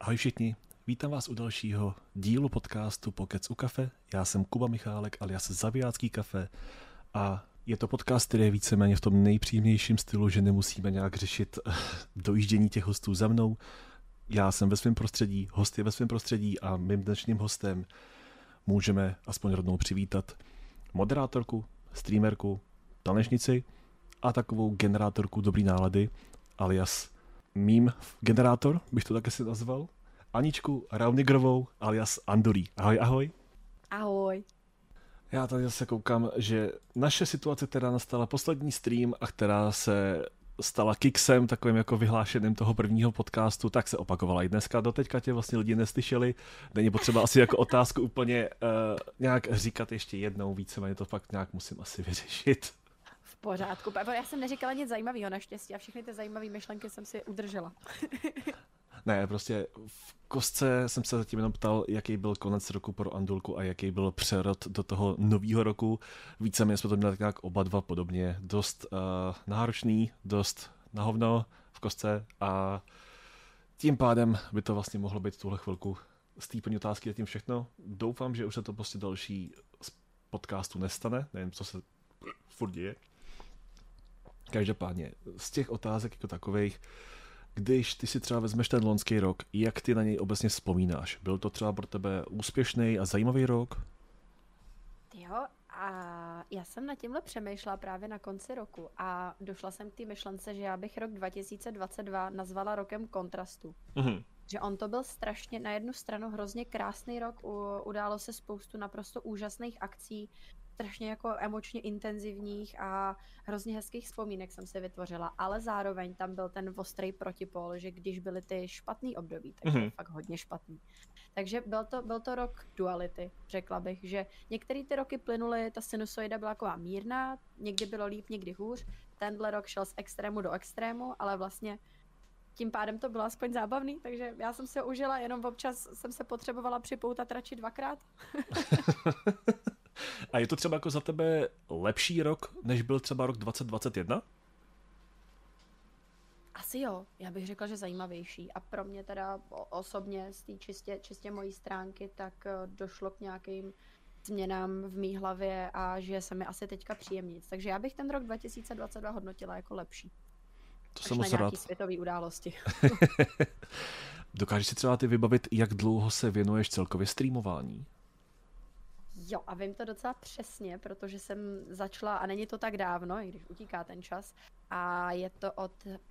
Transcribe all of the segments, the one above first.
Ahoj všichni, vítám vás u dalšího dílu podcastu Pokec u kafe. Já jsem Kuba Michálek alias Zabijácký kafe a je to podcast, který je víceméně v tom nejpříjemnějším stylu, že nemusíme nějak řešit dojíždění těch hostů za mnou. Já jsem ve svém prostředí, host je ve svém prostředí a mým dnešním hostem můžeme aspoň rovnou přivítat moderátorku, streamerku, tanečnici a takovou generátorku dobrý nálady, alias mím generátor, bych to také si nazval, Aničku Raunigrovou alias Andulí. Ahoj, ahoj. Ahoj. Já tady zase koukám, že naše situace, která nastala poslední stream a která se stala kiksem, takovým jako vyhlášeným toho prvního podcastu, tak se opakovala i dneska. Doteďka tě vlastně lidi neslyšeli. Není potřeba asi jako otázku úplně nějak říkat ještě jednou, víceméně to fakt nějak musím asi vyřešit. V pořádku. Já jsem neříkala nic zajímavého naštěstí a všechny ty zajímavé myšlenky jsem si udržela. Ne, prostě v kostce jsem se zatím jenom ptal, jaký byl konec roku pro Andulku a jaký byl přerod do toho nového roku. Víceméně jsme to měli nějak oba dva podobně. Dost náročný, dost na hovno v kostce a tím pádem by to vlastně mohlo být v tuhle chvilku z té první otázky a tím všechno. Doufám, že už se to prostě další z podcastu nestane, nevím, co se furt děje. Každopádně z těch otázek jako takových, když ty si třeba vezmeš ten loňský rok, jak ty na něj obecně vzpomínáš? Byl to třeba pro tebe úspěšný a zajímavý rok? Jo, a já jsem nad tímhle přemýšlela právě na konci roku a došla jsem k té myšlence, že já bych rok 2022 nazvala rokem kontrastu. Mhm. Že on to byl strašně, na jednu stranu hrozně krásný rok, událo se spoustu naprosto úžasných akcí, strašně jako emočně intenzivních a hrozně hezkých vzpomínek jsem si vytvořila, ale zároveň tam byl ten ostrý protipol, že když byly ty špatný období, tak byl fakt hodně špatný. Takže byl to rok duality, řekla bych, že některé ty roky plynuly, ta sinusoida byla taková mírná, někdy bylo líp, někdy hůř, tenhle rok šel z extrému do extrému, ale vlastně tím pádem to bylo aspoň zábavný, takže já jsem si ho užila, jenom občas jsem se potřebovala připoutat radši dvakrát. A je to třeba jako za tebe lepší rok, než byl třeba rok 2021? Asi jo, já bych řekla, že zajímavější. A pro mě teda osobně z té čistě mojí stránky, tak došlo k nějakým změnám v mý hlavě a že se mi asi teďka příjemnic. Takže já bych ten rok 2022 hodnotila jako lepší. To jsem na moc nějaký rád. světové události. Dokážeš si třeba ty vybavit, jak dlouho se věnuješ celkově streamování? Jo, a vím to docela přesně, protože jsem začala, a není to tak dávno, i když utíká ten čas, a je to od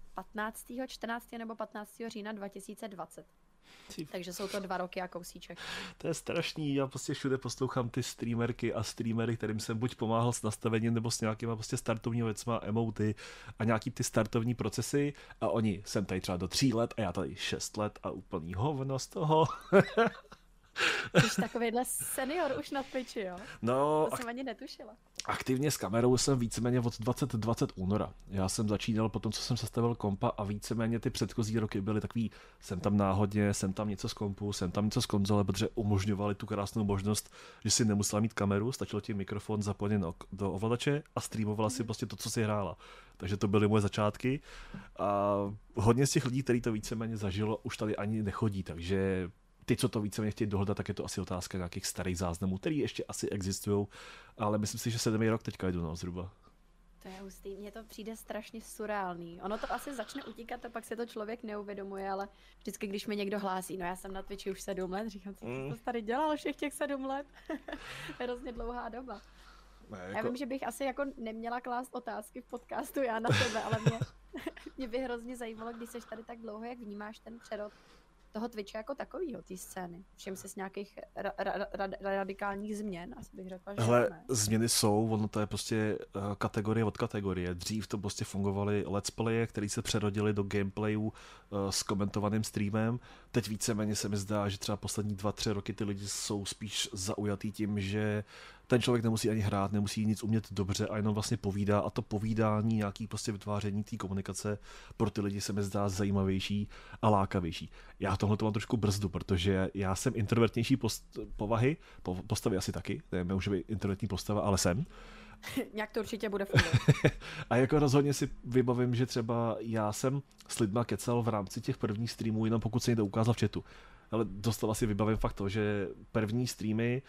14. nebo 15. října 2020. Takže jsou to 2 roky a kousíček. To je strašný, já prostě všude poslouchám ty streamerky a streamery, kterým jsem buď pomáhal s nastavením nebo s nějakýma prostě startovními věcma, emoty a nějaký ty startovní procesy a oni jsem tady třeba do 3 let a já tady 6 let a úplný hovno z toho. Jsi takovýhle senior už na Twitchi, jo? No, To jsem ani netušila. aktivně s kamerou jsem víceméně od 2020 února. Já jsem začínal po tom, co jsem sestavil kompa a víceméně ty předchozí roky byly takový, jsem tam náhodně, jsem tam něco z kompu, jsem tam něco z konzole, protože umožňovali tu krásnou možnost, že si nemusela mít kameru, stačilo ti mikrofon zapojený do ovladače a streamovala si prostě to, co si hrála. Takže to byly moje začátky a hodně z těch lidí, kteří to víceméně zažilo, už tady ani nechodí, takže ty, co to víceméně chtějí dohledat, tak je to asi otázka nějakých starých záznamů, které ještě asi existují, ale myslím si, že 7. rok teďka jdu no, zhruba. To je hustý, mně to přijde strašně surreální. Ono to asi začne utíkat a pak se to člověk neuvědomuje, ale vždycky, když mi někdo hlásí, no já jsem na Twitchi už 7 let, říkám, co jsi to tady dělal všech těch 7 let? To je hrozně dlouhá doba. Ne, jako... Já vím, že bych asi jako neměla klást otázky v podcastu já na tebe, ale mě by hrozně zajímalo, když jsi tady tak dlouho, jak vnímáš ten přerod toho Twitche jako takovýho, té scény. Všem se z nějakých radikálních změn, asi bych řekla, že Hele, ne. změny jsou, ono to je prostě kategorie od kategorie. Dřív to prostě fungovaly let's playe, které se přerodily do gameplayů s komentovaným streamem. Teď víceméně se mi zdá, že třeba poslední 2-3 roky ty lidi jsou spíš zaujatý tím, že ten člověk nemusí ani hrát, nemusí nic umět dobře a jenom vlastně povídá a to povídání, nějaký prostě vytváření té komunikace pro ty lidi se mi zdá zajímavější a lákavější. Já tohle to mám trošku brzdu, protože já jsem introvertnější povahy, postavy asi taky, nevím, může být introvertní postava, ale jsem. Nějak to určitě bude fungovat. A jako rozhodně si vybavím, že třeba já jsem s lidma kecal v rámci těch prvních streamů, jenom pokud se někdo ukázal v chatu. Ale dostala si vybavím fakt to, že první streamy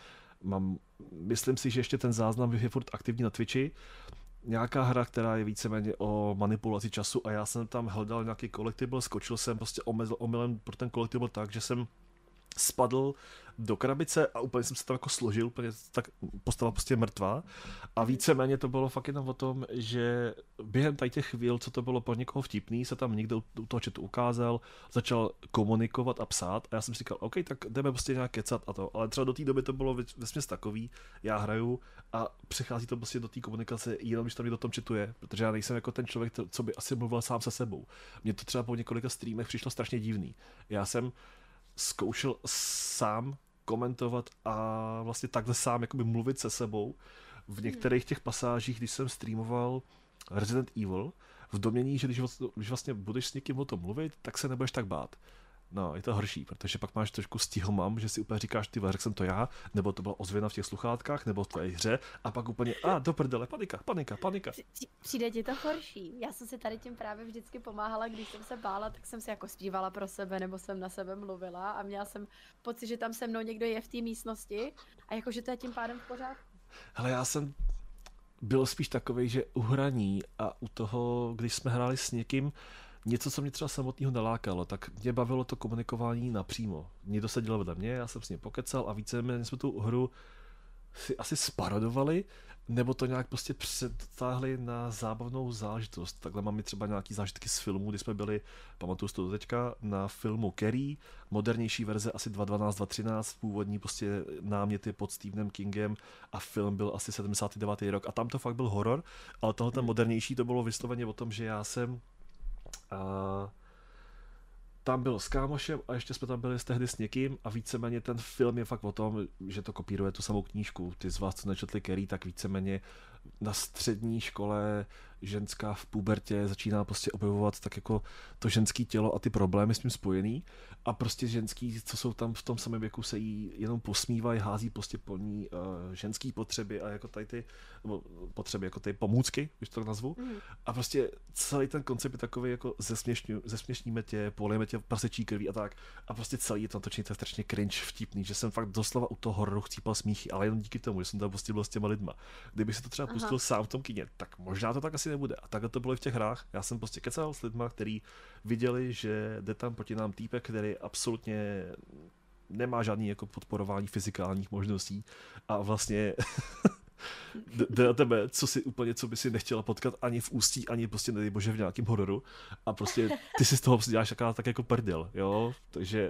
myslím si, že ještě ten záznam je furt aktivní na Twitchi, nějaká hra, která je víceméně o manipulaci času a já jsem tam hledal nějaký collectible, skočil jsem prostě omylem pro ten collectible tak, že jsem spadl do krabice a úplně jsem se tam jako složil, úplně tak postava prostě mrtvá a víceméně to bylo fakt jenom o tom, že během tady těch chvíl, co to bylo pro někoho vtipný, se tam někdo u toho chatu ukázal, začal komunikovat a psát a já jsem si říkal, OK, tak jdeme prostě nějak kecat a to, ale třeba do té doby to bylo vesměs takový, já hraju a přichází to prostě do té komunikace jenom, když tam někdo v tom chatu je, protože já nejsem jako ten člověk, co by asi mluvil sám se sebou. Mně to třeba po několika streamech přišlo strašně divný. Já jsem zkoušel sám komentovat a vlastně takhle sám jakoby mluvit se sebou v některých těch pasážích, když jsem streamoval Resident Evil, v domění, že když vlastně budeš s někým o tom mluvit, tak se nebudeš tak bát. No, je to horší, protože pak máš trošku stihomam, že si úplně říkáš, ty řekl jsem to já, nebo to byla ozvěna v těch sluchátkách, nebo v tvé hře, a pak úplně, do prdele, panika. Přijde ti to horší. Já jsem si tady tím právě vždycky pomáhala, když jsem se bála, tak jsem si jako zpívala pro sebe, nebo jsem na sebe mluvila a měla jsem pocit, že tam se mnou někdo je v té místnosti a jakože to je tím pádem v pořádku. Hele, já jsem byl spíš takovej, že u hraní a u toho, když jsme hráli s někým, něco, co mě třeba samotného nalákalo, tak mě bavilo to komunikování napřímo. Někdo se dělal vedle mě, já jsem s ním pokecal a víceméně jsme tu hru si asi sparodovali, nebo to nějak prostě přetáhli na zábavnou záležitost. Takhle mám i třeba nějaký zážitky z filmů, kdy jsme byli, pamatuju si to do teďka, na filmu Carrie, modernější verze asi 2012, 2013, původní prostě náměty pod Stephenem Kingem a film byl asi 79. rok a tam to fakt byl horor, ale tohle ten modernější to bylo vysloveně o tom, že já jsem tam byl s kámošem a ještě jsme tam byli tehdy s někým a víceméně ten film je fakt o tom, že to kopíruje tu samou knížku. Ty z vás, co nečetli Carrie, tak víceméně na střední škole ženská v pubertě začíná prostě objevovat tak jako to ženské tělo a ty problémy s tím spojený a prostě ženský, co jsou tam v tom samém věku, se jí jenom posmívají, hází prostě po ní ženský potřeby a jako tady ty potřeby, jako ty pomůcky, když to tak nazvu. A prostě celý ten koncept je takový jako zesměšníme tě, polijeme tě prasečí krví a tak. A prostě celý je to natočený, to je strašně cringe vtipný, že jsem fakt doslova u toho hororu chcípal smíchy, ale jenom díky tomu, že jsem tam prostě byl s těma lidma. Kdyby se to třeba pustil sám v tom kině, tak možná to tak asi nebude. A takhle to bylo i v těch hrách. Já jsem prostě kecal s lidma, kteří viděli, že jde tam proti nám týpek, který absolutně nemá žádný jako podporování fyzikálních možností a vlastně jde na tebe, co by si nechtěla potkat ani v Ústí, ani prostě nedej bože v nějakém hororu a prostě ty si z toho děláš tak jako prdel, jo, takže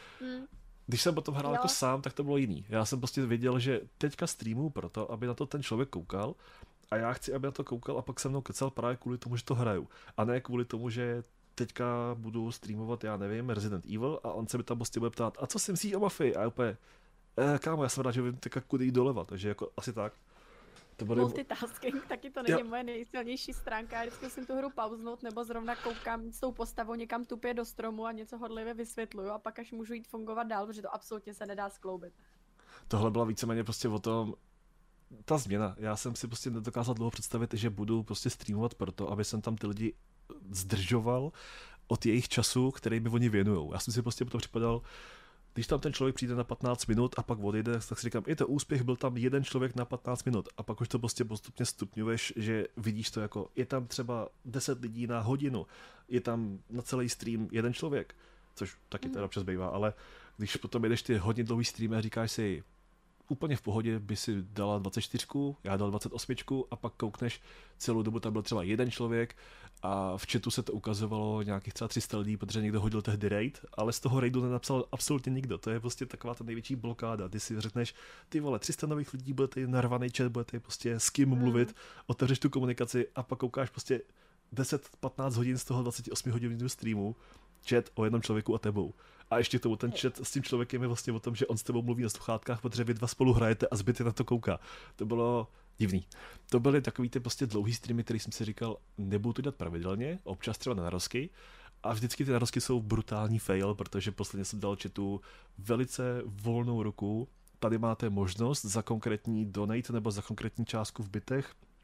když jsem potom hrál jako sám, tak to bylo jiný. Já jsem prostě věděl, že teďka streamu proto, aby na to ten člověk koukal a já chci, aby na to koukal a pak se mnou kecal právě kvůli tomu, že to hraju a ne kvůli tomu, že teďka budu streamovat, já nevím, Resident Evil a on se mi tam prostě bude ptát, a co si myslíš o Mafii? A já úplně, kámo, já jsem rád, že vím teďka kudy jít doleva, takže jako asi tak. Multitasking, taky to není moje nejsilnější stránka. Já vždycky musím tu hru pauznout, nebo zrovna koukám s tou postavou někam tupě do stromu a něco hodlivě vysvětluju a pak až můžu jít fungovat dál, protože to absolutně se nedá skloubit. Tohle byla víceméně prostě o tom, ta změna. Já jsem si prostě nedokázal dlouho představit, že budu prostě streamovat proto, aby jsem tam ty lidi zdržoval od jejich času, který mi oni věnujou. Já jsem si prostě potom připadal, když tam ten člověk přijde na 15 minut a pak odejde, tak si říkám, je to úspěch, byl tam jeden člověk na 15 minut a pak už to prostě postupně stupňuješ, že vidíš to jako, je tam třeba 10 lidí na hodinu, je tam na celý stream jeden člověk, což taky teda občas bývá, ale když potom jedeš ty hodně dlouhý streamy a říkáš si, úplně v pohodě by si dala 24, já dal 28 a pak koukneš, celou dobu tam byl třeba jeden člověk a v chatu se to ukazovalo nějakých třeba 300 lidí, protože někdo hodil tehdy raid, ale z toho raidu nenapsal absolutně nikdo. To je prostě taková ta největší blokáda. Ty si řekneš, ty vole, 300 nových lidí, bude tady narvaný chat, bude tady prostě s kým mluvit, otevřeš tu komunikaci a pak koukáš prostě 10-15 hodin z toho 28 hodin streamu, chat o jednom člověku a tebou. A ještě k tomu ten chat s tím člověkem je vlastně o tom, že on s tebou mluví na sluchátkách, protože vy dva spolu hrajete a zbytek na to kouká. To bylo divný. To byly takový ty prostě dlouhý streamy, který jsem si říkal, nebudu to dělat pravidelně, občas třeba na narozky. A vždycky ty narozky jsou brutální fail, protože posledně jsem dal chatu velice volnou ruku. Tady máte možnost za konkrétní donate nebo za konkrétní částku v bitech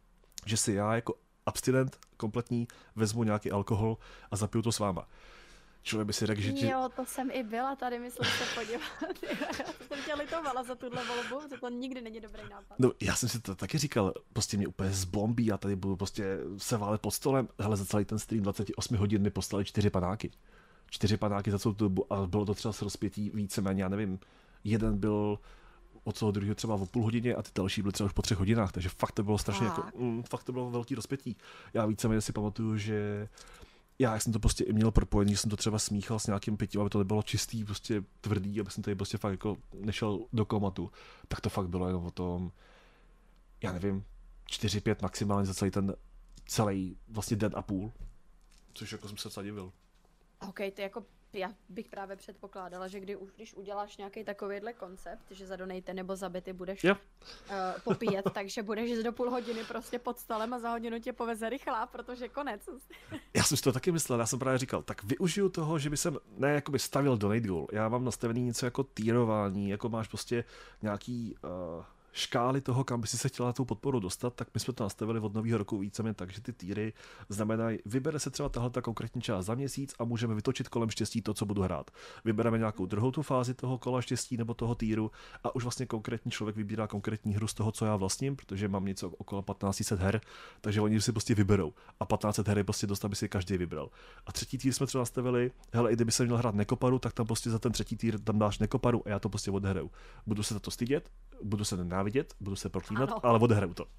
že si já jako abstinent kompletní vezmu nějaký alkohol a zapiju to s váma. Člověk by si řekl, že... Jo, to jsem i byla tady, myslím se podívat. Já jsem tě litovala za tuhle volbu, že to nikdy není dobrý nápad. No, já jsem si to taky říkal, prostě mě úplně zbombí a tady budu prostě se válet pod stolem. Hele, za celý ten stream 28 hodin mi poslali 4 panáky. 4 panáky za celou tu dobu a bylo to třeba s rozpětí víceméně, já nevím, jeden byl od toho druhého třeba o půl hodině a ty další byly třeba už po 3 hodinách, takže fakt to bylo strašně jako, fakt to bylo velký rozpětí. Já víceméně si pamatuju, že já jsem to prostě i měl propojený, že jsem to třeba smíchal s nějakým pitím, aby to nebylo čistý, prostě tvrdý, aby jsem tady prostě fakt jako nešel do komatu. Tak to fakt bylo jenom o tom, já nevím, 4-5 maximálně za celý vlastně den a půl. Což jako jsem se docela divil. OK, ty jako, já bych právě předpokládala, že když uděláš nějaký takovýhle koncept, že za donate nebo za bity budeš popíjet, takže budeš do půl hodiny prostě pod stolem a za hodinu tě poveze rychlá, protože konec. Já jsem si to taky myslel, já jsem právě říkal, tak využiju toho, že by jsem ne jakoby stavil donate goal, já mám nastavený něco jako týrování, jako máš prostě nějaký škály toho, kam by si se chtěla tou podporu dostat, tak my jsme to nastavili od nového roku víceméně tak, že ty týry znamenají, vybere se třeba tahle konkrétní část za měsíc a můžeme vytočit kolem štěstí to, co budu hrát. Vybereme nějakou druhou tu fázi toho kola štěstí nebo toho týru a už vlastně konkrétní člověk vybírá konkrétní hru z toho, co já vlastním, protože mám něco okolo 1500 her, takže oni si prostě vyberou a 1500 her je prostě dost, aby si každý vybral. A třetí týr jsme třeba nastavili, hele, i kdyby se měl hrát nekoparu, tak tam prostě za ten třetí týr tam dáš nekoparu a já to prostě odhraju. Budu se za to stydět, budu se nenávidět, budu se proklínat, ale odhraju to.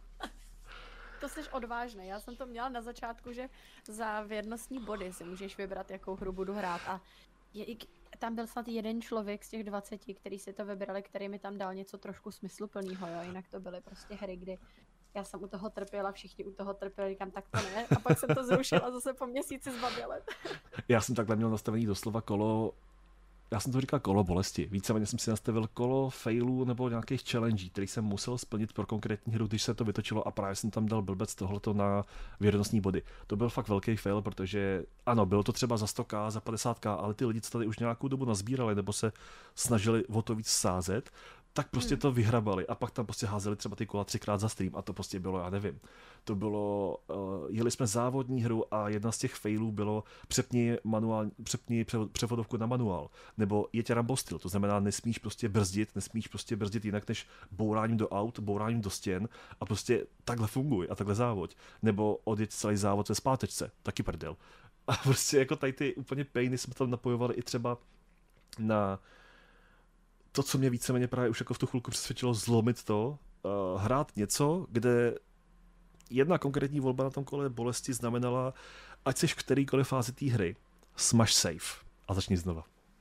To jsi odvážný. Já jsem to měla na začátku, že za věrnostní body si můžeš vybrat, jakou hru budu hrát. A tam byl snad jeden člověk z těch 20, který si to vybrali, který mi tam dal něco trošku smysluplného, jo. Jinak to byly prostě hry, kdy já jsem u toho trpěla, všichni u toho trpěli, říkám, tak to ne. A pak jsem to zrušila zase po měsíci zbaběle. Já jsem takhle měl nastavený doslova kolo, já jsem to říkal kolo bolesti. Víceméně jsem si nastavil kolo failů nebo nějakých challenge, který jsem musel splnit pro konkrétní hru, když se to vytočilo a právě jsem tam dal blbec tohleto na věrnostní body. To byl fakt velký fail, protože ano, bylo to třeba za 100k, za 50k, ale ty lidi, co tady už nějakou dobu nazbírali nebo se snažili o to víc sázet, tak prostě to vyhrabali a pak tam prostě házeli třeba ty kola 3krát za stream a to prostě bylo, já nevím. To bylo, jeli jsme závodní hru a jedna z těch failů bylo přepni převodovku na manuál, nebo jeď Rambo styl, to znamená nesmíš prostě brzdit jinak než bouráním do aut, bouráním do stěn a prostě takhle funguj a takhle závoď, nebo odjeď celý závod ve zpátečce, taky prdel. A prostě jako tady ty úplně painy jsme tam napojovali i třeba na to, co mě víceméně právě už jako v tu chvilku přesvědčilo zlomit to, hrát něco, kde jedna konkrétní volba na tom kole bolesti znamenala, ať seš v kterýkoliv fázi té hry, smaž save a začni znova.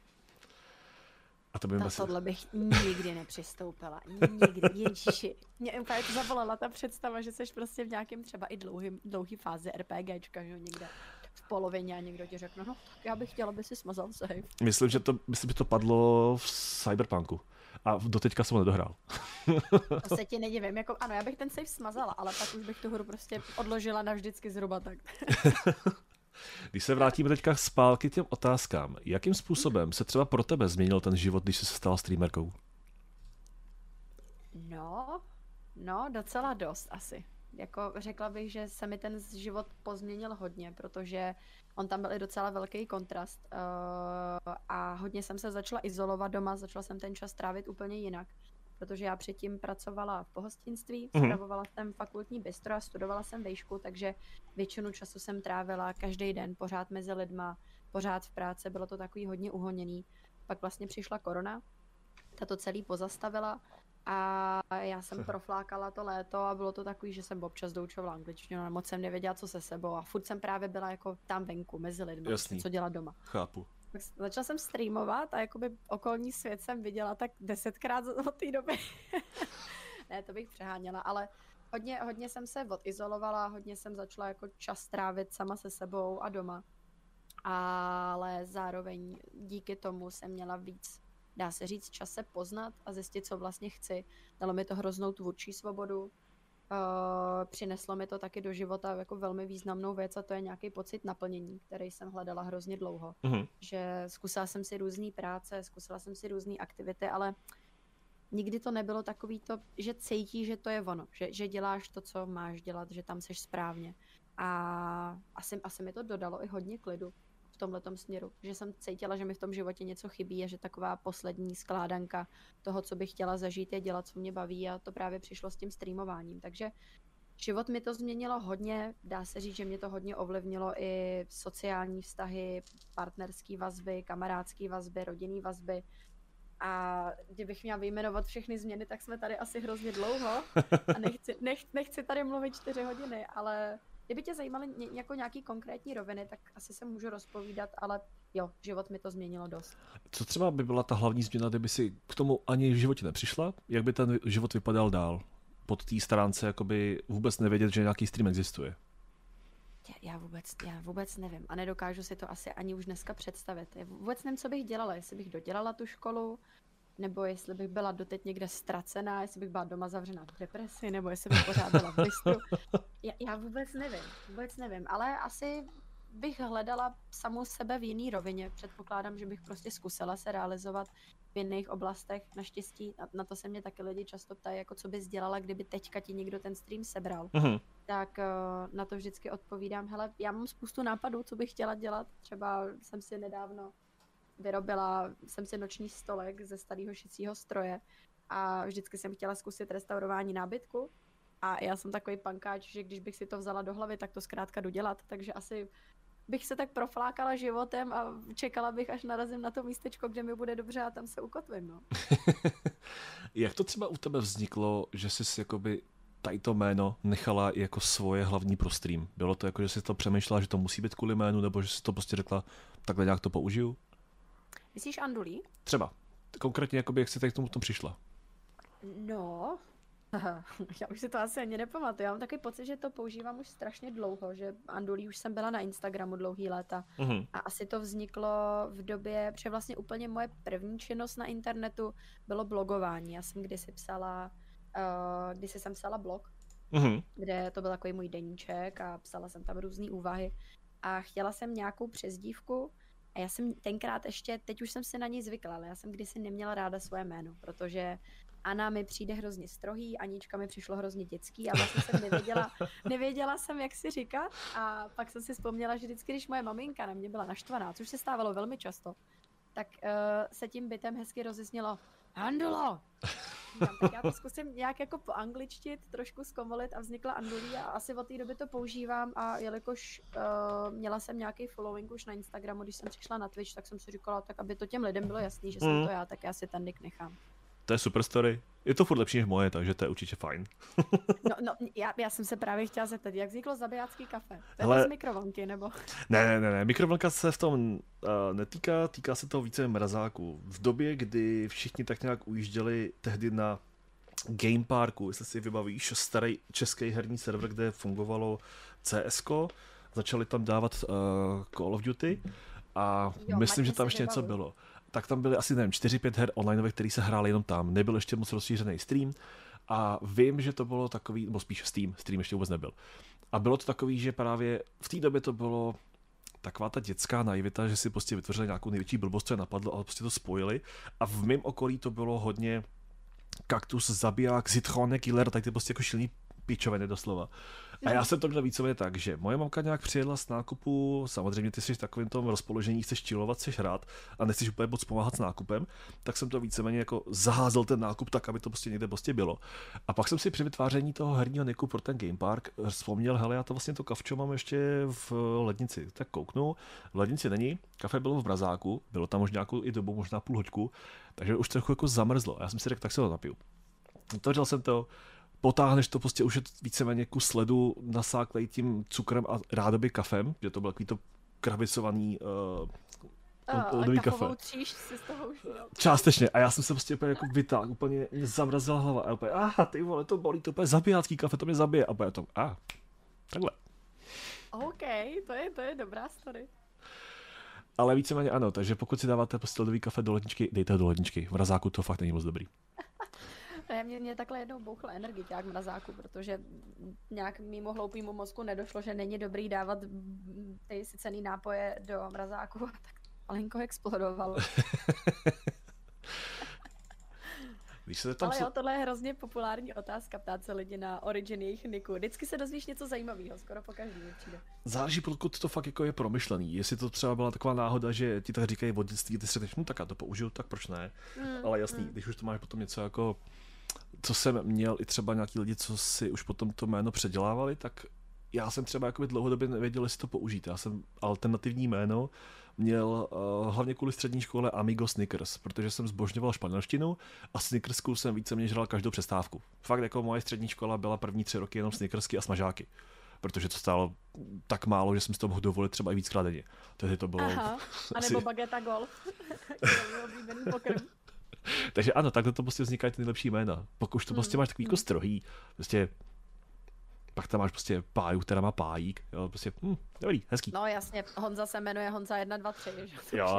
A to by tohle bych nikdy nepřistoupila. Nikdy. Ježiši. Mě úplně to zavolala ta představa, že seš prostě v nějakém třeba i dlouhý fázi RPGčka, že někde v polovině a někdo ti řekne, no tak já bych chtěla, aby si smazal save. Myslím, že to padlo v Cyberpunku. A doteďka jsem ho nedohrál. To se ti nedivím, jako ano, já bych ten save smazala, ale pak už bych tu hru prostě odložila navždycky zhruba tak. Když se vrátíme teďka zpátky k těm otázkám, jakým způsobem se třeba pro tebe změnil ten život, když jsi se stala streamerkou? No, docela dost asi. Jako řekla bych, že se mi ten život pozměnil hodně, protože on tam byl i docela velký kontrast a hodně jsem se začala izolovat doma, začala jsem ten čas trávit úplně jinak, protože já předtím pracovala v pohostinství, spravovala jsem fakultní bistro a studovala jsem vejšku, takže většinu času jsem trávila každý den, pořád mezi lidma, pořád v práci, bylo to takový hodně uhoněný. Pak vlastně přišla korona, ta to celý pozastavila a já jsem proflákala to léto a bylo to takový, že jsem občas doučovala angličtinu, ale moc jsem nevěděla, co se sebou a furt jsem právě byla jako tam venku, mezi lidmi, co dělat doma. Chápu. Tak začala jsem streamovat a jakoby okolní svět jsem viděla tak 10krát od té doby. Ne, to bych přeháněla, ale hodně jsem se odizolovala, hodně jsem začala jako čas trávit sama se sebou a doma. Ale zároveň díky tomu jsem měla víc, dá se říct, čas se poznat a zjistit, co vlastně chci. Dalo mi to hroznou tvůrčí svobodu. Přineslo mi to taky do života jako velmi významnou věc a to je nějaký pocit naplnění, který jsem hledala hrozně dlouho. Že zkusila jsem si různý práce, zkusila jsem si různý aktivity, ale nikdy to nebylo takový to, že cítíš, že to je ono, že děláš to, co máš dělat, že tam seš správně. A asi mi to dodalo i hodně klidu v tomhletom směru, že jsem cítila, že mi v tom životě něco chybí a že taková poslední skládanka toho, co bych chtěla zažít, je dělat, co mě baví, a to právě přišlo s tím streamováním. Takže život mi to změnilo hodně, dá se říct, že mě to hodně ovlivnilo i sociální vztahy, partnerské vazby, kamarádské vazby, rodinné vazby. A kdybych měla vyjmenovat všechny změny, tak jsme tady asi hrozně dlouho a nechci tady mluvit 4 hodiny, ale kdyby tě zajímaly jako nějaký konkrétní roviny, tak asi se můžu rozpovídat, ale jo, život mi to změnilo dost. Co třeba by byla ta hlavní změna, kdyby si k tomu ani v životě nepřišla? Jak by ten život vypadal dál? Pod té stránce jakoby vůbec nevědět, že nějaký stream existuje. Já vůbec nevím a nedokážu si to asi ani už dneska představit. Já vůbec nevím, co bych dělala, jestli bych dodělala tu školu, nebo jestli bych byla doteď někde ztracená, jestli bych byla doma zavřená v depresi, nebo jestli bych pořád byla v bistru. Já vůbec nevím, ale asi bych hledala samou sebe v jiný rovině. Předpokládám, že bych prostě zkusila se realizovat v jiných oblastech. Naštěstí, na to se mě taky lidi často ptají, jako co bys dělala, kdyby teďka ti někdo ten stream sebral. Tak na to vždycky odpovídám, hele, já mám spoustu nápadů, co bych chtěla dělat. Třeba jsem si nedávno vyrobila noční stolek ze starého šicího stroje a vždycky jsem chtěla zkusit restaurování nábytku. A já jsem takový pankáč, že když bych si to vzala do hlavy, tak to zkrátka jdu dělat. Takže asi bych se tak proflákala životem a čekala bych, až narazím na to místečko, kde mi bude dobře a tam se ukotvím, no. Jak to třeba u tebe vzniklo, že jsi jakoby tady to jméno nechala jako svoje hlavní pro stream? Bylo to jako, že jsi to přemýšlela, že to musí být kvůli jménu, nebo že jsi to prostě řekla, takhle nějak to použiju? Myslíš Andulí? Třeba. Konkrétně, jakoby, jak jsi tady k tomu přišla? No, já už si to asi ani nepamatuju. Já mám takový pocit, že to používám už strašně dlouho, že Andulí už jsem byla na Instagramu dlouhý léta. A asi to vzniklo v době, protože vlastně úplně moje první činnost na internetu bylo blogování. Já jsem kdysi jsem psala blog, kde to byl takový můj deníček a psala jsem tam různé úvahy a chtěla jsem nějakou přezdívku a já jsem tenkrát ještě, teď už jsem si na ní zvykla, ale já jsem kdysi neměla ráda svoje jméno, protože Anna mi přijde hrozně strohý, Anička mi přišlo hrozně dětský a vlastně jsem nevěděla jsem, jak si říkat, a pak jsem si vzpomněla, že vždycky, když moje maminka na mě byla naštvaná, což se stávalo velmi často, tak se tím bytem hezky rozesnělo Andulo! Tak já to zkusím nějak jako poangličtit, trošku zkomolit a vznikla Andulí a asi od té doby to používám a jelikož měla jsem nějaký following už na Instagramu, když jsem přišla na Twitch, tak jsem si říkala, tak aby to těm lidem bylo jasný, že jsem to já, tak já si ten nick nechám. To je super story. Je to furt lepší než moje, takže to je určitě fajn. Já jsem se právě chtěla zeptat, jak vzniklo zabijácký kafe? To je z mikrovlnky, nebo? Ne, mikrovlnka se v tom netýká, týká se toho více mrazáku. V době, kdy všichni tak nějak ujížděli tehdy na Game Parku, jestli si vybavíš, starý český herní server, kde fungovalo CSko, začali tam dávat Call of Duty a myslím, že tam ještě něco bylo. Tak tam byly asi, nevím, 4-5 her online, které se hrály jenom tam. Nebyl ještě moc rozšířený stream a vím, že to bylo takový, nebo spíš Steam ještě vůbec nebyl. A bylo to takový, že právě v té době to bylo taková ta dětská naivita, že si prostě vytvořili nějakou největší blbost, co je napadlo, ale prostě to spojili. A v mém okolí to bylo hodně kaktus, zabiják, zitrone, killer, tak ty prostě jako šilný pičoviny doslova. A já jsem to měl víceméně tak, že moje mamka nějak přijedla z nákupu, samozřejmě ty jsi v takovém tom rozpoložení, chceš chillovat, chceš hrát a nechceš úplně moc pomáhat s nákupem, tak jsem to víceméně jako zaházel ten nákup tak, aby to prostě někde prostě bylo. A pak jsem si při vytváření toho herního niku pro ten Game Park vzpomněl, hele, já to vlastně to kavčo mám ještě v lednici, tak kouknu, v lednici není, kafe bylo v mrazáku, bylo tam už nějakou i dobu, možná půl hoďku, takže už trochu jako zamrzlo. A já jsem si řekl, tak se ho napiju. Otevřel jsem to, potáhneš to prostě už je víceméně kus ledu nasáklej tím cukrem a rádoby kafem, že to byl takový to krabicovaný ledový kafe. Tříž si z toho už měl. Částečně. A já jsem se prostě úplně jako vytáhl, úplně mě zamrazila hlava. A úplně, ty vole, to bolí, to úplně zabijácký kafe, to mě zabije. A úplně to, takhle. OK, to je dobrá story. Ale víceméně ano, takže pokud si dáváte prostě ledový kafe do ledničky, dejte ho do ledničky. V mrazáku to fakt není moc dobrý. Mě takhle jednou bouchla energiťák v mrazáku, protože nějak mimo hloupýmu mozku nedošlo, že není dobrý dávat ty sycený nápoje do mrazáku, a tak malinko explodovalo. se zeptám, Ale jo, tohle je hrozně populární otázka, ptát se lidi na origin jejich niku. Vždycky se dozvíš něco zajímavého, skoro po každý mi přijde. Záleží, pokud to fakt jako je promyšlený. Jestli to třeba byla taková náhoda, že ti tak říkají od dětství, ty si řekneš, no tak já to použiju, tak proč ne? Ale jasný, když už to máš potom něco jako, co jsem měl i třeba nějaký lidi, co si už potom to jméno předělávali, tak já jsem třeba jakoby dlouhodobě nevěděl, jestli to použít. Já jsem alternativní jméno měl hlavně kvůli střední škole Amigo Snickers, protože jsem zbožňoval španělštinu a Snickersku jsem víceméně žral každou přestávku. Fakt jako moje střední škola byla první 3 roky jenom Snickersky a smažáky, protože to stálo tak málo, že jsem si to mohl dovolit třeba i víckrát denně. Tehdy to bylo... Aha, anebo bageta golf. To byl oblíbený pokrm. Takže ano, takhle to prostě vznikají ty nejlepší jména. Pokud to prostě máš takový jako strohý, prostě pak tam máš prostě Páju, která má Pájík, jo, prostě, dobrý, hezký. No jasně, Honza se jmenuje Honza 1, 2, 3, že? Jo.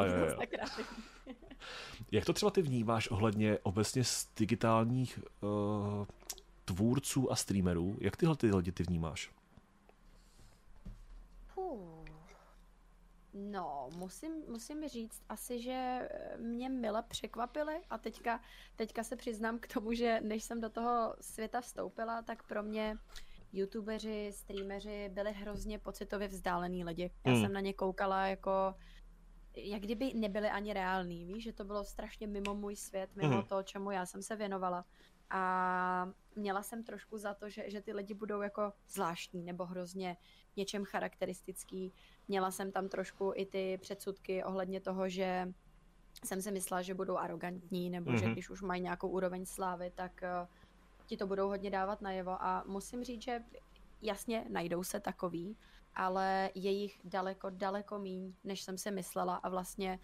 Jak to třeba ty vnímáš ohledně obecně z digitálních tvůrců a streamerů? Jak tyhle ty lidi ty vnímáš? No, musím říct asi, že mě mile překvapili a teďka se přiznám k tomu, že než jsem do toho světa vstoupila, tak pro mě youtubeři, streameři byli hrozně pocitově vzdálený lidi. Já jsem na ně koukala jako, jak kdyby nebyli ani reální, víš, že to bylo strašně mimo můj svět, mimo to, čemu já jsem se věnovala. A měla jsem trošku za to, že ty lidi budou jako zvláštní nebo hrozně něčem charakteristický. Měla jsem tam trošku i ty předsudky ohledně toho, že jsem si myslela, že budou arrogantní nebo že když už mají nějakou úroveň slávy, tak ti to budou hodně dávat najevo. A musím říct, že jasně najdou se takový, ale je jich daleko míň, než jsem si myslela a vlastně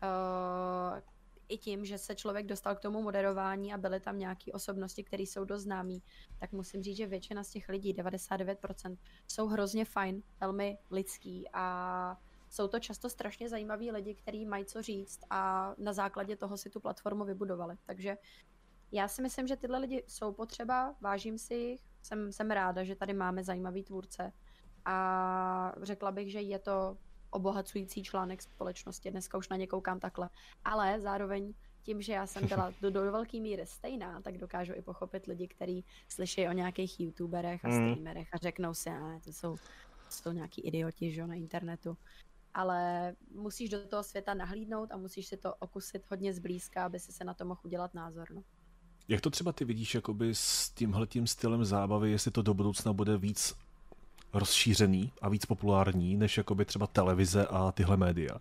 i tím, že se člověk dostal k tomu moderování a byly tam nějaké osobnosti, které jsou dost známý, tak musím říct, že většina z těch lidí, 99%, jsou hrozně fajn, velmi lidský a jsou to často strašně zajímaví lidi, kteří mají co říct a na základě toho si tu platformu vybudovali. Takže já si myslím, že tyhle lidi jsou potřeba, vážím si jich, jsem ráda, že tady máme zajímavý tvůrce a řekla bych, že je to obohacující článek společnosti, dneska už na ně koukám takhle. Ale zároveň tím, že já jsem byla do velké míry stejná, tak dokážu i pochopit lidi, kteří slyší o nějakých youtuberech a streamerech a řeknou si, to jsou nějaký idioti, že, na internetu. Ale musíš do toho světa nahlídnout a musíš si to okusit hodně zblízka, aby si se na to mohl udělat názor. No. Jak to třeba ty vidíš jakoby s tímhletím stylem zábavy, jestli to do budoucna bude víc rozšířený a víc populární, než jakoby třeba televize a tyhle média?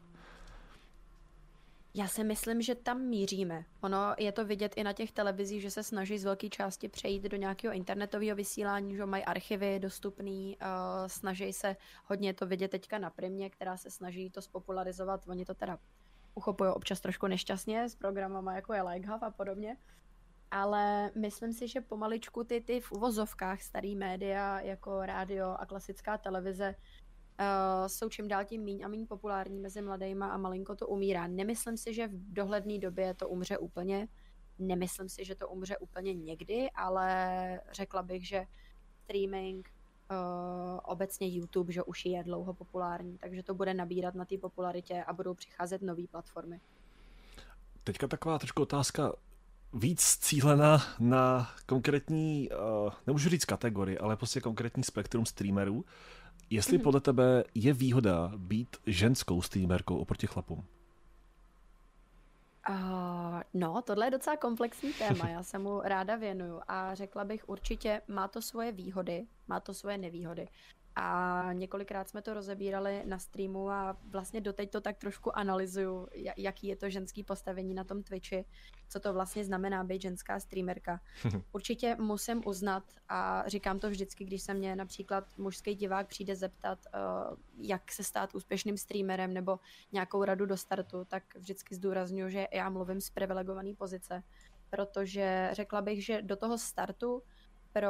Já si myslím, že tam míříme. Ono je to vidět i na těch televizích, že se snaží z velké části přejít do nějakého internetového vysílání, že mají archivy dostupný, snaží se, hodně je to vidět teďka na Primě, která se snaží to spopularizovat. Oni to teda uchopují občas trošku nešťastně s programama jako je Likehub a podobně. Ale myslím si, že pomaličku ty v uvozovkách starý média jako rádio a klasická televize jsou čím dál tím míň a míň populární mezi mladejma a malinko to umírá. Nemyslím si, že v dohledné době to umře úplně. Nemyslím si, že to umře úplně někdy, ale řekla bych, že streaming, obecně YouTube, že už je dlouho populární, takže to bude nabírat na té popularitě a budou přicházet nové platformy. Teďka taková trošku otázka víc cílená na konkrétní, nemůžu říct kategorii, ale prostě konkrétní spektrum streamerů. Jestli podle tebe je výhoda být ženskou streamerkou oproti chlapům? No, tohle je docela komplexní téma, já se mu ráda věnuju a řekla bych určitě, má to svoje výhody, má to svoje nevýhody. A několikrát jsme to rozebírali na streamu a vlastně doteď to tak trošku analyzuju, jaký je to ženský postavení na tom Twitchi, co to vlastně znamená být ženská streamerka. Určitě musím uznat a říkám to vždycky, když se mě například mužský divák přijde zeptat, jak se stát úspěšným streamerem nebo nějakou radu do startu, tak vždycky zdůrazňuji, že já mluvím z privilegované pozice, protože řekla bych, že do toho startu pro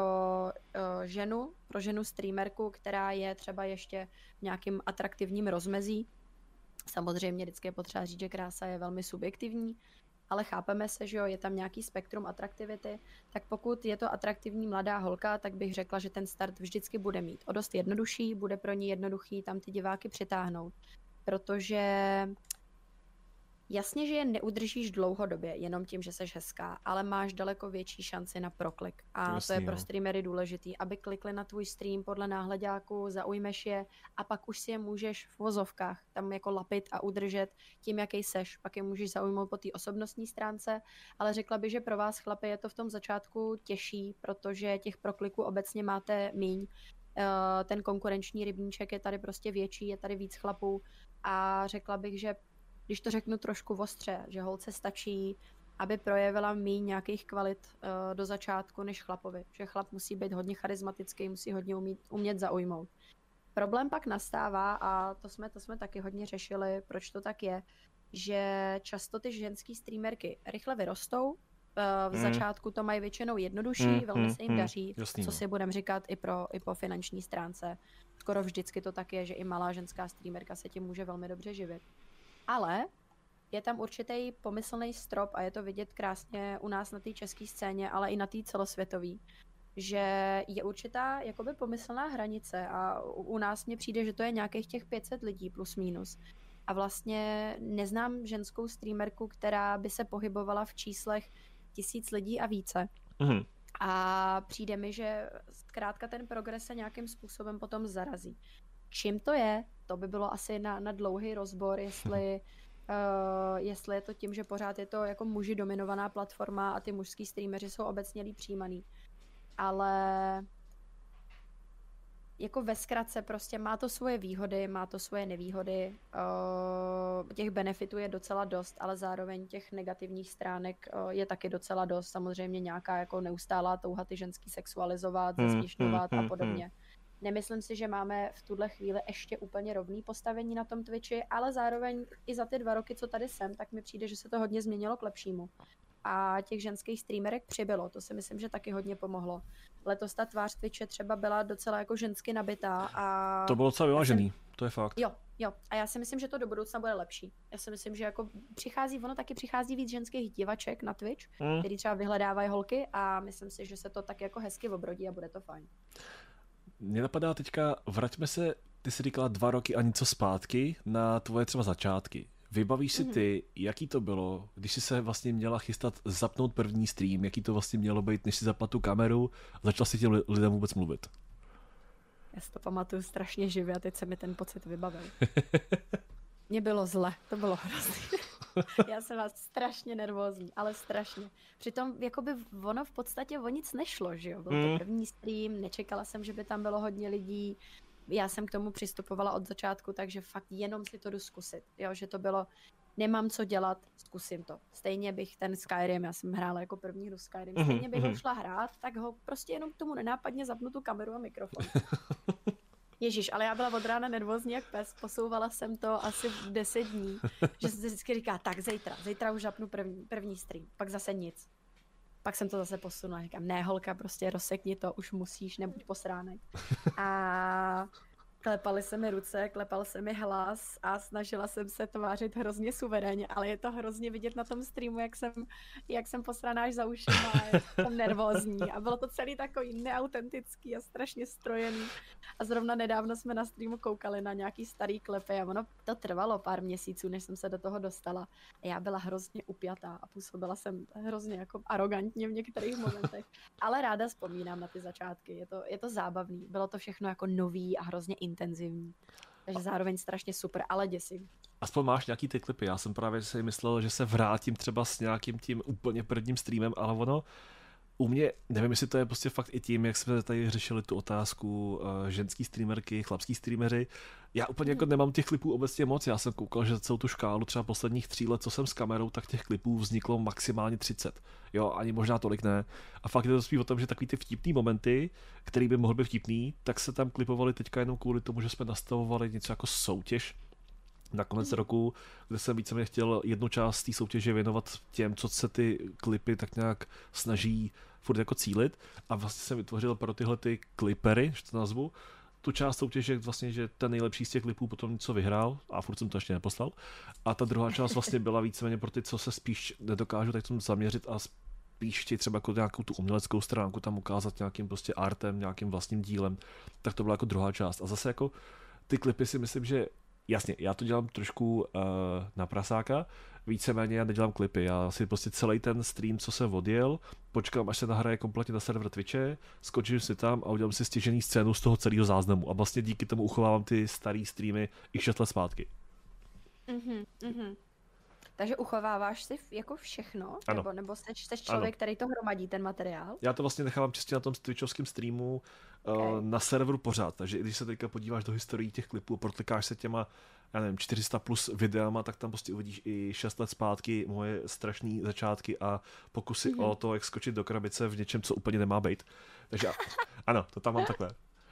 ženu streamerku, která je třeba ještě v nějakým atraktivním rozmezí. Samozřejmě vždycky je potřeba říct, že krása je velmi subjektivní, ale chápeme se, že jo, je tam nějaký spektrum atraktivity, tak pokud je to atraktivní mladá holka, tak bych řekla, že ten start vždycky bude mít o dost jednodušší, bude pro ní jednoduchý tam ty diváky přitáhnout, protože Jasně, že je neudržíš dlouhodobě, jenom tím, že seš hezká, ale máš daleko větší šanci na proklik. A Jasný, to je pro jo. streamery důležitý, aby klikli na tvůj stream podle náhledáku, zaujmeš je a pak už si je můžeš v vozovkách tam jako lapit a udržet tím, jaký seš. Pak je můžeš zaujmout po té osobnostní stránce, ale řekla bych, že pro vás chlapi je to v tom začátku těžší, protože těch prokliků obecně máte míň. Ten konkurenční rybníček je tady prostě větší, je tady víc chlapů a řekla bych, že když to řeknu trošku ostře, že holce stačí, aby projevila míň nějakých kvalit do začátku než chlapovi. Že chlap musí být hodně charismatický, musí hodně umět zaujmout. Problém pak nastává, a to jsme taky hodně řešili, proč to tak je, že často ty ženský streamerky rychle vyrostou, v začátku to mají většinou jednodušší, velmi se jim daří, jasný, co si budeme říkat i po finanční stránce. Skoro vždycky to tak je, že i malá ženská streamerka se tím může velmi dobře živit. Ale je tam určitý pomyslný strop a je to vidět krásně u nás na té české scéně, ale i na té celosvětové, že je určitá jakoby pomyslná hranice a u nás mně přijde, že to je nějakých těch 500 lidí plus minus. A vlastně neznám ženskou streamerku, která by se pohybovala v číslech 1000 lidí a více. Mhm. A přijde mi, že zkrátka ten progres se nějakým způsobem potom zarazí. Čím to je? To by bylo asi na dlouhý rozbor, jestli je to tím, že pořád je to jako muži dominovaná platforma a ty mužský streameři jsou obecně líp přijímaný. Ale jako ve zkratce prostě má to svoje výhody, má to svoje nevýhody. Těch benefitů je docela dost, ale zároveň těch negativních stránek je taky docela dost. Samozřejmě nějaká jako neustálá touha ty ženský sexualizovat, zesměšňovat a podobně. Nemyslím si, že máme v tuhle chvíli ještě úplně rovný postavení na tom Twitchi, ale zároveň i za ty 2 roky, co tady jsem, tak mi přijde, že se to hodně změnilo k lepšímu. A těch ženských streamerek přibylo, to si myslím, že taky hodně pomohlo. Letos ta tvář Twitche třeba byla docela jako žensky nabitá a... To bylo docela vyvážený, to je fakt. Jo. A já si myslím, že to do budoucna bude lepší. Já si myslím, že jako taky přichází víc ženských divaček na Twitch, který třeba vyhledávají holky a myslím si, že se to tak jako hezky obrodí a bude to fajn. Mně napadá teďka, vraťme se, ty jsi říkala 2 roky a něco zpátky, na tvoje třeba začátky. Vybavíš si ty, jaký to bylo, když jsi se vlastně měla chystat zapnout první stream, jaký to vlastně mělo být, než si zapla tu kameru a začala si těm lidem vůbec mluvit? Já si to pamatuju strašně živě a teď se mi ten pocit vybavil. Mně bylo zle, to bylo hrozný. Já jsem vás strašně nervózní, ale strašně. Přitom jakoby ono v podstatě o nic nešlo, že jo? Byl to první stream, nečekala jsem, že by tam bylo hodně lidí. Já jsem k tomu přistupovala od začátku, takže fakt jenom si to jdu zkusit. Jo, že to bylo, nemám co dělat, zkusím to. Stejně bych ten Skyrim, já jsem hrála jako první hru Skyrim, stejně bych ho šla hrát, tak ho prostě jenom k tomu nenápadně zapnu tu kameru a mikrofon. Ježíš, ale já byla od rána nervózní jak pes, posouvala jsem to asi 10 dní, že jsem si vždycky říká, tak zítra už zapnu první stream, pak zase nic. Pak jsem to zase posunula, říkám, ne holka, prostě rozsekni to, už musíš, nebuď posránek. A klepaly se mi ruce, klepal se mi hlas a snažila jsem se tvářit hrozně suverénně, ale je to hrozně vidět na tom streamu, jak jsem posraná až za ušima, jsem nervózní a bylo to celý takový neautentický a strašně strojený. A zrovna nedávno jsme na streamu koukali na nějaký starý klepy a ono to trvalo pár měsíců, než jsem se do toho dostala. A já byla hrozně upjatá a působila jsem hrozně jako arrogantně v některých momentech, ale ráda vzpomínám na ty začátky, je to zábavný, bylo to všechno jako nový a hrozně intenzivní. Takže zároveň strašně super, ale děsivý. Aspoň máš nějaký ty klipy, já jsem právě si myslel, že se vrátím třeba s nějakým tím úplně prvním streamem, ale ono u mě, nevím, jestli to je prostě fakt i tím, jak jsme tady řešili tu otázku ženský streamerky, chlapský streameři. Já úplně jako nemám těch klipů obecně moc, já jsem koukal, že za celou tu škálu třeba posledních 3 let, co jsem s kamerou, tak těch klipů vzniklo maximálně 30. Jo, ani možná tolik ne. A fakt je to spíš o tom, že takový ty vtipný momenty, který by mohl být vtipný, tak se tam klipovali teďka jenom kvůli tomu, že jsme nastavovali něco jako soutěž na konec roku, kde jsem víceméně chtěl jednu část té soutěže věnovat těm, co se ty klipy tak nějak snaží furt jako cílit, a vlastně jsem vytvořil pro tyhle ty klipery, že to nazvu, tu část soutěže vlastně, že ten nejlepší z těch klipů potom něco vyhrál a furt jsem to ještě neposlal. A ta druhá část vlastně byla víceméně pro ty, co se spíš nedokážu tak tomu zaměřit a spíš chtějí třeba jako nějakou tu uměleckou stránku tam ukázat nějakým prostě artem, nějakým vlastním dílem, tak to byla jako druhá část. A zase jako ty klipy si myslím, že jasně, já to dělám trošku na prasáka, víceméně já nedělám klipy, já si prostě celý ten stream, co jsem odjel, počkám, až se nahraje kompletně na server Twitche, skočím si tam a udělám si stěžený scénu z toho celého záznamu a vlastně díky tomu uchovávám ty starý streamy i 6 let zpátky. Takže uchováváš si jako všechno? Ano. Nebo jsi člověk, který to hromadí, ten materiál? Já to vlastně nechávám čistě na tom twitchovském streamu na serveru pořád, takže i když se teďka podíváš do historií těch klipů, protlikáš se těma, já nevím, 400 plus videama, tak tam prostě uvidíš i 6 let zpátky moje strašné začátky a pokusy o to, jak skočit do krabice v něčem, co úplně nemá být. Takže ano, to tam mám takhle.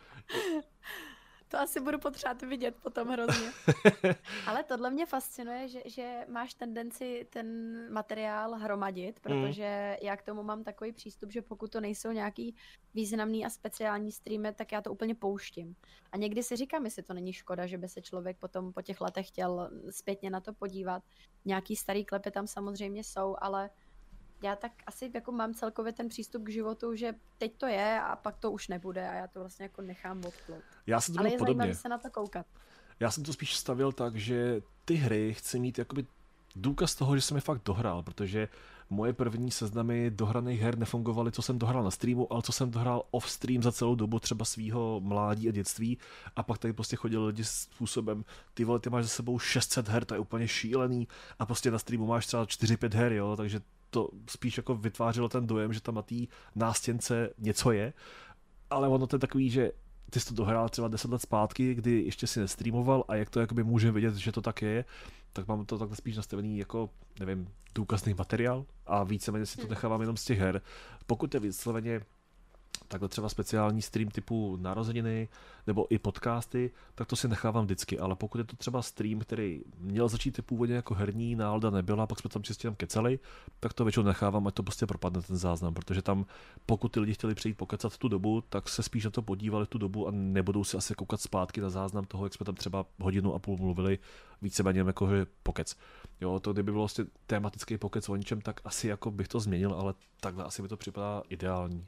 To asi budu potřebovat vidět potom hrozně. Ale tohle mě fascinuje, že máš tendenci ten materiál hromadit, protože já k tomu mám takový přístup, že pokud to nejsou nějaký významný a speciální streamy, tak já to úplně pouštím. A někdy si říkám, jestli to není škoda, že by se člověk potom po těch letech chtěl zpětně na to podívat. Nějaký starý klepy tam samozřejmě jsou, ale já tak asi jako mám celkově ten přístup k životu, že teď to je a pak to už nebude a já to vlastně jako nechám odplout. Já jsem to ale je podobně. zajímavé se na to koukat. Já jsem to spíš stavil tak, že ty hry chci mít jakoby důkaz toho, že jsem je fakt dohrál, protože moje první seznamy dohraných her nefungovaly, co jsem dohrál na streamu, ale co jsem dohrál off-stream za celou dobu třeba svýho mládí a dětství a pak tady prostě chodili lidi způsobem, ty vole, ty máš za sebou 600 her, to je úplně šílený a prostě na streamu máš třeba 4-5 her, jo, takže to spíš jako vytvářelo ten dojem, že tam na té nástěnce něco je, ale ono to je takový, že ty jsi to dohrál třeba 10 let zpátky, kdy ještě si nestreamoval a jak to jakoby může vidět, že to tak je, tak mám to takhle spíš nastavený jako, nevím, důkazný materiál a víceméně si to nechávám jenom z těch her. Pokud je vysloveně takhle třeba speciální stream typu narozeniny nebo i podcasty, tak to si nechávám vždycky, ale pokud je to třeba stream, který měl začít původně jako herní, nálada nebyla, pak jsme tam čistě tam kecali, tak to většinou nechávám, ať to prostě propadne ten záznam, protože tam, pokud ty lidi chtěli přijít pokecat v tu dobu, tak se spíš na to podívali v tu dobu a nebudou si asi koukat zpátky na záznam toho, jak jsme tam třeba 1,5 hodiny mluvili, víceméně jako že pokec. Jo, to kdyby bylo vlastně tematický pokec o ničem, tak asi jako bych to změnil, ale takhle asi mi to připadá ideální.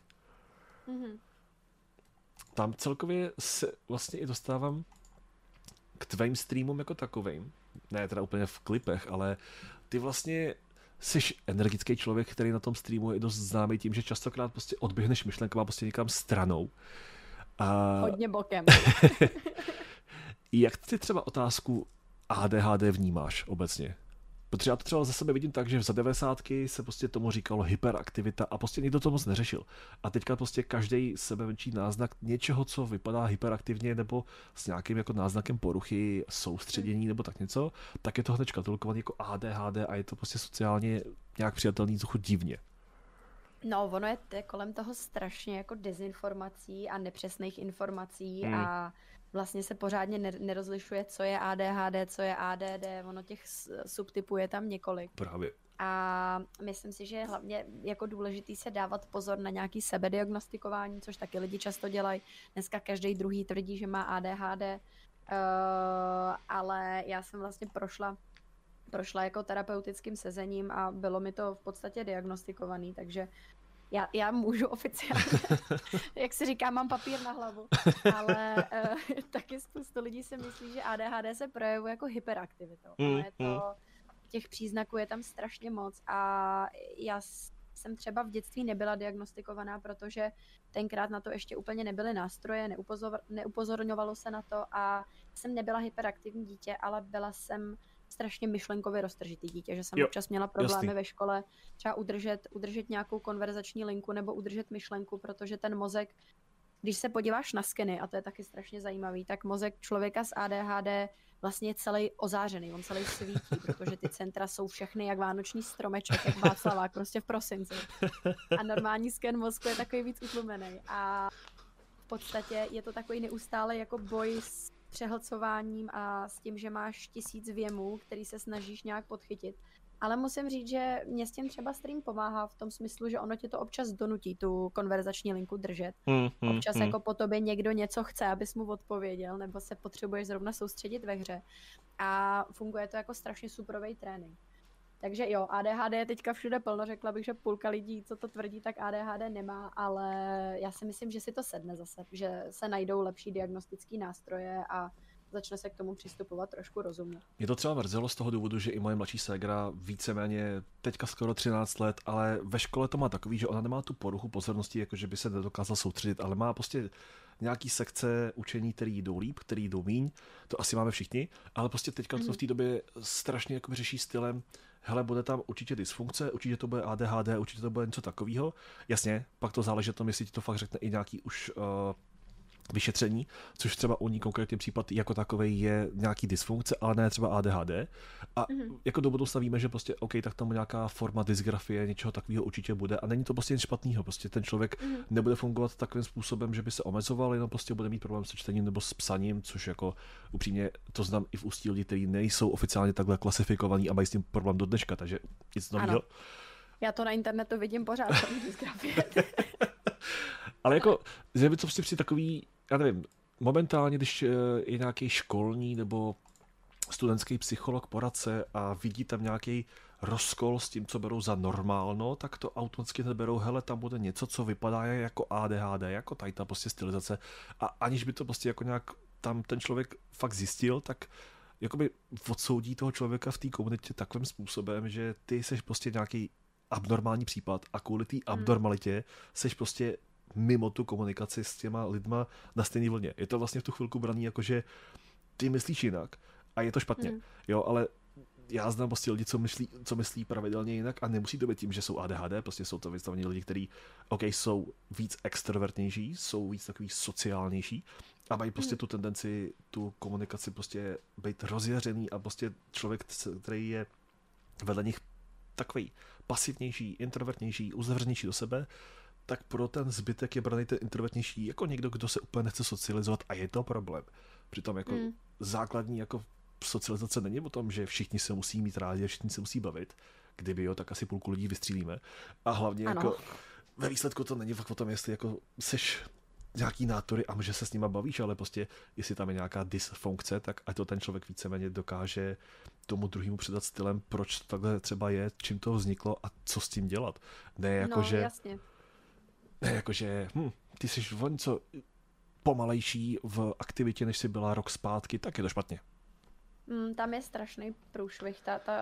Tam celkově se vlastně i dostávám k tvým streamům jako takovým. Ne teda úplně v klipech, ale ty vlastně jsi energický člověk, který na tom streamu je dost známý tím, že častokrát prostě odběhneš myšlenkama prostě někam stranou. A... Hodně bokem. Jak ty třeba otázku ADHD vnímáš obecně? Protože já to třeba za sebe vidím tak, že za 90 se prostě tomu říkalo hyperaktivita a prostě nikdo to moc neřešil. A teďka prostě každý sebemenší náznak něčeho, co vypadá hyperaktivně nebo s nějakým jako náznakem poruchy, soustředění nebo tak něco, tak je to hned škatulkovaný jako ADHD a je to prostě sociálně nějak přijatelný trochu divně. No, ono je kolem toho strašně jako dezinformací a nepřesných informací a vlastně se pořádně nerozlišuje, co je ADHD, co je ADD, ono těch subtypů je tam několik. Právě. A myslím si, že je hlavně jako důležitý se dávat pozor na nějaký sebediagnostikování, což taky lidi často dělají. Dneska každý druhý tvrdí, že má ADHD, ale já jsem vlastně prošla jako terapeutickým sezením a bylo mi to v podstatě diagnostikovaný, takže já můžu oficiálně, jak se říká, mám papír na hlavu, ale taky spoustu lidí si myslí, že ADHD se projevuje jako hyperaktivitou. Je to, těch příznaků je tam strašně moc a já jsem třeba v dětství nebyla diagnostikovaná, protože tenkrát na to ještě úplně nebyly nástroje, neupozorňovalo se na to a jsem nebyla hyperaktivní dítě, ale byla jsem strašně myšlenkově roztržitý dítě, že jsem občas měla problémy ve škole třeba udržet nějakou konverzační linku nebo udržet myšlenku, protože ten mozek, když se podíváš na skeny, a to je taky strašně zajímavý, tak mozek člověka s ADHD vlastně je celý ozářený, on celý svítí, protože ty centra jsou všechny jak vánoční stromeček, jak Václavák, prostě v prosinci. A normální sken mozku je takový víc utlumený. A v podstatě je to takový neustále jako boj s přehlcováním a s tím, že máš 1000 věmů, který se snažíš nějak podchytit. Ale musím říct, že mě s tím třeba stream pomáhá v tom smyslu, že ono tě to občas donutí tu konverzační linku držet. Občas jako po tobě někdo něco chce, abys mu odpověděl, nebo se potřebuješ zrovna soustředit ve hře. A funguje to jako strašně superový trénink. Takže jo, ADHD je teďka všude plno, řekla bych, že půlka lidí, co to tvrdí, tak ADHD nemá, ale já si myslím, že si to sedne zase, že se najdou lepší diagnostické nástroje a začne se k tomu přistupovat trošku rozumně. Mě to třeba mrzelo z toho důvodu, že i moje mladší ségra víceméně teďka skoro 13 let, ale ve škole to má takový, že ona nemá tu poruchu pozornosti, jakože by se nedokázala soustředit, ale má prostě nějaký sekce učení, který jdou líp, který jdou míň, to asi máme všichni, ale prostě teďka to v té době strašně jako řeší stylem, hele, bude tam určitě dysfunkce, určitě to bude ADHD, určitě to bude něco takového. Jasně, pak to záleží na tom, jestli ti to fakt řekne i nějaký už vyšetření, což třeba u ní konkrétně případ jako takovej je nějaký dysfunkce, ale ne třeba ADHD. A jako do budoucna víme, že prostě OK, tak tam nějaká forma dysgrafie, něčeho takového určitě bude. A není to prostě nic špatného. Prostě ten člověk nebude fungovat takovým způsobem, že by se omezoval, jenom prostě bude mít problém se čtením nebo s psaním, což jako upřímně to znám i v ústí lidí, kteří nejsou oficiálně takhle klasifikovaní a mají s tím problém do dneška, takže nic nového. Já to na internetu vidím pořád, dysgrafie. Ale jako, že by to prostě při takový, já nevím, momentálně, když je nějaký školní nebo studentský psycholog, poradce a vidí tam nějaký rozkol s tím, co berou za normálno, tak to automaticky neberou, hele, tam bude něco, co vypadá jako ADHD, jako tady ta prostě stylizace. A aniž by to prostě jako nějak tam ten člověk fakt zjistil, tak jakoby odsoudí toho člověka v té komunitě takovým způsobem, že ty seš prostě nějaký abnormální případ a kvůli té abnormalitě seš prostě mimo tu komunikaci s těma lidma na stejné vlně. Je to vlastně v tu chvilku braný jako, že ty myslíš jinak a je to špatně. Jo, ale já znám prostě lidi, co myslí pravidelně jinak a nemusí to být tím, že jsou ADHD, prostě jsou to vystavení lidi, kteří jsou víc extrovertnější, jsou víc takový sociálnější a mají prostě tu tendenci, tu komunikaci prostě být rozjařený a prostě člověk, který je vedle nich takový pasivnější, introvertnější, uzavřenější do sebe, tak pro ten zbytek je braný ten introvertnější jako někdo, kdo se úplně nechce socializovat a je to problém. Přitom jako základní jako socializace není o tom, že všichni se musí mít rádi a všichni se musí bavit. Kdyby jo, tak asi půlku lidí vystřílíme. A hlavně jako ve výsledku to není fakt o tom, jestli jako seš nějaký nátory a že se s nima bavíš, ale prostě jestli tam je nějaká dysfunkce, tak ať to ten člověk víceméně dokáže tomu druhému předat stylem, proč to takhle třeba je, čím to vzniklo a co s tím dělat. Ne jako, jasně. Ne jakože, ty jsi o něco pomalejší v aktivitě, než jsi byla rok zpátky, tak je to špatně. Tam je strašný průšvih.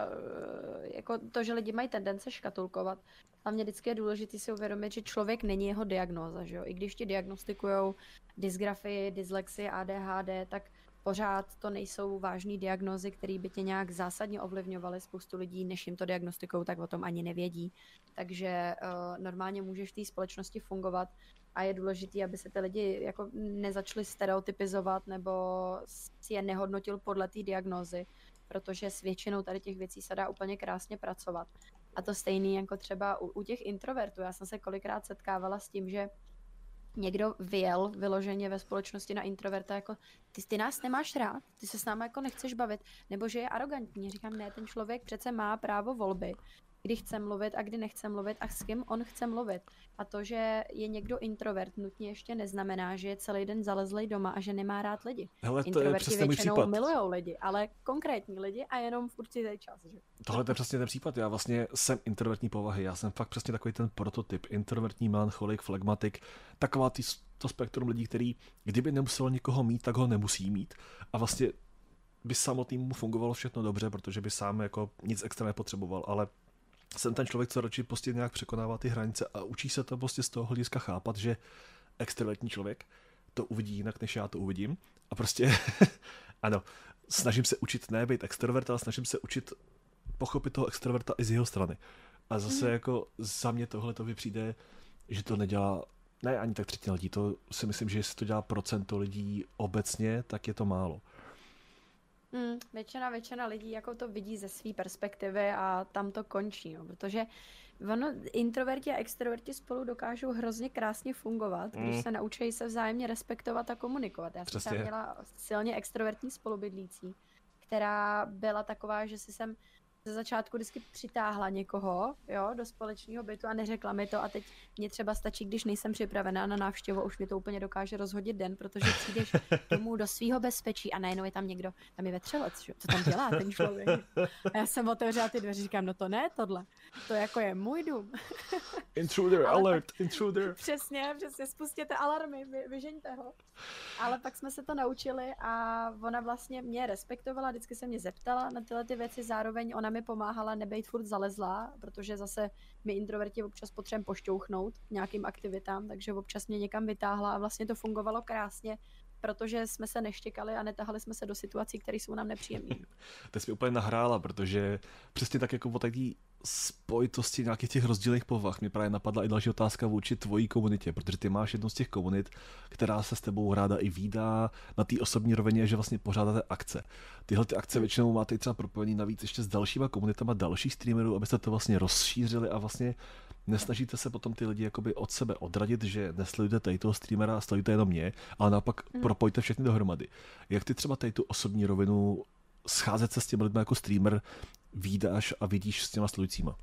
Jako to, že lidi mají tendence škatulkovat. Hlavně vždycky je důležité si uvědomit, že člověk není jeho diagnóza. Že jo? I když ti diagnostikujou dysgrafii, dyslexii, ADHD, tak pořád to nejsou vážné diagnózy, které by tě nějak zásadně ovlivňovaly. Spoustu lidí, než jim to diagnostikují, tak o tom ani nevědí. Takže normálně můžeš v té společnosti fungovat a je důležité, aby se ty lidi jako nezačali stereotypizovat nebo si je nehodnotil podle té diagnózy, protože s většinou tady těch věcí se dá úplně krásně pracovat. A to stejný jako třeba u těch introvertů. Já jsem se kolikrát setkávala s tím, že někdo vyjel vyloženě ve společnosti na introverta, jako ty nás nemáš rád, ty se s námi jako nechceš bavit, nebo že je arrogantní. Říkám, ne, ten člověk přece má právo volby, kdy chce mluvit a kdy nechce mluvit a s kým on chce mluvit. A to, že je někdo introvert, nutně ještě neznamená, že je celý den zalezlej doma a že nemá rád lidi. Hele, to introverti je většinou milujou lidi, ale konkrétní lidi a jenom v určitý čas. Že? Tohle je přesně ten případ. Já vlastně jsem introvertní povahy. Já jsem fakt přesně takový ten prototyp. Introvertní melancholik, flegmatik. Taková to spektrum lidí, který kdyby nemusel nikoho mít, tak ho nemusí mít. A vlastně by samotnému fungovalo všechno dobře, protože by sám jako nic extra nepotřeboval, ale jsem ten člověk, co radši prostě nějak překonává ty hranice a učí se to prostě z toho hlediska chápat, že extrovertní člověk to uvidí jinak, než já to uvidím. A prostě, ano, snažím se učit ne být extrovert, ale snažím se učit pochopit toho extroverta i z jeho strany. A zase jako za mě tohle to přijde, že to nedělá, ne ani tak třetina lidí, to si myslím, že jestli to dělá procento lidí obecně, tak je to málo. Většina lidí jako to vidí ze své perspektivy a tam to končí, no, protože introverti a extroverti spolu dokážou hrozně krásně fungovat, když se naučí se vzájemně respektovat a komunikovat. Já jsem tam měla silně extrovertní spolubydlící, která byla taková, že si jsem ze začátku vždycky přitáhla někoho, jo, do společného bytu a neřekla mi to a teď mě třeba stačí, když nejsem připravená na návštěvu, už mi to úplně dokáže rozhodit den, protože přijdeš domů do svého bezpečí a najednou je tam někdo, tam je vetřelec, co tam dělá ten člověk. A já jsem otevřela ty dveře, říkám, no to ne tohle, to jako je můj dům. Intruder, alert, intruder. Přesně, spustěte alarmy, vyžeňte ho. Ale pak jsme se to naučili a ona vlastně mě respektovala, vždycky se mě zeptala na tyhle ty věci, zároveň ona mi pomáhala nebejt furt zalezlá, protože zase my introverti občas potřebujeme pošťouchnout nějakým aktivitám, takže občas mě někam vytáhla a vlastně to fungovalo krásně, protože jsme se neštěkali a netahali jsme se do situací, které jsou nám nepříjemné. To jsi mi úplně nahrála, protože přesně tak jako o takové spojitosti nějakých těch rozdílných povah mě právě napadla i další otázka vůči tvojí komunitě, protože ty máš jednu z těch komunit, která se s tebou ráda i vídá na té osobní rovině, že vlastně pořádáte akce. Tyhle ty akce většinou máte i třeba propojený navíc ještě s dalšíma komunitama dalších streamerů, abyste to vlastně rozšířili a vlastně nesnažíte se potom ty lidi jakoby od sebe odradit, že nesledujete tady toho streamera a sledujete jenom mě, ale naopak propojte všechny dohromady. Jak ty třeba tady tu osobní rovinu scházet se s těmi lidmi jako streamer vídáš a vidíš s těma sledujícíma?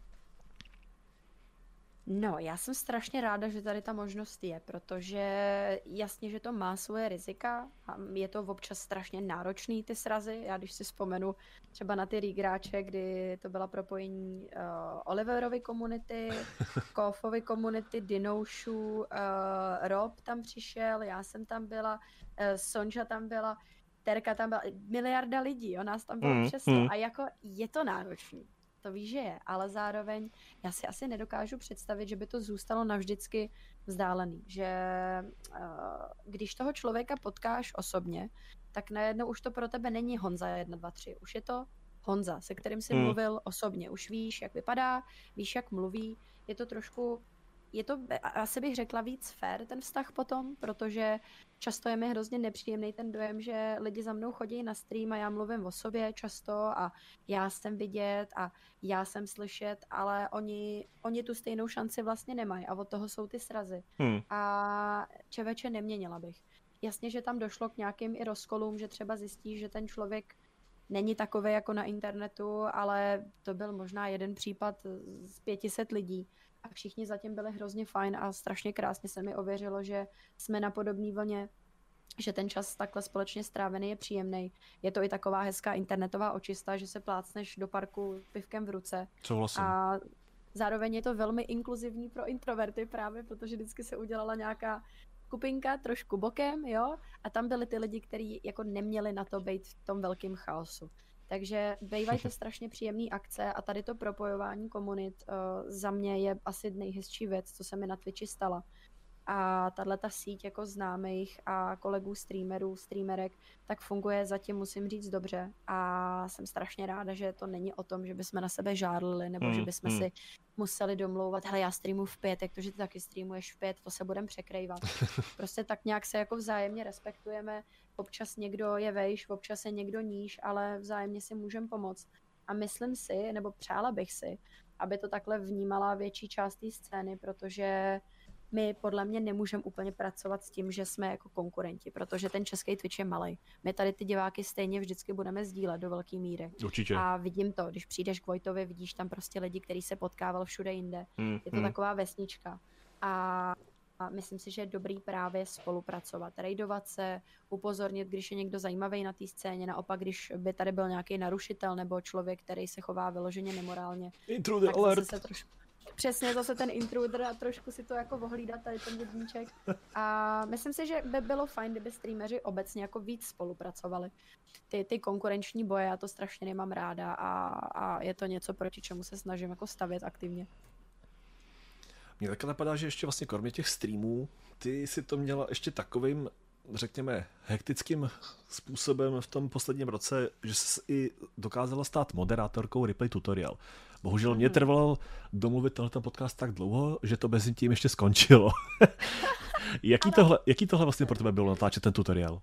No, já jsem strašně ráda, že tady ta možnost je, protože jasně, že to má svoje rizika a je to občas strašně náročný ty srazy. Já když si vzpomenu třeba na ty regráče, kdy to byla propojení Oliverovy komunity, Koffovy komunity, Dinoušů, Rob tam přišel, já jsem tam byla, Sonja tam byla, Terka tam byla, miliarda lidí, o nás tam bylo přesně a jako je to náročný. To víš, že je, ale zároveň já si asi nedokážu představit, že by to zůstalo navždycky vzdálený, že když toho člověka potkáš osobně, tak najednou už to pro tebe není Honza 1, 2, 3, už je to Honza, se kterým jsi mluvil osobně, už víš, jak vypadá, víš, jak mluví, je to trošku, je to, asi bych řekla, víc fair ten vztah potom, protože často je mi hrozně nepříjemný ten dojem, že lidi za mnou chodí na stream a já mluvím o sobě často a já jsem vidět a já jsem slyšet, ale oni tu stejnou šanci vlastně nemají a od toho jsou ty srazy. A čeveče neměnila bych. Jasně, že tam došlo k nějakým i rozkolům, že třeba zjistíš, že ten člověk není takový jako na internetu, ale to byl možná jeden případ z 500 lidí. A všichni zatím byli hrozně fajn a strašně krásně se mi ověřilo, že jsme na podobné vlně, že ten čas takhle společně strávený je příjemný. Je to i taková hezká internetová očista, že se plácneš do parku pivkem v ruce. Souhlasím. A zároveň je to velmi inkluzivní pro introverty právě, protože vždycky se udělala nějaká skupinka trošku bokem, jo, a tam byli ty lidi, kteří jako neměli na to být v tom velkém chaosu. Takže bývají to strašně příjemné akce a tady to propojování komunit za mě je asi nejhezčí věc, co se mi na Twitchi stala. A tato síť jako známých a kolegů streamerů, streamerek, tak funguje zatím, musím říct, dobře. A jsem strašně ráda, že to není o tom, že bychom na sebe žádlili, nebo že bychom si museli domlouvat, hele, já streamuji v 5, jak to, že ty taky streamuješ v 5, to se budeme překrývat. Prostě tak nějak se jako vzájemně respektujeme, občas někdo je vejš, občas je někdo níž, ale vzájemně si můžeme pomoct. A myslím si, nebo přála bych si, aby to takhle vnímala větší část té scény, protože my podle mě nemůžeme úplně pracovat s tím, že jsme jako konkurenti, protože ten český Twitch je malej. My tady ty diváky stejně vždycky budeme sdílet do velké míry. Určitě. A vidím to, když přijdeš k Vojtovi, vidíš tam prostě lidi, který se potkával všude jinde. Je to taková vesnička. A myslím si, že je dobrý právě spolupracovat, raidovat se, upozornit, když je někdo zajímavý na té scéně, naopak, když by tady byl nějaký narušitel nebo člověk, který se chová vyloženě nemorálně. Intruder alert. Se trošku... Přesně, zase ten intruder a trošku si to jako ohlídat tady ten jedníček. A myslím si, že by bylo fajn, kdyby streameři obecně jako víc spolupracovali. Ty konkurenční boje, já to strašně nemám ráda a je to něco, proti čemu se snažím jako stavět aktivně. Mně také napadá, že ještě vlastně kromě těch streamů, ty si to měla ještě takovým, řekněme, hektickým způsobem v tom posledním roce, že jsi i dokázala stát moderátorkou Replay Tutorial. Bohužel mě trvalo domluvit tenhle podcast tak dlouho, že to mezi tím ještě skončilo. Jaký tohle vlastně pro tebe bylo natáčet ten tutoriál?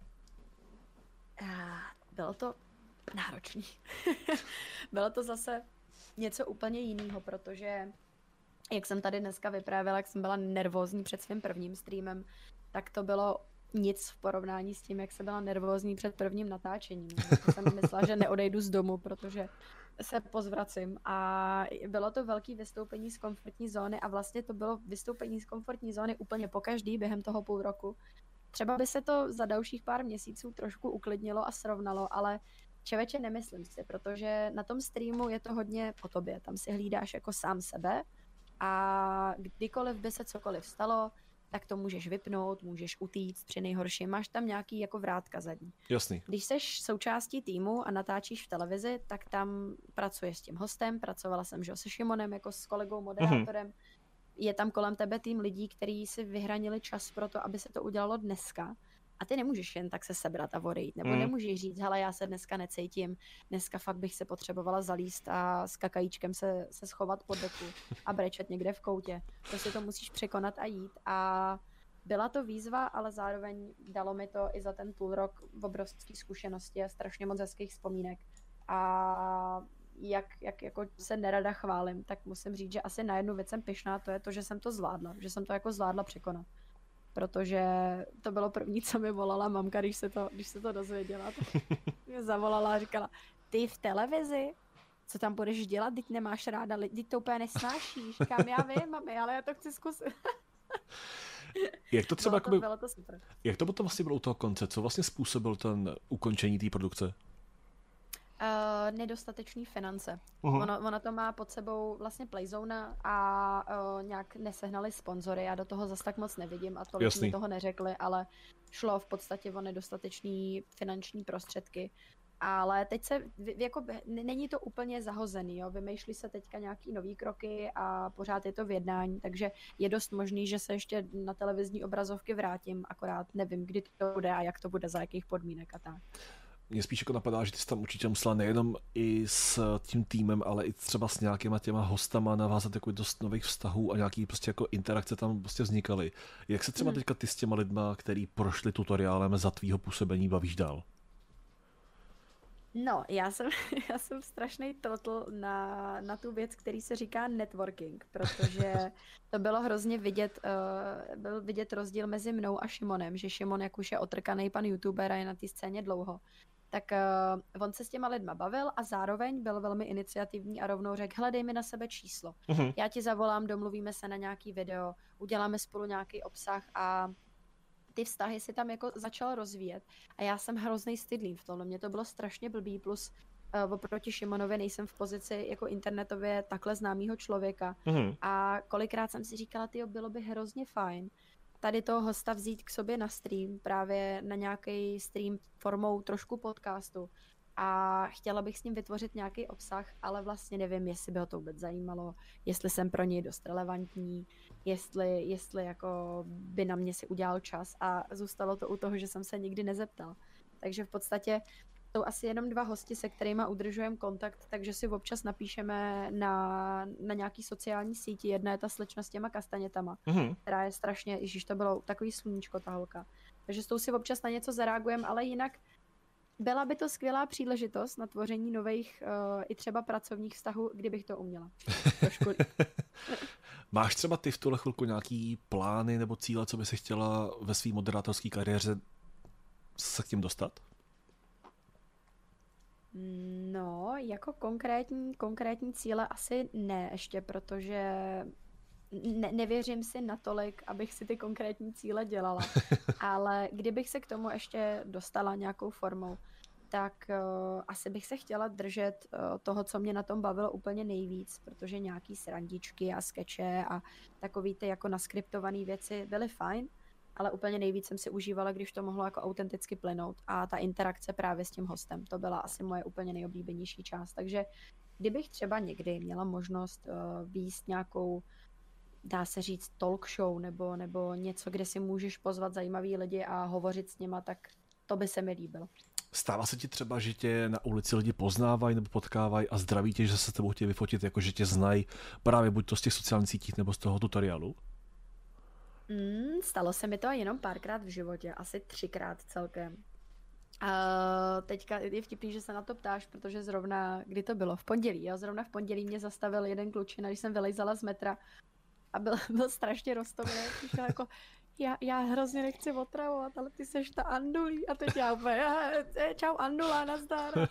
Bylo to náročný. Bylo to zase něco úplně jiného, protože jak jsem tady dneska vyprávěla, jak jsem byla nervózní před svým prvním streamem, tak to bylo nic v porovnání s tím, jak jsem byla nervózní před prvním natáčením. Já jsem myslela, že neodejdu z domu, protože se pozvracím. A bylo to velké vystoupení z komfortní zóny a vlastně to bylo vystoupení z komfortní zóny úplně pokaždý během toho půl roku. Třeba by se to za dalších pár měsíců trošku uklidnilo a srovnalo, ale čeveče nemyslím si, protože na tom streamu je to hodně o tobě. Tam si hlídáš jako sám sebe a kdykoliv by se cokoliv stalo, tak to můžeš vypnout, můžeš utíct, při nejhorším máš tam nějaký jako vrátka zadní. Jasný. Když seš součástí týmu a natáčíš v televizi, tak tam pracuješ s tím hostem, pracovala jsem že se Šimonem jako s kolegou moderátorem. Je tam kolem tebe tým lidí, kteří si vyhranili čas pro to, aby se to udělalo dneska. A ty nemůžeš jen tak se sebrat a odejít, nebo nemůžeš říct, hele, já se dneska necítím, dneska fakt bych se potřebovala zalíst a s kakajíčkem se schovat pod deku a brečet někde v koutě. Prostě to musíš překonat a jít. A byla to výzva, ale zároveň dalo mi to i za ten půl rok obrovské zkušenosti a strašně moc hezkých vzpomínek. A jak jako se nerada chválím, tak musím říct, že asi na jednu věc jsem pyšná, to je to, že jsem to zvládla, že jsem to jako zvládla překonat. Protože to bylo první, co mi volala mamka, když se to dozvěděla. Tak mě zavolala a říkala, ty v televizi? Co tam budeš dělat? Teď nemáš ráda lidi, teď to úplně nesnášíš. Říkám, já vím, mami, ale já to chci zkusit. Jak to třeba bylo to super. Jak to potom vlastně bylo u toho konce? Co vlastně způsobil ten ukončení té produkce? Nedostatečný finance. Ono to má pod sebou vlastně Playzone a nějak nesehnali sponzory. Já do toho zas tak moc nevidím a tolik mi toho neřekli, ale šlo v podstatě o nedostatečný finanční prostředky. Ale teď jako není to úplně zahozený, jo? Vymýšlí se teďka nějaký nový kroky a pořád je to v jednání, takže je dost možný, že se ještě na televizní obrazovky vrátím, akorát nevím, kdy to bude a jak to bude, za jakých podmínek a tak. Mně spíš jako napadá, že ty jsi tam určitě musela nejenom i s tím týmem, ale i třeba s nějakýma těma hostama navázat jako dost nových vztahů a nějaký prostě jako interakce tam prostě vznikaly. Jak se třeba teďka ty s těma lidma, který prošli tutoriálem za tvýho působení, bavíš dál? No, já jsem strašný total na tu věc, který se říká networking, protože to bylo hrozně vidět, byl vidět rozdíl mezi mnou a Šimonem, že Šimon, jak už je otrkaný pan youtuber a je na té scéně dlouho, tak on se s těma lidma bavil a zároveň byl velmi iniciativní a rovnou řekl, hele, dej mi na sebe číslo. Já ti zavolám, domluvíme se na nějaký video, uděláme spolu nějaký obsah a ty vztahy si tam jako začal rozvíjet a já jsem hrozný stydlím v tomhle, mě to bylo strašně blbý, plus oproti Šimonovi nejsem v pozici jako internetově takhle známýho člověka a kolikrát jsem si říkala, tyjo, bylo by hrozně fajn tady toho hosta vzít k sobě na stream, právě na nějaký stream formou trošku podcastu a chtěla bych s ním vytvořit nějaký obsah, ale vlastně nevím, jestli by ho to vůbec zajímalo, jestli jsem pro něj dost relevantní, jestli jako by na mě si udělal čas a zůstalo to u toho, že jsem se nikdy nezeptal. Takže v podstatě jsou asi jenom 2 hosti, se kterými udržujeme kontakt, takže si občas napíšeme na nějaký sociální síti. Jedna je ta slečna s těma kastanětama, která je strašně, ježiš, to bylo takový sluníčko, ta holka. Takže s tou si občas na něco zareagujeme, ale jinak byla by to skvělá příležitost na tvoření nových i třeba pracovních vztahů, kdybych to uměla. Máš třeba ty v tuhle chvilku nějaký plány nebo cíle, co by si chtěla ve své moderátorské kariéře se k tím dostat? No, jako konkrétní cíle asi ne ještě, protože nevěřím si natolik, abych si ty konkrétní cíle dělala. Ale kdybych se k tomu ještě dostala nějakou formou, tak asi bych se chtěla držet toho, co mě na tom bavilo úplně nejvíc, protože nějaký srandičky a skeče a takový ty jako naskriptované věci byly fajn, ale úplně nejvíc jsem si užívala, když to mohlo jako autenticky plynout a ta interakce právě s tím hostem, to byla asi moje úplně nejoblíbenější část. Takže kdybych třeba někdy měla možnost vést nějakou, dá se říct, talk show nebo něco, kde si můžeš pozvat zajímavý lidi a hovořit s nima, tak to by se mi líbilo. Stává se ti třeba, že tě na ulici lidi poznávají nebo potkávají a zdraví tě, že se s tebou chtějí vyfotit, jako že tě znají právě buď to z těch sociálních sítích nebo z toho tutoriálu? Stalo se mi to jenom párkrát v životě, asi 3krát celkem. Teďka je vtipný, že se na to ptáš, protože zrovna, kdy to bylo? V pondělí, jo? Zrovna v pondělí mě zastavil jeden klučina, když jsem vylejzala z metra a byl strašně roztomilý. Přišel jako, já hrozně nechci otravovat, ale ty seš ta Andulí. A teď já úplně, čau Andula, nazdar.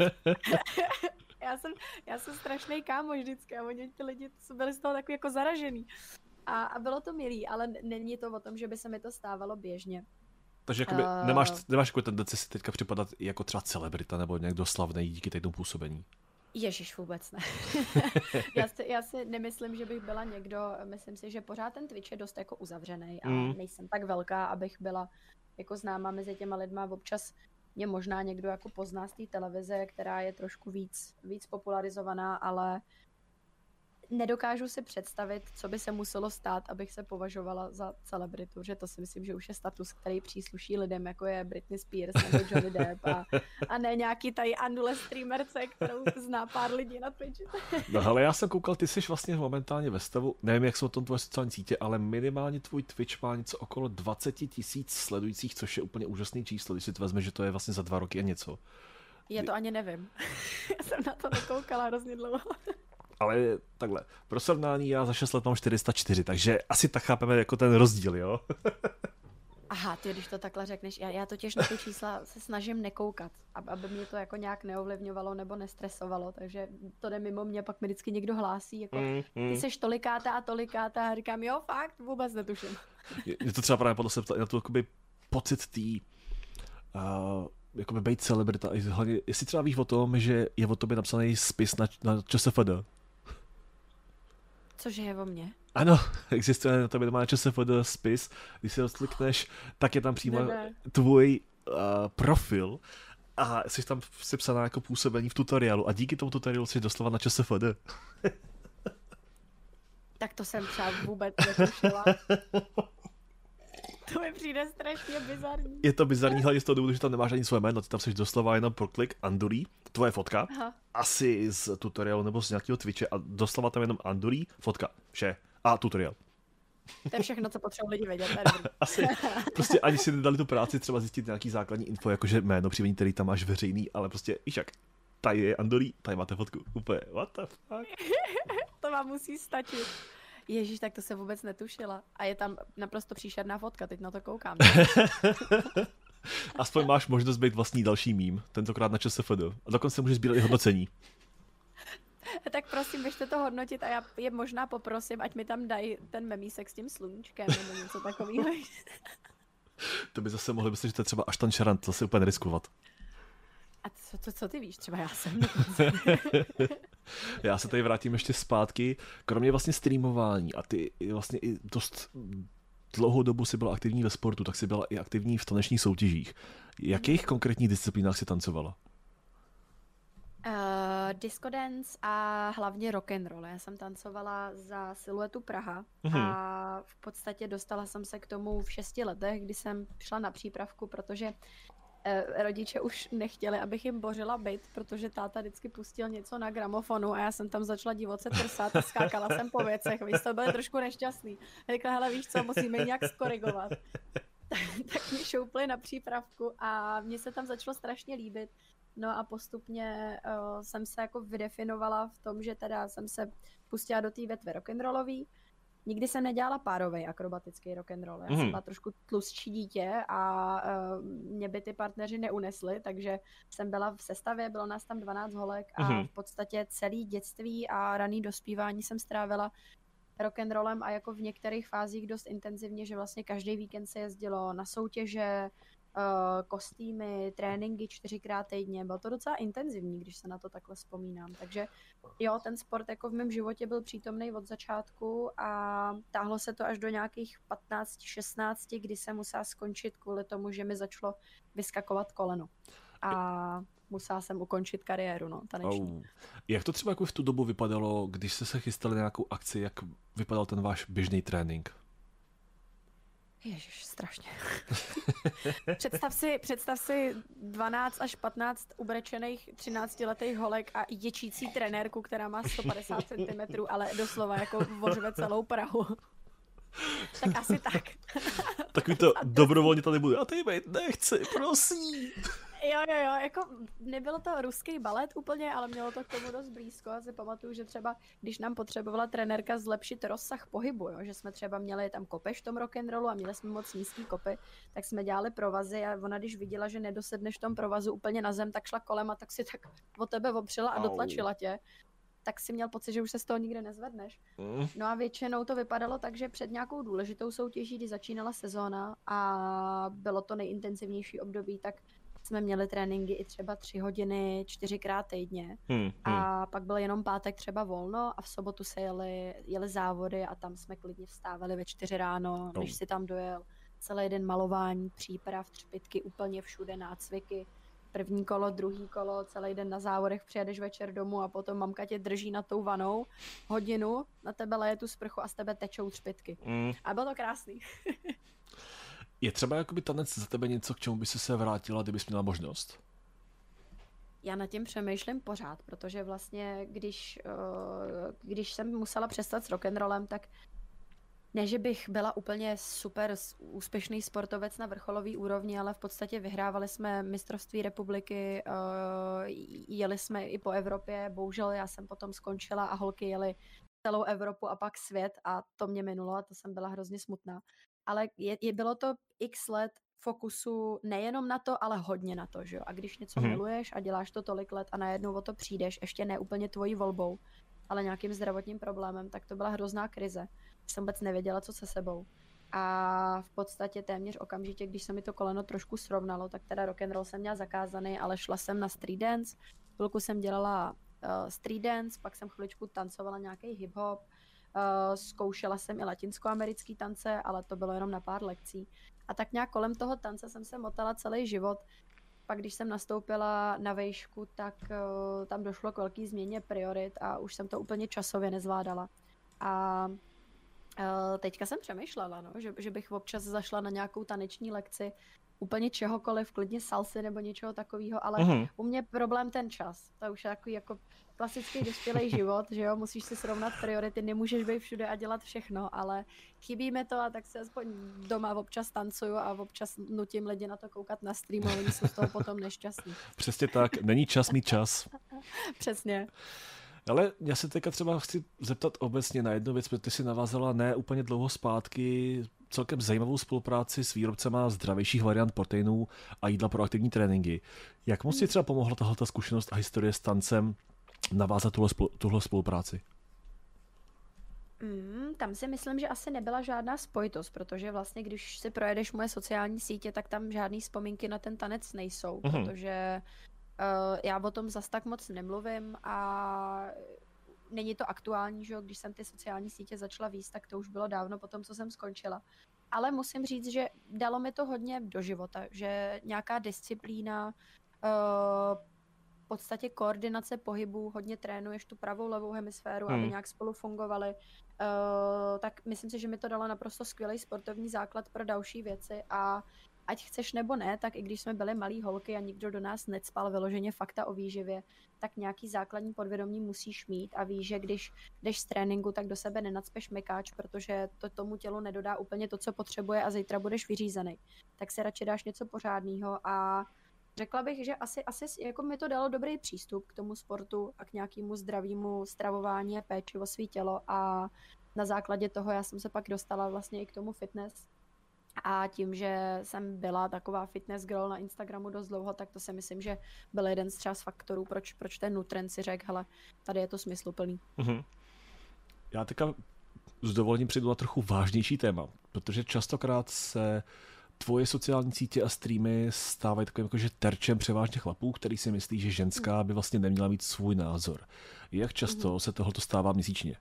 já jsem strašný kámoš vždycky a oni ty lidi byli z toho takový jako zaražený. A bylo to milý, ale není to o tom, že by se mi to stávalo běžně. Takže jakoby nemáš jako tendenci si teďka připadat jako třeba celebrita nebo někdo slavný díky tomu působení? Ježiš, vůbec ne. Já si nemyslím, že bych byla někdo, myslím si, že pořád ten Twitch je dost jako uzavřený a nejsem tak velká, abych byla jako známá mezi těma lidma. Občas mě možná někdo jako pozná z té televize, která je trošku víc popularizovaná, ale nedokážu si představit, co by se muselo stát, abych se považovala za celebritu, že to si myslím, že už je status, který přísluší lidem, jako je Britney Spears nebo Johnny Depp a ne nějaký tady andule streamerce, kterou zná pár lidí na Twitchi. No ale já jsem koukal, ty jsi vlastně momentálně ve stavu, nevím, jak jsou o tom tvoje sociální sítě, ale minimálně tvůj Twitch má něco okolo 20 000 sledujících, což je úplně úžasný číslo, když si to vezme, že to je vlastně za 2 roky a něco. Já to ani nevím. Já jsem na to nekoukala hrozně dlouho. Ale takhle, pro srovnání já za 6 let mám 404, takže asi tak chápeme jako ten rozdíl, jo? Aha, ty když to takhle řekneš, já totiž na ty čísla se snažím nekoukat, aby mě to jako nějak neovlivňovalo nebo nestresovalo, takže to jde mimo mě, pak mi vždycky někdo hlásí, jako ty seš tolikátá a říkám, jo, fakt, vůbec netuším. Je to třeba právě podle se na to jakoby pocit tý, jakoby být celebrita, hlavně, jestli třeba víš o tom, že je o tobě napsaný spis na ČSFD. Cože je o mně? Ano, existuje na tobě na ČSFD spis, když si ho klikneš, tak je tam přímo tvůj profil a jsi tam sepsaná jako působení v tutoriálu a díky tomu tutoriálu jsi doslova na ČSFD. Tak to jsem třeba vůbec netušila. To mi přijde strašně bizarní. Je to bizarní, hlavně z toho důvodu, že tam nemáš ani své jméno, ty tam jsi doslova jenom pro klik Andurý, tvoje fotka, asi z tutoriálu nebo z nějakého Twitche a doslova tam jenom Andurý, fotka, vše a tutoriál. To je všechno, co potřebuji lidi vědět. Asi, prostě ani si nedali tu práci třeba zjistit nějaký základní info, jakože jméno přivení, který tam máš veřejný, ale prostě víš jak, tady je Andurý, tady máte fotku, úplně what the fuck. To vám musí stačit. Ježíš, tak to se vůbec netušila. A je tam naprosto příšerná fotka, teď na to koukám. Aspoň máš možnost být vlastní další mím, tentokrát na ČSFD. A dokonce můžeš sbírat i hodnocení. Tak prosím, běžte to hodnotit a já je možná poprosím, ať mi tam dají ten memísek s tím sluníčkem nebo něco takového. To by zase mohli myslet, že to je třeba až ten šarant, zase úplně neriskovat. A co ty víš? Třeba já jsem. Já se tady vrátím ještě zpátky. Kromě vlastně streamování a ty vlastně i dost dlouhou dobu si byla aktivní ve sportu, tak si byla i aktivní v tanečních soutěžích. Jakých konkrétních disciplínách si tancovala? Disco dance a hlavně rock and roll. Já jsem tancovala za Siluetu Praha a v podstatě dostala jsem se k tomu v 6 letech, kdy jsem šla na přípravku, protože rodiče už nechtěli, abych jim bořila byt, protože táta vždycky pustil něco na gramofonu a já jsem tam začala divoce trsat a skákala jsem po věcech. Víš, to bylo trošku nešťastný. Řekla, hele, víš co, musíme ji nějak skorigovat. Tak mě šoupli na přípravku a mně se tam začalo strašně líbit. No a postupně jsem se jako vydefinovala v tom, že teda jsem se pustila do té větve rock'n'rollový. Nikdy jsem nedělala párovej akrobatický rock'n'roll. Já jsem byla trošku tlustší dítě a mě by ty partneři neunesli, takže jsem byla v sestavě, bylo nás tam 12 holek a v podstatě celý dětství a raný dospívání jsem strávila rock'n'rollem a jako v některých fázích dost intenzivně, že vlastně každý víkend se jezdilo na soutěže, kostýmy, tréninky 4x týdně. Bylo to docela intenzivní, když se na to takhle vzpomínám. Takže jo, ten sport jako v mém životě byl přítomný od začátku a táhlo se to až do nějakých 15-16, kdy jsem musela skončit kvůli tomu, že mi začalo vyskakovat koleno. A musela jsem ukončit kariéru, no, taneční. Jak to třeba jako v tu dobu vypadalo, když jste se chystali na nějakou akci, jak vypadal ten váš běžný trénink? Ježiš, strašně. Představ si 12 až 15 ubrečených 13letých holek a ječící trenérku, která má 150 cm, ale doslova jako vořve celou Prahu. Tak asi tak. Takový to dobrovolně tady bude. A ty být nechci, prosím. Jo, jako nebylo to ruský balet úplně, ale mělo to k tomu dost blízko. Já si pamatuju, že třeba, když nám potřebovala trenérka zlepšit rozsah pohybu, jo, že jsme třeba měli tam kopeš v tom rock'n'rollu a měli jsme moc nízký kopy, tak jsme dělali provazy a ona, když viděla, že nedosedneš v tom provazu úplně na zem, tak šla kolem a tak si tak o tebe opřela a dotlačila tě. Tak si měl pocit, že už se z toho nikde nezvedneš. No a většinou to vypadalo tak, že před nějakou důležitou soutěží, kdy začínala sezóna a bylo to nejintenzivnější období, tak jsme měli tréninky i třeba 3 hodiny 4krát týdně a pak byl jenom pátek třeba volno a v sobotu se jeli závody a tam jsme klidně vstávali ve 4 ráno, než si tam dojel. Celý den malování, příprav, třpytky, úplně všude, nácviky. První kolo, druhý kolo, celý den na závodech, přijedeš večer domů a potom mamka tě drží nad tou vanou hodinu, na tebe leje tu sprchu a z tebe tečou třpytky. A bylo to krásný. Je třeba jakoby tanec za tebe něco, k čemu by se vrátila, kdybys měla možnost? Já nad tím přemýšlím pořád, protože vlastně, když jsem musela přestat s rock'n'rollem, tak ne, že bych byla úplně super úspěšný sportovec na vrcholový úrovni, ale v podstatě vyhrávali jsme mistrovství republiky, jeli jsme i po Evropě, bohužel já jsem potom skončila a holky jeli celou Evropu a pak svět a to mě minulo a to jsem byla hrozně smutná. Ale bylo to x let fokusu nejenom na to, ale hodně na to, že jo. A když něco miluješ a děláš to tolik let a najednou o to přijdeš, ještě ne úplně tvojí volbou, ale nějakým zdravotním problémem, tak to byla hrozná krize. Jsem vůbec nevěděla, co se sebou. A v podstatě téměř okamžitě, když se mi to koleno trošku srovnalo, tak teda rock'n'roll jsem měla zakázaný, ale šla jsem na street dance. Chvilku jsem dělala street dance, pak jsem chviličku tancovala nějaký hip-hop, zkoušela jsem i latinskoamerický tance, ale to bylo jenom na pár lekcí. A tak nějak kolem toho tance jsem se motala celý život. Pak když jsem nastoupila na vejšku, tak tam došlo k velký změně priorit a už jsem to úplně časově nezvládala. A teďka jsem přemýšlela, no, že bych občas zašla na nějakou taneční lekci, úplně čehokoliv, klidně salsy nebo něčeho takového, ale u mě problém ten čas. To už je takový jako klasický dospělý život, že jo, musíš si srovnat priority, nemůžeš být všude a dělat všechno, ale chybí mi to a tak se aspoň doma občas tancuju a občas nutím lidi na to koukat na streamu, oni jsou z toho potom nešťastní. Přesně tak, není čas mít čas. Přesně. Ale já se teďka třeba chci zeptat obecně na jednu věc, protože ty si navázala ne úplně dlouho zpátky celkem zajímavou spolupráci s výrobcema zdravějších variant proteinů a jídla pro aktivní tréninky. Jak moc ti třeba pomohla tahleta zkušenost a historie s tancem navázat tuhle spolupráci? Tam si myslím, že asi nebyla žádná spojitost, protože vlastně, když si projedeš moje sociální sítě, tak tam žádný vzpomínky na ten tanec nejsou, protože já o tom zas tak moc nemluvím a není to aktuální, že když jsem ty sociální sítě začala vést, tak to už bylo dávno po tom, co jsem skončila. Ale musím říct, že dalo mi to hodně do života, že nějaká disciplína, v podstatě koordinace pohybů, hodně trénuješ tu pravou, levou hemisféru, aby nějak spolu fungovaly, tak myslím si, že mi to dalo naprosto skvělý sportovní základ pro další věci a ať chceš nebo ne, tak i když jsme byli malí holky a nikdo do nás necpal vyloženě fakta o výživě, tak nějaký základní podvědomí musíš mít a víš, že když jdeš z tréninku, tak do sebe nenacpeš mekáč, protože to tomu tělu nedodá úplně to, co potřebuje a zítra budeš vyřízený. Tak si radši dáš něco pořádného a řekla bych, že asi jako mi to dalo dobrý přístup k tomu sportu a k nějakému zdravému stravování a péči o svý tělo a na základě toho já jsem se pak dostala vlastně i k tomu fitness. A tím, že jsem byla taková fitness girl na Instagramu dost dlouho, tak to si myslím, že byl jeden z třeba z faktorů, proč ten nutrient si řekl, hele, tady je to smysluplný. Já teďka s dovolením přijdu na trochu vážnější téma, protože častokrát se tvoje sociální sítě a streamy stávají takovým jakože terčem převážně chlapů, který si myslí, že ženská by vlastně neměla mít svůj názor. Jak často se tohoto stává měsíčně?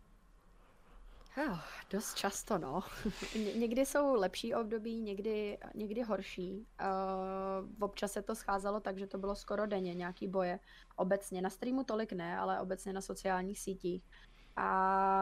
Dost často, no. Někdy jsou lepší období, někdy horší. Občas se to scházelo tak, že to bylo skoro denně, nějaký boje. Obecně na streamu tolik ne, ale obecně na sociálních sítích. A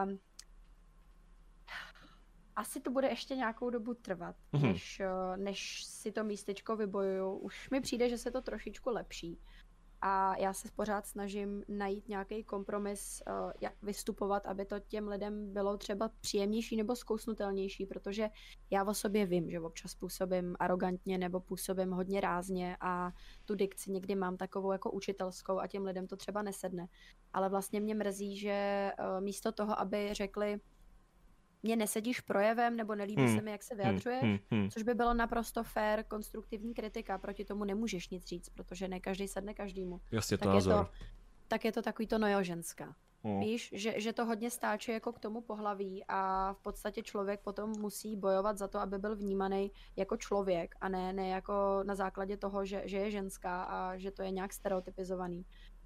asi to bude ještě nějakou dobu trvat, než si to místečko vybojuju. Už mi přijde, že se to trošičku lepší. A já se pořád snažím najít nějaký kompromis, jak vystupovat, aby to těm lidem bylo třeba příjemnější nebo zkousnutelnější, protože já o sobě vím, že občas působím arrogantně nebo působím hodně rázně a tu dikci někdy mám takovou jako učitelskou a těm lidem to třeba nesedne. Ale vlastně mě mrzí, že místo toho, aby řekli, mě nesedíš projevem nebo nelíbí se mi, jak se vyjadřuješ, což by bylo naprosto fair, konstruktivní kritika, proti tomu nemůžeš nic říct, protože ne každý sedne každému. Jasně, to názor. Tak je to takový to nojo ženská. Víš, že to hodně stáče jako k tomu pohlaví a v podstatě člověk potom musí bojovat za to, aby byl vnímaný jako člověk a ne jako na základě toho, že je ženská a že to je nějak stereotypizovaný.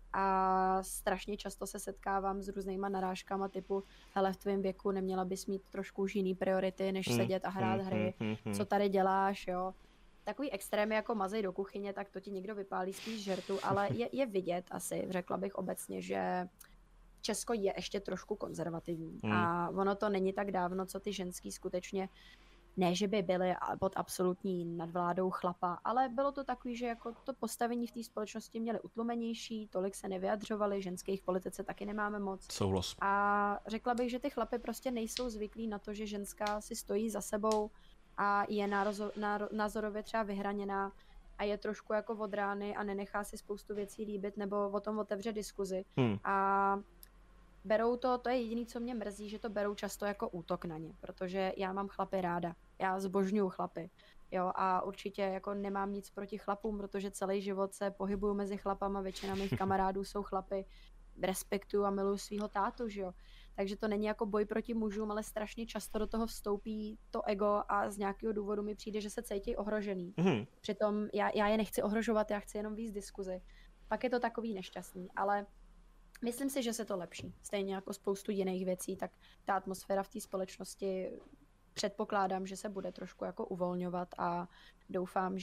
A strašně často se setkávám s různýma narážkama typu hele, v tvém věku neměla bys mít trošku už jiný priority, než sedět a hrát hry, co tady děláš, jo. Takový extrémy jako mazej do kuchyně, tak to ti někdo vypálí spíš žertu, ale je vidět asi, řekla bych obecně, že Česko je ještě trošku konzervativní a ono to není tak dávno, co ty ženský skutečně ne, že by byly pod absolutní nadvládou chlapa, ale bylo to takový, že jako to postavení v té společnosti měli utlumenější, tolik se nevyjadřovali, ženských politice taky nemáme moc. Souhlas. A řekla bych, že ty chlapy prostě nejsou zvyklí na to, že ženská si stojí za sebou a je názorově třeba vyhraněná a je trošku jako od rány a nenechá si spoustu věcí líbit nebo o tom otevře diskuzi. A berou to je jediné, co mě mrzí, že to berou často jako útok na ně, protože já mám chlapy ráda, já zbožňuju chlapy, jo, a určitě jako nemám nic proti chlapům, protože celý život se pohybuju mezi chlapama, většina mých kamarádů jsou chlapy, respektuju a miluju svýho tátu, že jo, takže to není jako boj proti mužům, ale strašně často do toho vstoupí to ego a z nějakého důvodu mi přijde, že se cítí ohrožený. Přitom já je nechci ohrožovat, já chci jenom víc diskuzi. Pak je to takový nešťastný, ale myslím si, že se to lepší. Stejně jako spoustu jiných věcí, tak ta atmosféra v té společnosti předpokládám, že se bude trošku jako uvolňovat a doufám,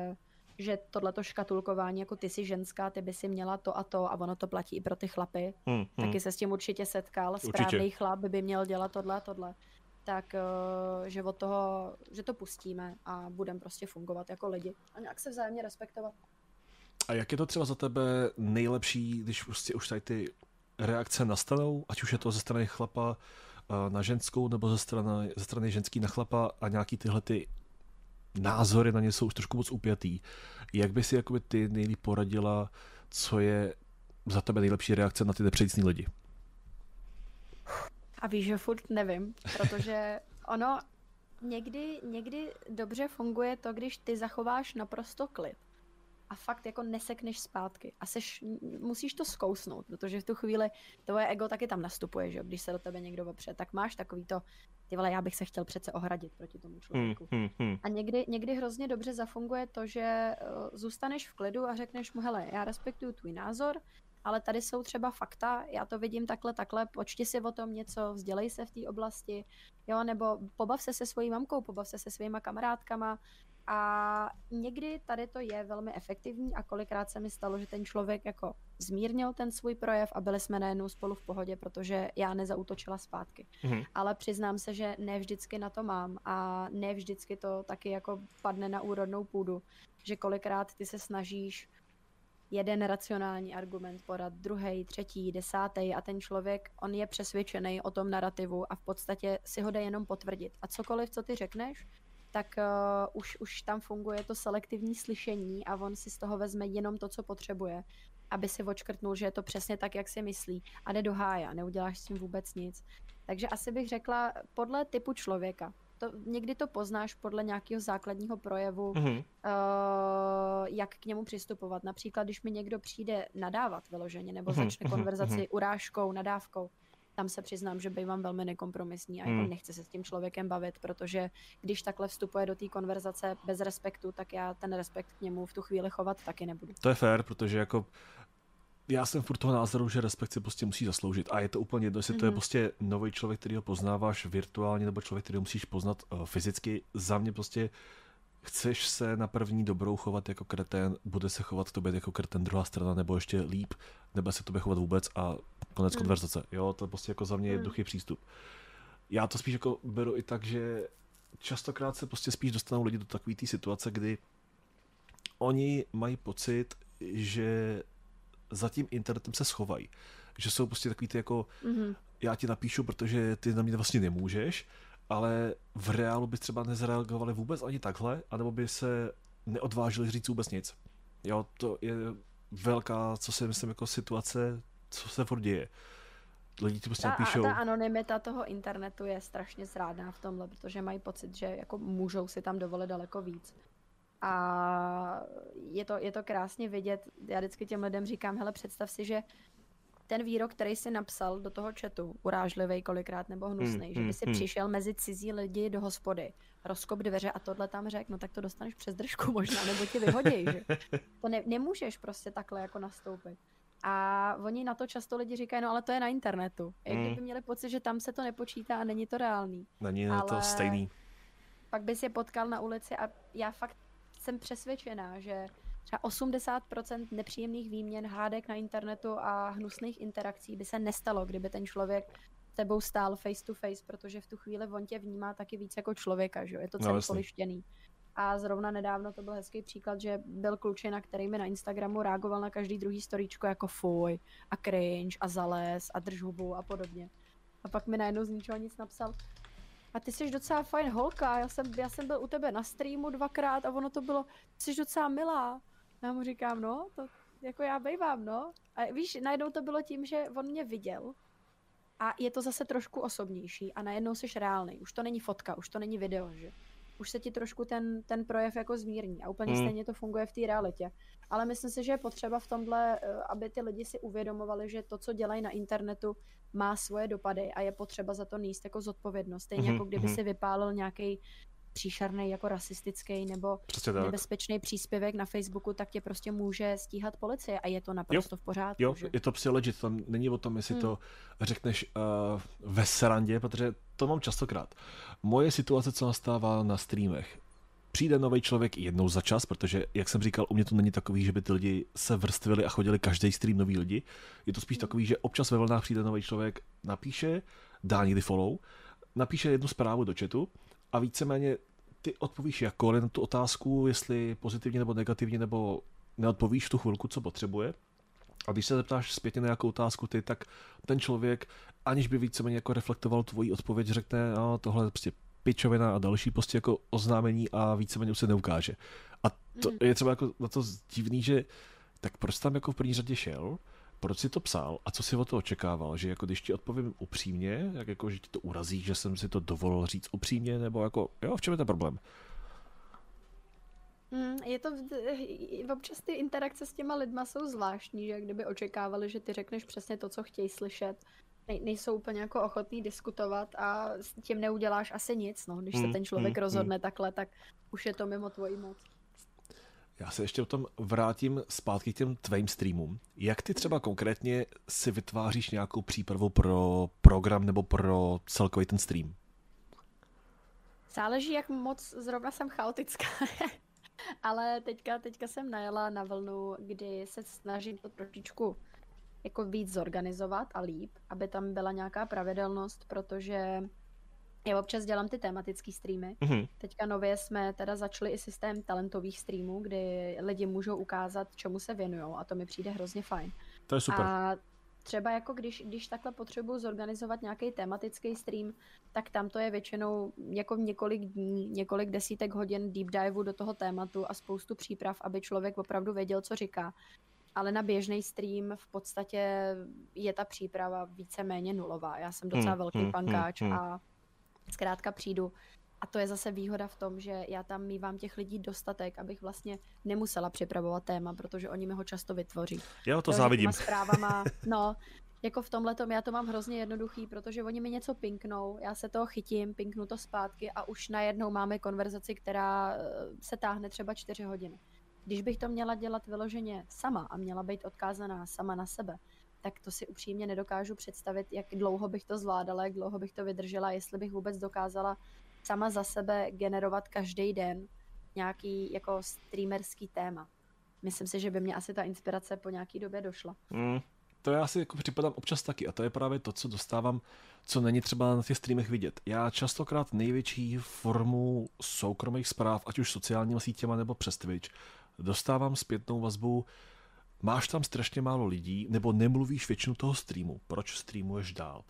že tohleto škatulkování, jako ty jsi ženská, ty by si měla to a to a ono to platí i pro ty chlapy. Taky se s tím určitě setkal. Správný chlap by měl dělat tohle a tohle. Tak, že od toho, že to pustíme a budeme prostě fungovat jako lidi a nějak se vzájemně respektovat. A jak je to třeba za tebe nejlepší, když prostě už tady ty reakce nastanou, ať už je to ze strany chlapa na ženskou, nebo ze strany ženský na chlapa a nějaký tyhle ty názory na ně jsou už trošku moc upjatý. Jak by si jakoby ty nejlíp poradila, co je za tebe nejlepší reakce na ty nepřejícní lidi? A víš, že furt nevím, protože ono někdy dobře funguje to, když ty zachováš naprosto klid. A fakt jako nesekneš zpátky. A musíš to zkousnout, protože v tu chvíli tvoje ego taky tam nastupuje, že když se do tebe někdo opře, tak máš takový to, ty vole, já bych se chtěl přece ohradit proti tomu člověku. A někdy hrozně dobře zafunguje to, že zůstaneš v klidu a řekneš mu, hele, já respektuju tvůj názor, ale tady jsou třeba fakta, já to vidím takhle, počti si o tom něco, vzdělej se v té oblasti, jo, nebo pobav se svojí mamkou, pobav se svýma kamarádkama. A někdy tady to je velmi efektivní a kolikrát se mi stalo, že ten člověk jako zmírnil ten svůj projev a byli jsme najednou spolu v pohodě, protože já nezaútočila zpátky. Ale přiznám se, že ne vždycky na to mám a ne vždycky to taky jako padne na úrodnou půdu, že kolikrát ty se snažíš jeden racionální argument podat, druhý, třetí, desátý a ten člověk, on je přesvědčený o tom narrativu a v podstatě si ho jde jenom potvrdit. A cokoliv, co ty řekneš, tak už tam funguje to selektivní slyšení a on si z toho vezme jenom to, co potřebuje, aby si odškrtnul, že je to přesně tak, jak si myslí a jde do háje a neuděláš s tím vůbec nic. Takže asi bych řekla podle typu člověka. Někdy to poznáš podle nějakého základního projevu, jak k němu přistupovat. Například, když mi někdo přijde nadávat vyloženě nebo začne konverzaci urážkou, nadávkou, tam se přiznám, že bývám velmi nekompromisní a jako nechci se s tím člověkem bavit, protože když takhle vstupuje do té konverzace bez respektu, tak já ten respekt k němu v tu chvíli chovat taky nebudu. To je fér, protože jako já jsem furt toho názoru, že respekt si prostě musí zasloužit a je to úplně jedno, jestli to je prostě nový člověk, který ho poznáváš virtuálně, nebo člověk, který ho musíš poznat fyzicky. Za mě prostě chceš se na první dobrou chovat jako kretén, bude se chovat tobě jako kretén druhá strana, nebo ještě líp, nebo se tobě chovat vůbec a konec konverzace. Jo, to je prostě jako za mě jednoduchý přístup. Já to spíš jako beru i tak, že častokrát se prostě spíš dostanou lidi do takové té situace, kdy oni mají pocit, že za tím internetem se schovají. Že jsou prostě takový ty jako já ti napíšu, protože ty na mě vlastně nemůžeš, ale v reálu by třeba nezareagovali vůbec ani takhle, anebo by se neodvážili říct vůbec nic. Jo, to je velká, co si myslím, jako situace, co se furt děje. Lidi ti prostě napíšou. Ta anonymita toho internetu je strašně zrádná v tomhle, protože mají pocit, že jako můžou si tam dovolit daleko víc. A je to krásně vidět. Já vždycky těm lidem říkám, hele, představ si, že ten výrok, který si napsal do toho chatu, urážlivý kolikrát nebo hnusný, že by si přišel mezi cizí lidi do hospody, rozkop dveře a tohle tam řekl, no tak to dostaneš přes držku možná, nebo tě vyhodí, že? To nemůžeš prostě takhle jako nastoupit. A oni na to často lidi říkají, no ale to je na internetu. Jak kdyby měli pocit, že tam se to nepočítá a není to reálný. Není to stejný. Pak bys je potkal na ulici a já fakt jsem přesvědčená, že třeba 80% nepříjemných výměn, hádek na internetu a hnusných interakcí by se nestalo, kdyby ten člověk s tebou stál face to face, protože v tu chvíli on tě vnímá taky víc jako člověka, že jo? Je to celý polištěný. A zrovna nedávno to byl hezký příklad, že byl klučina, který mi na Instagramu reagoval na každý druhý storíčko jako fuj a cringe a zales a drž hubu a podobně. A pak mi najednou z ničeho nic napsal: a ty jsi docela fajn holka, já jsem byl u tebe na streamu 2krát a ono to bylo, ty jsi docela milá. Já mu říkám, no, to jako já bejvám, no. A víš, najednou to bylo tím, že on mě viděl a je to zase trošku osobnější a najednou jsi reálný. Už to není fotka, už to není video, že? Už se ti trošku ten projev jako zmírní a úplně stejně to funguje v té realitě. Ale myslím si, že je potřeba v tomhle, aby ty lidi si uvědomovali, že to, co dělají na internetu, má svoje dopady a je potřeba za to nést jako zodpovědnost. Stejně jako kdyby si vypálil nějaký příšerný jako rasistický nebo nebezpečný příspěvek na Facebooku, tak tě prostě může stíhat policie a je to naprosto v pořádku. Jo, že? je to prostě legit, tam není o tom, jestli to řekneš ve srandě, protože to mám častokrát. Moje situace, co nastává na streamech, přijde nový člověk jednou za čas, protože, jak jsem říkal, u mě to není takový, že by ty lidi se vrstvili a chodili každý stream noví lidi. Je to spíš takový, že občas ve vlnách přijde nový člověk, napíše, dá někdy follow, napíše jednu zprávu do chatu a víceméně ty odpovíš jakkoliv na tu otázku, jestli pozitivně nebo negativně, nebo neodpovíš v tu chvilku, co potřebuje. A když se zeptáš zpětně na nějakou otázku ty, tak ten člověk, aniž by víceméně jako reflektoval tvoji odpověď, řekne, no, tohle je prostě pičovina a další prostě jako oznámení a víceméně už se neukáže. A to je třeba jako na to divný, že tak proč tam jako v první řadě šel, proč si to psal a co si od toho očekával, že jako když ti odpovím upřímně, jak jako, že ti to urazí, že jsem si to dovolil říct upřímně, nebo jako, jo, v čem je ten problém? Je to, občas ty interakce s těma lidma jsou zvláštní, že kdyby očekávali, že ty řekneš přesně to, co chtějí slyšet, nejsou úplně jako ochotní diskutovat a s tím neuděláš asi nic, no, když se ten člověk rozhodne takhle, tak už je to mimo tvoji moc. Já se ještě o tom vrátím zpátky k těm tvým streamům. Jak ty třeba konkrétně si vytváříš nějakou přípravu pro program nebo pro celkový ten stream? Záleží, jak moc zrovna jsem chaotická. Ale teďka jsem najela na vlnu, kdy se snažím to trošičku jako víc zorganizovat a líp, aby tam byla nějaká pravidelnost, protože já občas dělám ty tematický streamy. Teďka nově jsme teda začali i systém talentových streamů, kdy lidi můžou ukázat, čemu se věnujou a to mi přijde hrozně fajn. To je super. A třeba jako když takhle potřebuji zorganizovat nějaký tematický stream, tak tam to je většinou jako několik dní, několik desítek hodin deep diveu do toho tématu a spoustu příprav, aby člověk opravdu věděl, co říká. Ale na běžný stream v podstatě je ta příprava víceméně nulová. Já jsem docela velký pankáč a zkrátka přijdu. A to je zase výhoda v tom, že já tam mívám těch lidí dostatek, abych vlastně nemusela připravovat téma, protože oni mi ho často vytvoří. Jo, to závidím. Zprávama, no, jako v tomhletom já to mám hrozně jednoduchý, protože oni mi něco pinknou, já se toho chytím, pinknu to zpátky a už najednou máme konverzaci, která se táhne třeba 4 hodiny. Když bych to měla dělat vyloženě sama a měla být odkázaná sama na sebe, tak to si upřímně nedokážu představit, jak dlouho bych to zvládala, jak dlouho bych to vydržela, jestli bych vůbec dokázala sama za sebe generovat každý den nějaký jako streamerský téma. Myslím si, že by mě asi ta inspirace po nějaký době došla. To já si jako připadám občas taky a to je právě to, co dostávám, co není třeba na těch streamech vidět. Já častokrát největší formu soukromých zpráv, ať už sociálními sítěma nebo přes Twitch, dostávám zpětnou vazbu, máš tam strašně málo lidí, nebo nemluvíš většinu toho streamu, proč streamuješ dál?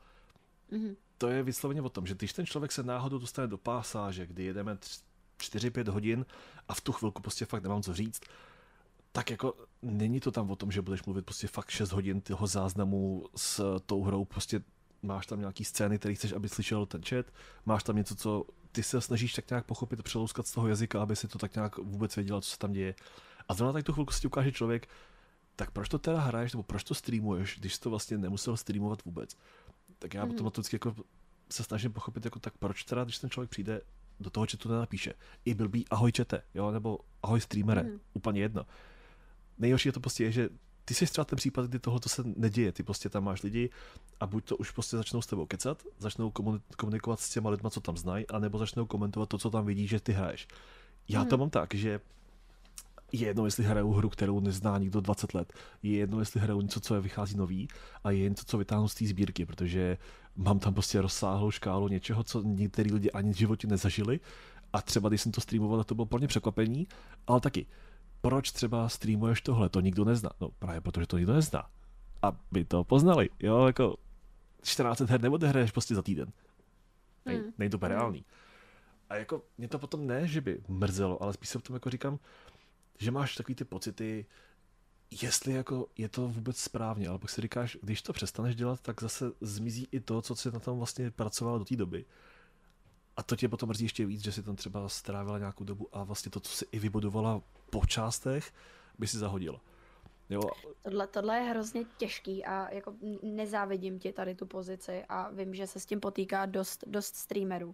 To je vysloveně o tom, že když ten člověk se náhodou dostane do pásáže, kdy jedeme 4-5 hodin a v tu chvilku prostě fakt nemám co říct, tak jako není to tam o tom, že budeš mluvit prostě fakt 6 hodin toho záznamu s tou hrou, prostě máš tam nějaký scény, které chceš, aby slyšel ten chat, máš tam něco, co ty se snažíš tak nějak pochopit, přelouskat z toho jazyka, aby si to tak nějak vůbec věděla, co se tam děje. A zrovna tak tu chvilku si ti ukáže člověk, tak proč to teda hraješ, nebo proč to streamuješ, když jsi to vlastně nemusel streamovat vůbec. Tak já potom vždycky jako se snažím pochopit, jako tak proč teda, když ten člověk přijde do toho chatu nenapíše i blbý ahoj čete, jo, nebo ahoj streamere, úplně jedno. Nejhorší je to prostě je, že ty jsi třeba ten případ, kdy tohle se neděje, ty prostě tam máš lidi a buď to už prostě začnou s tebou kecat, začnou komunikovat s těma lidma, co tam znají, anebo začnou komentovat to, co tam vidí, že ty hraješ. Já to mám tak, že je jedno, jestli hraju hru, kterou nezná nikdo 20 let, je jedno, jestli hraju něco, co vychází nový a je něco, co vytáhnu z té sbírky, protože mám tam prostě rozsáhlou škálu něčeho, co některý lidi ani v životě nezažili a třeba když jsem to streamoval, tak to bylo pro ně překvapení, ale taky proč třeba streamuješ tohle, to nikdo nezná. No právě protože to nikdo nezná. Aby to poznali, jo, jako 14 her neodehraješ prostě za týden. Není to reálný. A jako mě to potom ne, že by mrzelo, ale spíš se v tom jako říkám, že máš takový ty pocity, jestli jako je to vůbec správně, ale pak si říkáš, když to přestaneš dělat, tak zase zmizí i to, co jsi na tom vlastně pracoval do té doby. A to tě potom mrzí ještě víc, že si tam třeba strávila nějakou dobu a vlastně to, co si i vybudovala po částech, by si zahodila. Jo. Tohle je hrozně těžký a jako nezávidím ti tady tu pozici a vím, že se s tím potýká dost streamerů.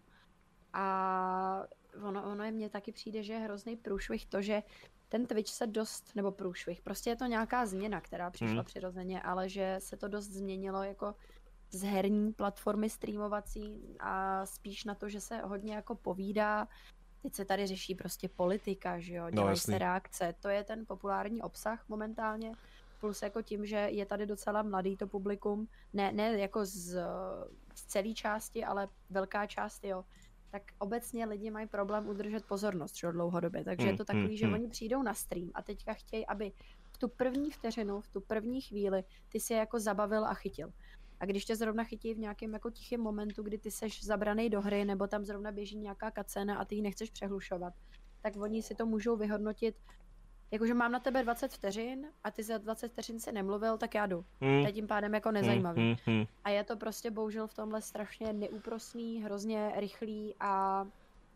A ono je mně taky přijde, že je hrozný průšvih to, že ten Twitch se nebo průšvih, prostě je to nějaká změna, která přišla přirozeně, ale že se to dost změnilo jako z herní platformy streamovací a spíš na to, že se hodně jako povídá. Teď se tady řeší prostě politika, že jo, dělají se reakce, to je ten populární obsah momentálně, plus jako tím, že je tady docela mladý to publikum, ne jako z celé části, ale velká část, jo, tak obecně lidi mají problém udržet pozornost, že jo, dlouhodobě, takže je to takový, že oni přijdou na stream a teďka chtějí, aby v tu první vteřinu, v tu první chvíli ty si je jako zabavil a chytil. A když tě zrovna chytí v nějakém jako tichém momentu, kdy ty seš zabranej do hry, nebo tam zrovna běží nějaká cutscéna a ty ji nechceš přehlušovat, tak oni si to můžou vyhodnotit, jakože mám na tebe 20 vteřin a ty za 20 vteřin si nemluvil, tak já jdu. To je tím pádem jako nezajímavý. A je to prostě bohužel v tomhle strašně neúprosný, hrozně rychlý a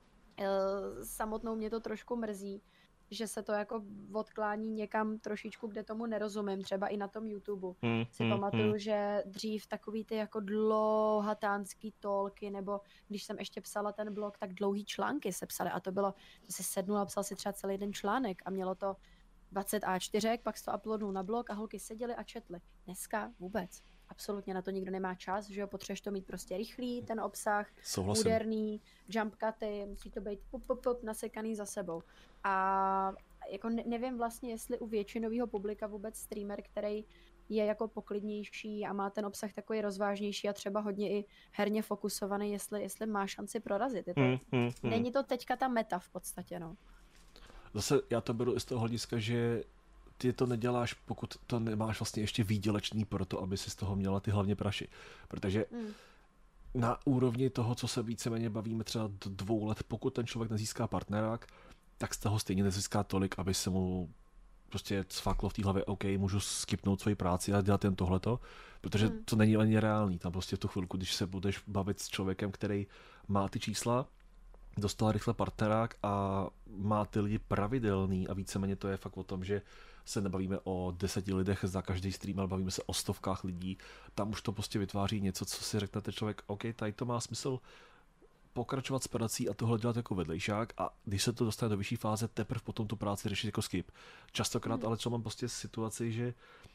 samotnou mě to trošku mrzí, že se to jako odklání někam trošičku, kde tomu nerozumím, třeba i na tom YouTube. Si pamatuju, že dřív takový ty jako dlouhatánský tolky, nebo když jsem ještě psala ten blog, tak dlouhý články se psaly a to bylo, to si sednul a psal si třeba celý den článek a mělo to 20 A4, pak si to uploadnul na blog a holky seděly a četly. Dneska vůbec. Absolutně na to nikdo nemá čas, že jo, potřebuješ to mít prostě rychlý, ten obsah, úderný, jump cuty, musí to být nasekaný za sebou. A jako nevím vlastně, jestli u většinového publika vůbec streamer, který je jako poklidnější a má ten obsah takový rozvážnější a třeba hodně i herně fokusovaný, jestli má šanci prorazit. Není to teďka ta meta v podstatě, no. Zase já to beru i z toho hlediska, že ty to neděláš, pokud to nemáš vlastně ještě výdělečný pro to, aby si z toho měla ty hlavně praši. Protože na úrovni toho, co se víceméně bavíme třeba do 2 let, pokud ten člověk nezíská partnerák, tak z toho stejně nezíská tolik, aby se mu prostě cvaklo v té hlavě, OK, můžu skipnout svoji práci a dělat jen tohleto, protože to není ani reálný. Tam prostě v tu chvilku, když se budeš bavit s člověkem, který má ty čísla, dostal rychle partnerák a má ty lidi pravidelný a víceméně to je fakt o tom, že se nebavíme o 10 lidech za každý stream, ale bavíme se o stovkách lidí. Tam už to prostě vytváří něco, co si řekne ten člověk, OK, tady to má smysl pokračovat s prací a tohle dělat jako vedlejšák a když se to dostane do vyšší fáze, teprve potom tu práci řešit jako skip. Častokrát ale co mám prostě situaci, že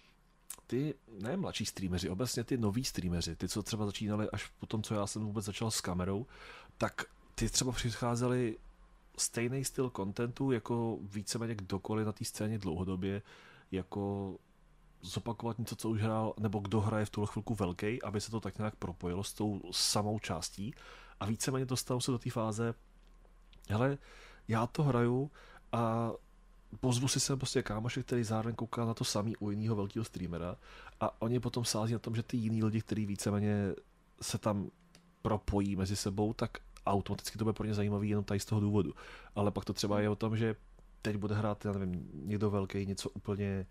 ty ne mladší streameři, obecně ty noví streameři, ty, co třeba začínali až po tom, co já jsem vůbec začal s kamerou, tak ty třeba přicházeli stejný styl contentu, jako víceméně kdokoliv na té scéně dlouhodobě, jako zopakovat něco, co už hrál, nebo kdo hraje v tuhle chvilku velký, aby se to tak nějak propojilo s tou samou částí a víceméně dostanu se do té fáze, hele, já to hraju a pozvu si sem prostě kámoše, který zároveň kouká na to samý u jiného velkého streamera a oni potom sází na tom, že ty jiný lidi, kteří víceméně se tam propojí mezi sebou, tak automaticky to bude pro ně zajímavý jenom tady z toho důvodu. Ale pak to třeba je o tom, že teď bude hrát, já nevím, někdo velký, něco úplně,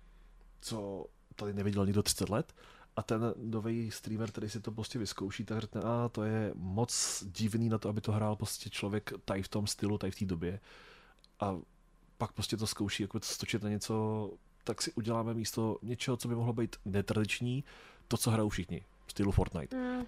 co tady neviděl nikdo 30 let a ten nový streamer, který si to prostě vyzkouší, tak řekne, to je moc divný na to, aby to hrál prostě člověk tady v tom stylu, tady v té době a pak prostě to zkouší jako stočit na něco tak si uděláme místo něčeho, co by mohlo být netradiční, to, co hrajou všichni, v stylu Fortnite.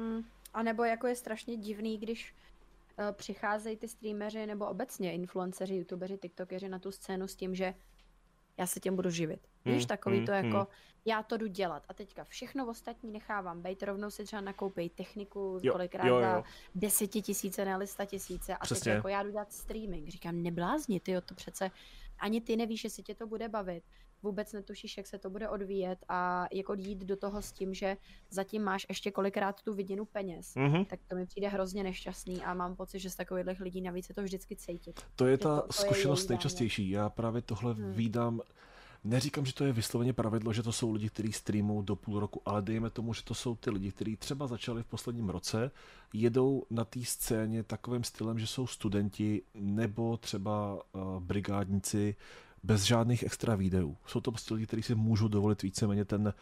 A nebo jako je strašně divný, když přicházejí ty streameři nebo obecně influenceři, youtubeři, tiktokeři na tu scénu s tím, že já se tím budu živit. Víš, takový to jako, já to jdu dělat a teďka všechno ostatní nechávám bejt, rovnou si třeba nakoupej techniku, kolikrát za 10 000, ne 100 000 a teď jako já jdu dělat streaming. Říkám, neblázni, tyjo, to přece ani ty nevíš, jestli tě to bude bavit. Vůbec netušíš, jak se to bude odvíjet a jako jít do toho s tím, že zatím máš ještě kolikrát tu vidinu peněz, tak to mi přijde hrozně nešťastný a mám pocit, že z takových lidí navíc je to vždycky cítit. To je ta zkušenost nejčastější. Já právě tohle vídám. Neříkám, že to je vysloveně pravidlo, že to jsou lidi, kteří streamují do půl roku, ale dejme tomu, že to jsou ty lidi, kteří třeba začali v posledním roce, jedou na té scéně takovým stylem, že jsou studenti nebo třeba brigádníci bez žádných extra videů. Jsou to prostě lidi, kteří si můžou dovolit víceméně ten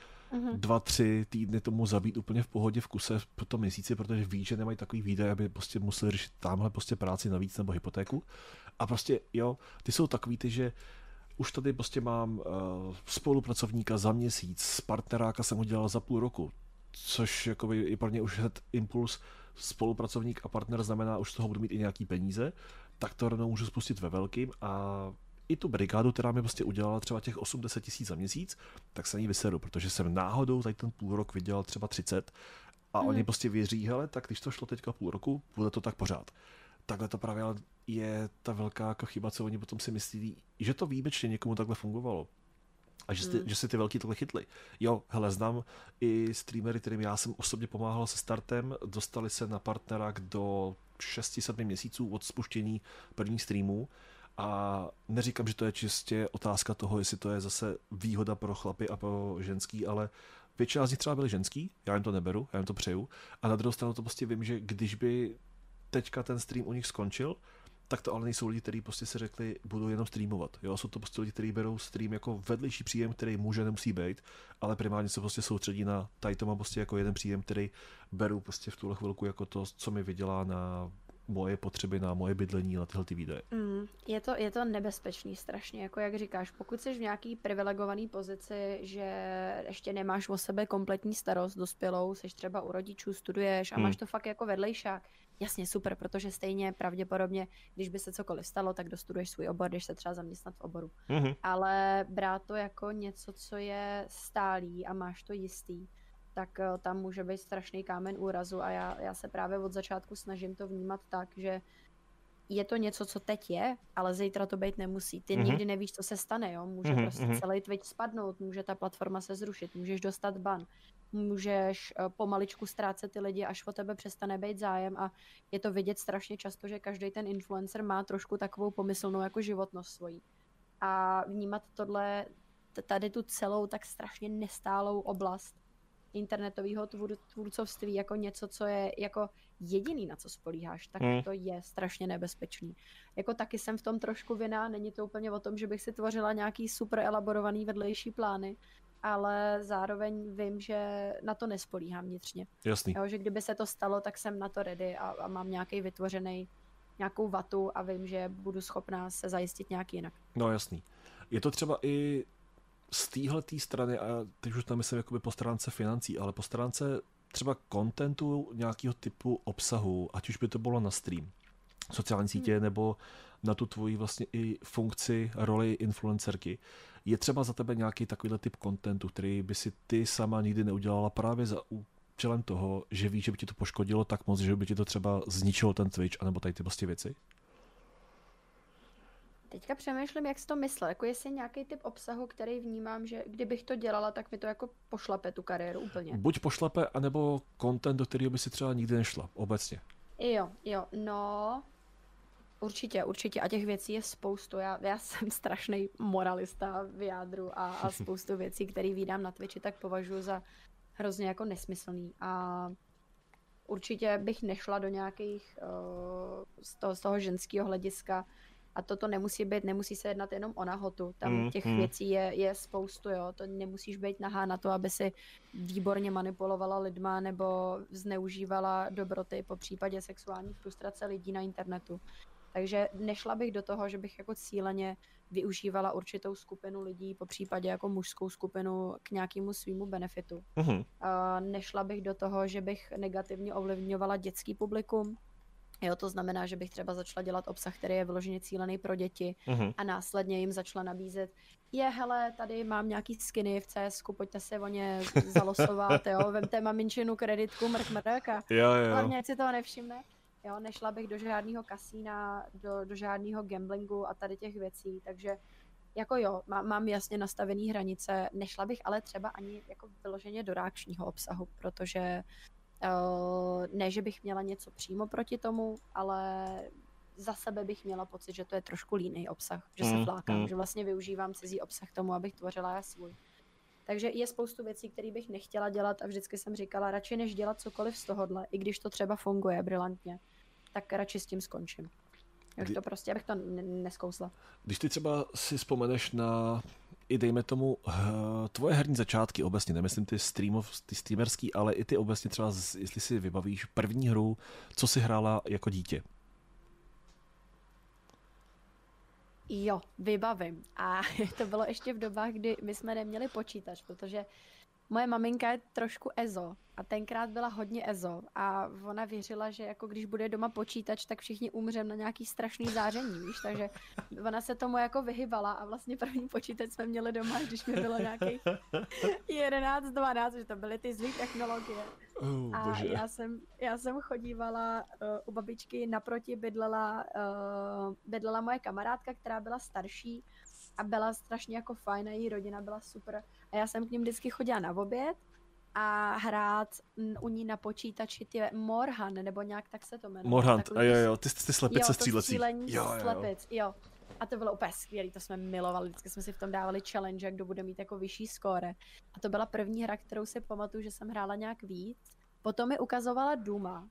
2-3 týdny tomu zabít úplně v pohodě v kuse pro to měsíci, protože ví, že nemají takový výdaje, aby prostě museli řešit tamhle prostě práci navíc nebo hypotéku. A prostě jo, ty jsou takový ty, že už tady prostě mám spolupracovníka za měsíc, partneráka jsem udělal za půl roku, což jakoby je pro ně už hned impuls, spolupracovník a partner znamená, už z toho budu mít i nějaký peníze, tak to rovnou můžu spustit ve velkým a i tu brigádu, která mi prostě udělala třeba těch 80 000 za měsíc, tak se ní vyseru, protože jsem náhodou za ten půl rok vydělal třeba 30 a oni prostě věří, hele, tak když to šlo teďka půl roku, bude to tak pořád. Takhle to právě je ta velká jako chyba, co oni potom si myslí, že to výjimečně někomu takhle fungovalo. A že si ty velký tohle chytli. Jo, hele, znám i streamery, kterým já jsem osobně pomáhal se startem, dostali se na partnerák do 6-7 měsíců od spuštění prvních streamů. A neříkám, že to je čistě otázka toho, jestli to je zase výhoda pro chlapy a pro ženský, ale většina z nich třeba byly ženský, já jim to neberu, já jim to přeju. A na druhou stranu to prostě vím, že když by teďka ten stream u nich skončil, tak to ale nejsou lidi, kteří prostě si řekli, budu jenom streamovat. Jo, jsou to prostě lidi, kteří berou stream jako vedlejší příjem, který může, nemusí být, ale primárně se prostě soustředí na tady to má prostě jako jeden příjem, který beru prostě v tuhle chvilku jako to, co mi vydělá na moje potřeby, na moje bydlení, na tyhle ty výdaje. Je to nebezpečný strašně, jako jak říkáš, pokud jsi v nějaký privilegovaný pozici, že ještě nemáš o sebe kompletní starost dospělou, jsi třeba u rodičů, studuješ a máš to fakt jako vedlejšák, jasně super, protože stejně pravděpodobně, když by se cokoliv stalo, tak dostuduješ svůj obor, když se třeba zaměstnat v oboru. Ale brát to jako něco, co je stálý a máš to jistý, tak tam může být strašný kámen úrazu a já se právě od začátku snažím to vnímat tak, že je to něco, co teď je, ale zítra to být nemusí. Ty nikdy nevíš, co se stane, jo? Může prostě celý Twitch spadnout, může ta platforma se zrušit, můžeš dostat ban, můžeš pomaličku ztrácet ty lidi, až o tebe přestane být zájem a je to vidět strašně často, že každý ten influencer má trošku takovou pomyslnou jako životnost svojí. A vnímat tohle, tady tu celou tak strašně nestálou oblast internetového tvůrcovství jako něco, co je jako jediný, na co spolíháš, tak to je strašně nebezpečný. Jako taky jsem v tom trošku vina, není to úplně o tom, že bych si tvořila nějaký super elaborovaný vedlejší plány, ale zároveň vím, že na to nespolíhám vnitřně. Jasný. Jo, že kdyby se to stalo, tak jsem na to ready a mám nějaký vytvořený nějakou vatu a vím, že budu schopná se zajistit nějak jinak. No jasný. Je to třeba i z téhletý strany, a teď už tam myslím jakoby po stránce financí, ale po stránce třeba contentu nějakého typu obsahu, ať už by to bylo na stream, sociální sítě, nebo na tu tvoji vlastně i funkci, roli influencerky. Je třeba za tebe nějaký takovýhle typ contentu, který by si ty sama nikdy neudělala právě za účelem toho, že víš, že by ti to poškodilo tak moc, že by ti to třeba zničilo ten Twitch, anebo tady ty prostě věci? Teďka přemýšlím, jak jsi to myslel, jako jestli nějaký typ obsahu, který vnímám, že kdybych to dělala, tak mi to jako pošlape tu kariéru úplně. Buď pošlape, anebo content, do kterého by si třeba nikdy nešla, obecně. Jo, no, určitě a těch věcí je spoustu, já jsem strašný moralista v jádru a spoustu věcí, které vídám na Twitchi, tak považuji za hrozně jako nesmyslný a určitě bych nešla do nějakých z toho ženského hlediska. A toto nemusí se jednat jenom o nahotu. Tam těch věcí je spoustu, jo. To nemusíš být nahá na to, aby si výborně manipulovala lidma nebo zneužívala dobroty, po případě sexuální frustrace lidí na internetu. Takže nešla bych do toho, že bych jako cíleně využívala určitou skupinu lidí, po případě jako mužskou skupinu k nějakému svýmu benefitu. Nešla bych do toho, že bych negativně ovlivňovala dětský publikum. Jo, to znamená, že bych třeba začala dělat obsah, který je vyloženě cílený pro děti a následně jim začala nabízet, hele, tady mám nějaký skiny v CSku, pojďte se o ně zalosovat, jo, vemte maminčinu kreditku, mrk a hlavně si toho nevšimne. Jo, nešla bych do žádného kasína, do žádného gamblingu a tady těch věcí, takže jako jo, mám jasně nastavený hranice, nešla bych ale třeba ani jako vyloženě do reakčního obsahu, protože ne, že bych měla něco přímo proti tomu, ale za sebe bych měla pocit, že to je trošku línej obsah, že se flákám, že vlastně využívám cizí obsah tomu, abych tvořila já svůj. Takže je spoustu věcí, které bych nechtěla dělat a vždycky jsem říkala, radši než dělat cokoliv z tohohle, i když to třeba funguje brilantně, tak radši s tím skončím. Abych to neskousla. Když ty třeba si vzpomeneš na, i dejme tomu, tvoje herní začátky obecně, nemyslím ty streamerský, ale i ty obecně třeba, jestli si vybavíš první hru, co jsi hrála jako dítě? Jo, vybavím. A to bylo ještě v dobách, kdy my jsme neměli počítač, protože moje maminka je trošku ezo a tenkrát byla hodně ezo a ona věřila, že jako když bude doma počítač, tak všichni umřem na nějaký strašný záření, víš, takže ona se tomu jako vyhybala a vlastně první počítač jsme měli doma, když mi bylo nějakých 11, 12, že to byly ty zlý technologie. A já jsem chodívala u babičky, naproti bydlela moje kamarádka, která byla starší a byla strašně jako fajn a její rodina byla super. A já jsem k ním vždycky chodila na oběd a hrát u ní na počítači ty Morhan, nebo nějak tak se to jmenuje. Morhan, jo, ty slepice střílecí. Jo. A to bylo úplně skvělý, to jsme milovali, vždycky jsme si v tom dávali challenge, kdo bude mít jako vyšší skóre. A to byla první hra, kterou si pamatuju, že jsem hrála nějak víc. Potom mi ukazovala Duma.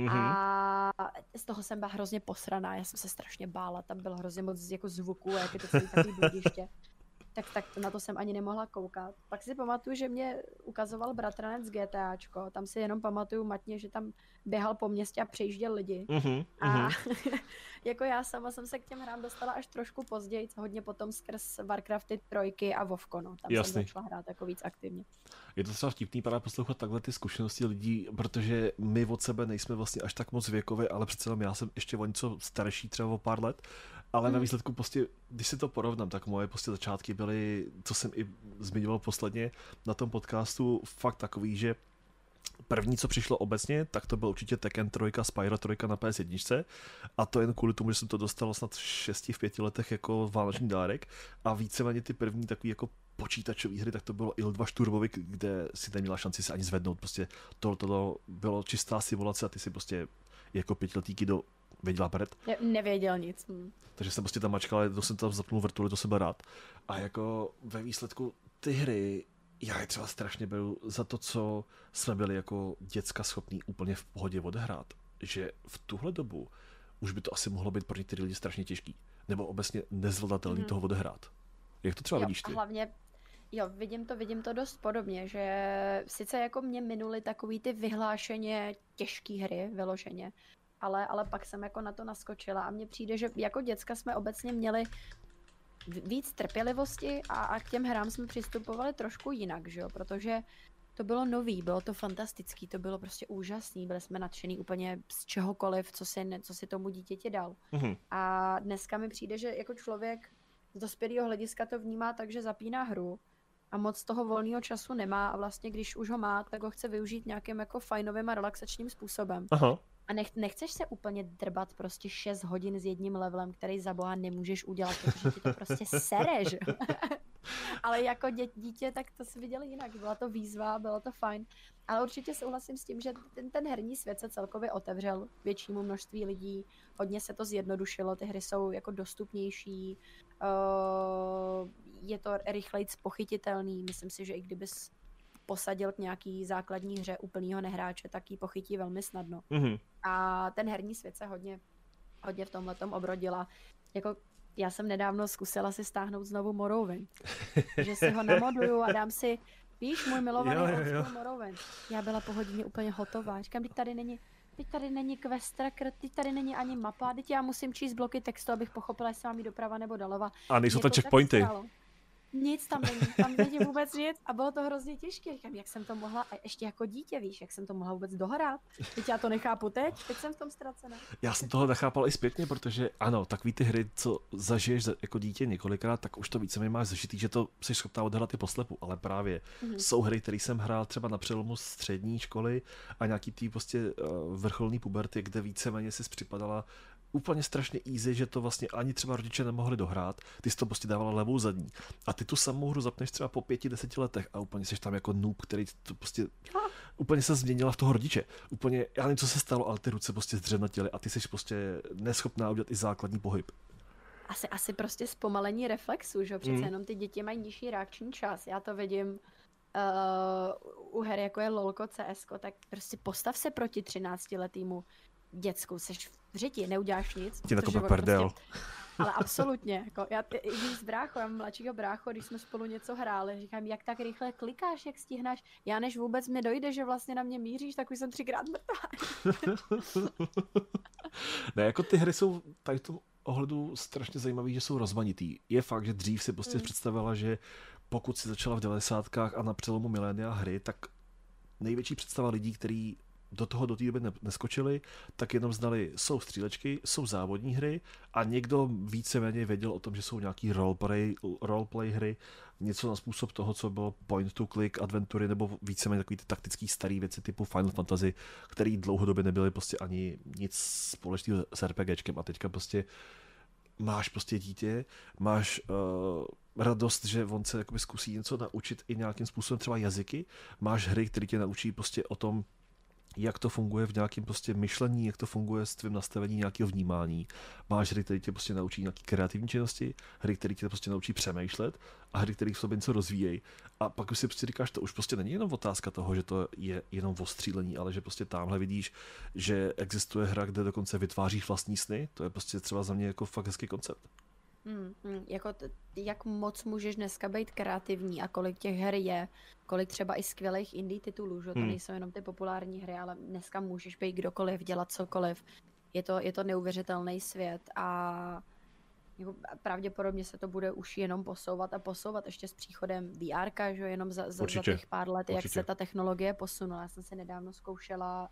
A z toho jsem byla hrozně posraná, já jsem se strašně bála, tam bylo hrozně moc jako zvuků, jak je to celý takový bludiště. Tak na to jsem ani nemohla koukat. Pak si pamatuju, že mě ukazoval bratranec GTAčko, tam si jenom pamatuju matně, že tam běhal po městě a přejížděl lidi. A jako já sama jsem se k těm hrám dostala až trošku později, hodně potom skrz Warcrafty 3 a WoWko, no. Tam jsem začala hrát jako víc aktivně. Je to třeba vtipný právě poslouchat takhle ty zkušenosti lidí, protože my od sebe nejsme vlastně až tak moc věkové, ale přece já jsem ještě o něco starší, třeba o pár let. Ale na výsledku prostě, když si to porovnám, tak moje prostě začátky byly, co jsem i zmiňoval posledně na tom podcastu, fakt takový, že první, co přišlo obecně, tak to byl určitě Tekken 3, Spyro 3 na PS1 a to jen kvůli tomu, že jsem to dostal snad v 5 letech jako vánoční dárek a víceméně ty první takový jako počítačové hry, tak to bylo Il-2 Šturmovik, kde si neměla šanci se ani zvednout, prostě to bylo čistá simulace a ty si prostě jako 5letý kdo věděla pred. Nevěděl nic. Takže jsem prostě tam mačkal, ale to jsem tam zapnul vrtuli, to jsem byl rád. A jako ve výsledku ty hry, já je třeba strašně beru za to, co jsme byli jako děcka schopní úplně v pohodě odehrát. Že v tuhle dobu už by to asi mohlo být pro některé lidi strašně těžký. Nebo obecně nezvladatelný toho odehrát. Jak to třeba vidíš ty? A hlavně, vidím to dost podobně, že sice jako mě minuly takový ty vyhlášeně těžký hry, vyloženě, ale pak jsem jako na to naskočila a mně přijde, že jako děcka jsme obecně měli víc trpělivosti a k těm hrám jsme přistupovali trošku jinak, že jo, protože to bylo nový, bylo to fantastický, to bylo prostě úžasný, byli jsme nadšený úplně z čehokoliv, co si tomu dítěti dal. A dneska mi přijde, že jako člověk z dospělého hlediska to vnímá tak, že zapíná hru a moc toho volného času nemá a vlastně když už ho má, tak ho chce využít nějakým jako fajnovým a relaxačním způsobem. A nechceš se úplně drbat prostě 6 hodin s jedním levelem, který za boha nemůžeš udělat, protože ti to prostě sere, že? Ale jako dítě, tak to si viděli jinak. Byla to výzva, bylo to fajn. Ale určitě souhlasím s tím, že ten herní svět se celkově otevřel většímu množství lidí. Hodně se to zjednodušilo, ty hry jsou jako dostupnější. Je to rychleji pochytitelný. Myslím si, že i kdybys posadil k nějaký základní hře úplnýho nehráče, tak ji pochytí velmi snadno. A ten herní svět se hodně v tomhletom obrodila. Jako já jsem nedávno zkusila si stáhnout znovu Morrowind. Že si ho namoduju a dám si, víš, můj milovaný old school Morrowind. Já byla po hodině úplně hotová. Říkám, teď tady není teď tady není quest tracker, teď tady není ani mapa, teď já musím číst bloky textu, abych pochopila, jestli mám jít doprava nebo doleva. A nejsou tam checkpointy. Nic tam není vůbec nic a bylo to hrozně těžké. Říkám, jak jsem to mohla, a ještě jako dítě, víš, jak jsem to mohla vůbec dohrát. Teď já to nechápu teď jsem v tom ztracená. Já jsem toho nechápal i zpětně, protože ano, takový ty hry, co zažiješ jako dítě několikrát, tak už to víceméně máš zažitý, že to jsi schopná odhrát i poslepu, ale právě jsou hry, které jsem hrál třeba na přelomu střední školy a nějaký tý prostě vrcholný puberty, kde víceméně si připadala úplně strašně easy, že to vlastně ani třeba rodiče nemohli dohrát, ty jsi to prostě dávala levou zadní. A ty tu samou hru zapneš třeba po 5-10 letech a úplně jsi tam jako noob, který to prostě úplně se změnila v toho rodiče. Úplně, já nevím, co se stalo, ale ty ruce prostě zdřevnatěly a ty jsi prostě neschopná udělat i základní pohyb. Asi prostě zpomalení reflexu, že přece jenom ty děti mají nižší reakční čas. Já to vidím u her, jako je LOLko, CSko, tak prostě postav se proti 13letýmu děcku, seš v řiti, neuděláš nic. Ti nakope prdel. Prostě, ale absolutně, jako když s bráchou, já mám mladšího bráchu, když jsme spolu něco hráli, říkám, jak tak rychle klikáš, jak stíhnáš, já než vůbec mi dojde, že vlastně na mě míříš, tak už jsem 3krát mrtvá. Ne, jako ty hry jsou tady v tom ohledu strašně zajímavý, že jsou rozmanitý. Je fakt, že dřív si prostě představila, že pokud si začala v 90kách a na přelomu milénia hry, tak největší představa lidí, kteří do té doby neskočili, tak jenom znali, jsou střílečky, jsou závodní hry a někdo víceméně věděl o tom, že jsou nějaký roleplay hry, něco na způsob toho, co bylo point to click adventury nebo víceméně takový ty taktický starý věci typu Final Fantasy, který dlouhodobě nebyly prostě ani nic společného s RPGčkem a teďka prostě máš prostě dítě, máš radost, že on se jakoby zkusí něco naučit i nějakým způsobem třeba jazyky, máš hry, které tě naučí prostě o tom, jak to funguje v nějakém prostě myšlení, jak to funguje s tvým nastavením nějakého vnímání. Máš hry, které tě prostě naučí nějaké kreativní činnosti, hry, které tě prostě naučí přemýšlet a hry, které v sobě něco rozvíjejí. A pak už si prostě říkáš, to už prostě není jenom otázka toho, že to je jenom o střílení, ale že prostě tamhle vidíš, že existuje hra, kde dokonce vytváříš vlastní sny. To je prostě třeba za mě jako fakt hezký koncept. Jak moc můžeš dneska být kreativní a kolik těch her je, kolik třeba i skvělých indie titulů, že to nejsou jenom ty populární hry, ale dneska můžeš být kdokoliv, dělat cokoliv. Je to neuvěřitelný svět a jako pravděpodobně se to bude už jenom posouvat ještě s příchodem VR, že jenom za těch pár let, jak se ta technologie posunula. Já jsem si nedávno zkoušela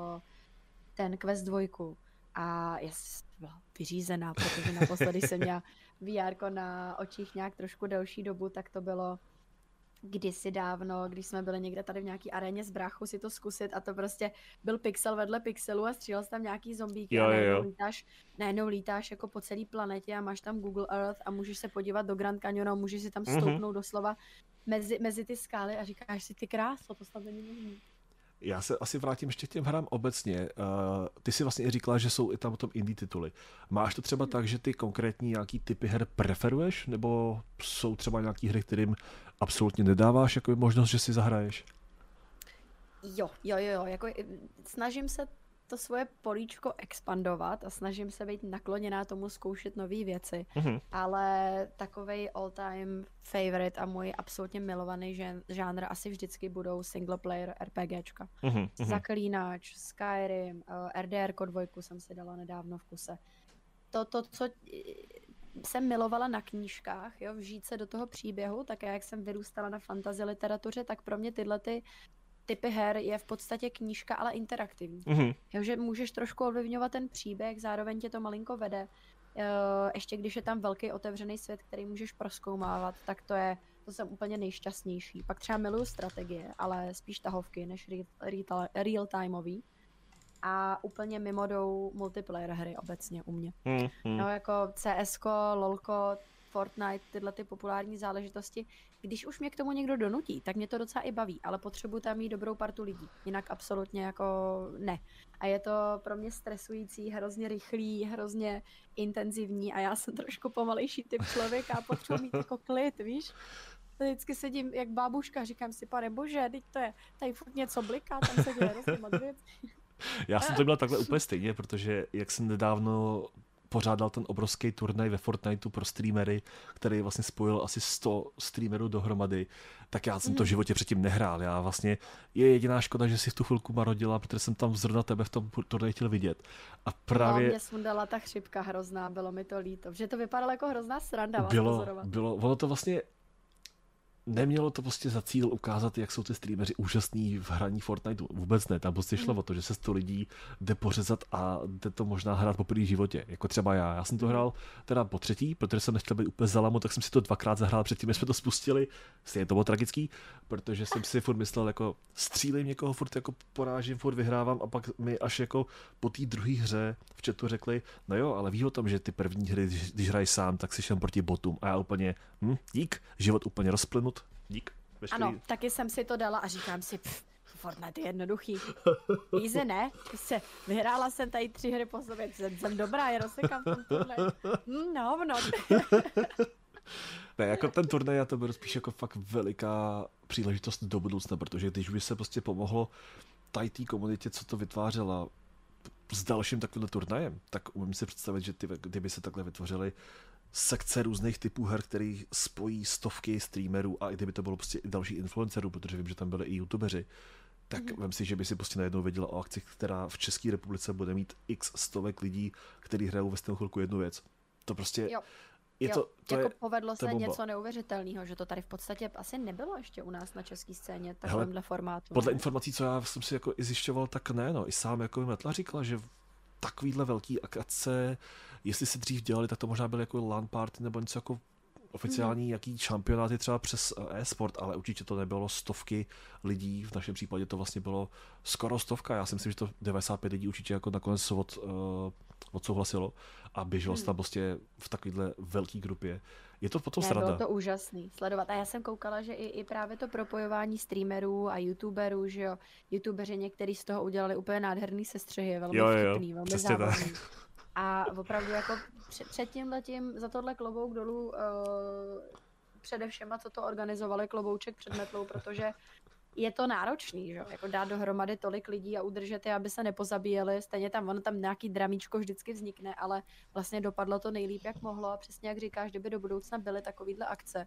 ten Quest 2 a já jsem byla vyřízená, protože naposledy jsem měla VR na očích nějak trošku delší dobu, tak to bylo kdysi dávno, když jsme byli někde tady v nějaký aréně s bráchou si to zkusit a to prostě byl pixel vedle pixelu a střílel jsi tam nějaký zombíky a najednou lítáš jako po celé planetě a máš tam Google Earth a můžeš se podívat do Grand Canyonu, můžeš si tam stoupnout doslova mezi ty skály a říkáš si ty kráso, to snad není možné. Já se asi vrátím ještě k těm hrám obecně. Ty si vlastně i říkala, že jsou i tam potom indie tituly. Máš to třeba tak, že ty konkrétní nějaký typy her preferuješ, nebo jsou třeba nějaký hry, kterým absolutně nedáváš jako možnost, že si zahraješ? Jo. Jako, snažím se to svoje políčko expandovat a snažím se být nakloněná tomu zkoušet nové věci. Ale takovej all-time favorite a můj absolutně milovaný žánr asi vždycky budou single player RPGčka. Zaklínač, Skyrim, RDR 2 jsem si dala nedávno v kuse. To, co jsem milovala na knížkách, jo, vžít se do toho příběhu, tak jak jsem vyrůstala na fantasy literatuře, tak pro mě tyhle typy her je v podstatě knížka, ale interaktivní. Jo, že můžeš trošku ovlivňovat ten příběh, zároveň tě to malinko vede. Ještě když je tam velký otevřený svět, který můžeš prozkoumávat, tak to jsem úplně nejšťastnější. Pak třeba miluju strategie, ale spíš tahovky než real-timeový. A úplně mimo jdou multiplayer hry obecně u mě. No, jako CSko, LOLko, Fortnite, tyhle ty populární záležitosti. Když už mě k tomu někdo donutí, tak mě to docela i baví, ale potřebuji tam mít dobrou partu lidí. Jinak absolutně jako ne. A je to pro mě stresující, hrozně rychlý, hrozně intenzivní a já jsem trošku pomalejší typ člověka a potřebuji mít jako klid, víš? Vždycky sedím jak bábuška, říkám si, pane bože, teď to je, tady furt něco bliká, tam se děje hrozně moc věcí. Já jsem to měl takhle úplně stejně, protože jak jsem nedávno pořádal ten obrovský turnaj ve Fortniteu pro streamery, který vlastně spojil asi 100 streamerů dohromady, tak já jsem to v životě předtím nehrál. Já vlastně, je jediná škoda, že si v tu chvilku marodila, protože jsem tam zrovna tebe v tom turnaji chtěl vidět. A právě... No, mě sundala ta chřipka hrozná, bylo mi to líto, že to vypadalo jako hrozná sranda vás Bylo, pozorovat. ono to vlastně nemělo to prostě za cíl ukázat, jak jsou ty streameři úžasní v hraní Fortniteu. Vůbec ne, tam prostě šlo o to, že se 100 lidí jde pořezat a jde to možná hrát po první životě, jako třeba já. Já jsem to hrál teda po třetí, protože jsem nechtěl být úplně zalamu, tak jsem si to dvakrát zahrál předtím, než jsme to spustili. Stejně to bylo tragický, protože jsem si furt myslel, jako střílím někoho, furt jako porážím, furt vyhrávám a pak mi až jako po té druhé hře v chatu řekli, no jo, ale ví o tom, že ty první hry, když hraješ sám, tak si šel proti botům a já úplně, dík, život úplně rozplynut. Dík. Veškerý. Ano, taky jsem si to dala a říkám si, Fortnite je jednoduchý. Easy, ne? Prostě vyhrála jsem tady 3 hry po sobě, jsem dobrá, je rozsekám v tom turnaji. No. Ne, jako ten turnaj, já to beru spíš jako fakt veliká příležitost do budoucna, protože když by se prostě pomohlo tady té komunitě, co to vytvářela s dalším takovým turnajem, tak umím si představit, že kdyby se takhle vytvořily sekce různých typů her, který spojí stovky streamerů a i kdyby to bylo prostě i další influencerů, protože vím, že tam byli i youtubeři, tak vem si, že by si prostě najednou věděla o akci, která v České republice bude mít x stovek lidí, kteří hrajou ve stejnou chvilku jednu věc. To prostě povedlo se něco neuvěřitelného, že to tady v podstatě asi nebylo ještě u nás na české scéně takovémhle formátu. Podle informací, co já jsem si jako i zjišťoval, tak ne, no. I sám jako Metla říkala, že takovýhle velký akce, jestli se dřív dělali, tak to možná byly jako LAN party nebo něco jako oficiální jaký šampionáty třeba přes e-sport, ale určitě to nebylo stovky lidí, v našem případě to vlastně bylo skoro 100. Já si myslím, že to 95 lidí určitě jako nakonec odsouhlasilo a běželo se tam prostě v takovéhle velké grupě. Je to potom sranda. Bylo to úžasný sledovat. A já jsem koukala, že i právě to propojování streamerů a youtuberů, že jo, youtubeři některý z toho udělali úplně nádherný sestřihy, velmi vtipný, velmi zábavný. A opravdu jako před tímhletím, za tohle klobouk dolů především, co to organizovali, klobouček před Metlou, protože je to náročný, že? Jako dát dohromady tolik lidí a udržet je, aby se nepozabíjeli. Stejně ono tam nějaký dramíčko vždycky vznikne, ale vlastně dopadlo to nejlíp, jak mohlo. A přesně jak říkáš, kdyby do budoucna byly takovýhle akce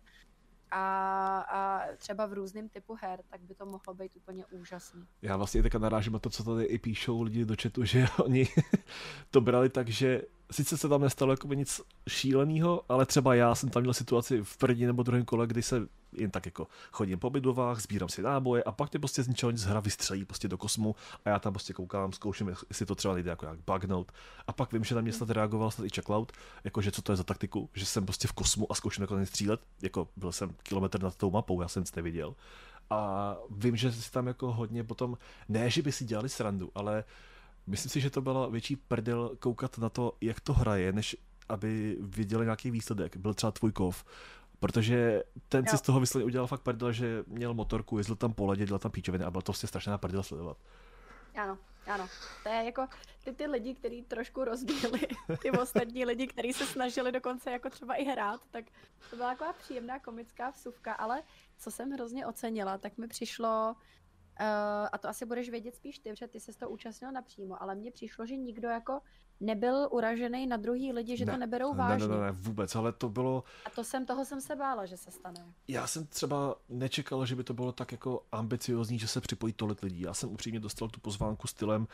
a třeba v různém typu her, tak by to mohlo být úplně úžasný. Já vlastně teďka narážím na to, co tady i píšou lidi do chatu, že oni to brali tak, že sice se tam nestalo jako nic šíleného, ale třeba já jsem tam měl situaci v první nebo druhém kole, kdy se jen tak jako chodím po bydlovách, sbírám si náboje a pak tě prostě z ničeho nic hra vystřelí prostě do kosmu a já tam prostě koukám, zkouším, jestli to třeba nejde jako jak bugnout. A pak vím, že na mě snad reagoval snad i Checkloud, jakože co to je za taktiku, že jsem prostě v kosmu a zkouším jako střílet, jako byl jsem kilometr nad tou mapou, já jsem nic neviděl. A vím, že si tam jako hodně potom, ne, že by si dělali srandu, ale myslím si, že to byla větší prdel koukat na to, jak to hraje, než aby viděli nějaký výsledek. Byl třeba tvůj kov. Protože ten si z toho vysledně udělal fakt prdel, že měl motorku, jezdil tam po ledě, dělal tam píčoviny a bylo to vlastně strašná prdel sledovat. Ano. To je jako ty lidi, kteří trošku rozbíjeli ty ostatní lidi, kteří se snažili dokonce jako třeba i hrát, tak to byla taková příjemná komická vsuvka, ale co jsem hrozně ocenila, tak mi přišlo, a to asi budeš vědět spíš ty, protože ty se z toho účastnil napřímo, ale mně přišlo, že nikdo jako nebyl uražený na druhý lidi, že to neberou vážně. Ne, vůbec, ale to bylo... A toho jsem se bála, že se stane. Já jsem třeba nečekal, že by to bylo tak jako ambiciozní, že se připojí tolik lidí. Já jsem upřímně dostal tu pozvánku stylem,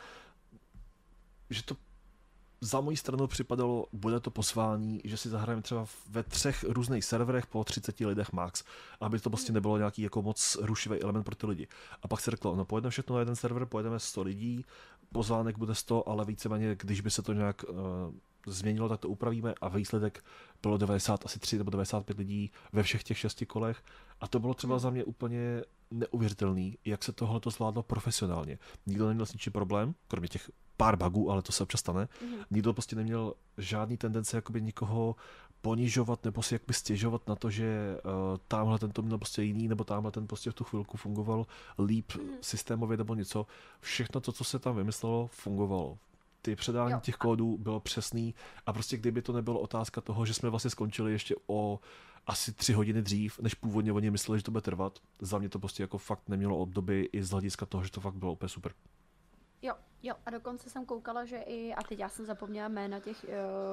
že to za mojí stranu připadalo, bude to pozvání, že si zahrajeme třeba ve 3 různých serverech po 30 lidech max, aby to prostě nebylo nějaký jako moc rušivý element pro ty lidi. A pak se řeklo, no pojedeme všechno na jeden server, pojedeme 100 lidí, pozvánek bude 100, ale víceméně, když by se to nějak změnilo, tak to upravíme a výsledek bylo 93 nebo 95 lidí ve všech těch 6 kolech a to bylo třeba za mě úplně neuvěřitelný, jak se tohle to zvládlo profesionálně. Nikdo neměl s ničím problém, kromě těch pár bugů, ale to se občas stane. Nikdo prostě neměl žádný tendence jakoby nikoho ponižovat nebo si jakoby stěžovat na to, že tamhle ten to měl prostě jiný, nebo tamhle ten prostě v tu chvilku fungoval líp systémově nebo něco. Všechno to, co se tam vymyslelo, fungovalo. Ty předání těch kódů bylo přesný a prostě kdyby to nebylo otázka toho, že jsme vlastně skončili ještě o asi 3 hodiny dřív, než původně oni mysleli, že to bude trvat. Za mě to prostě jako fakt nemělo obdoby i z hlediska toho, že to fakt bylo úplně super. Jo, Jo, a dokonce jsem koukala, že a teď já jsem zapomněla jména těch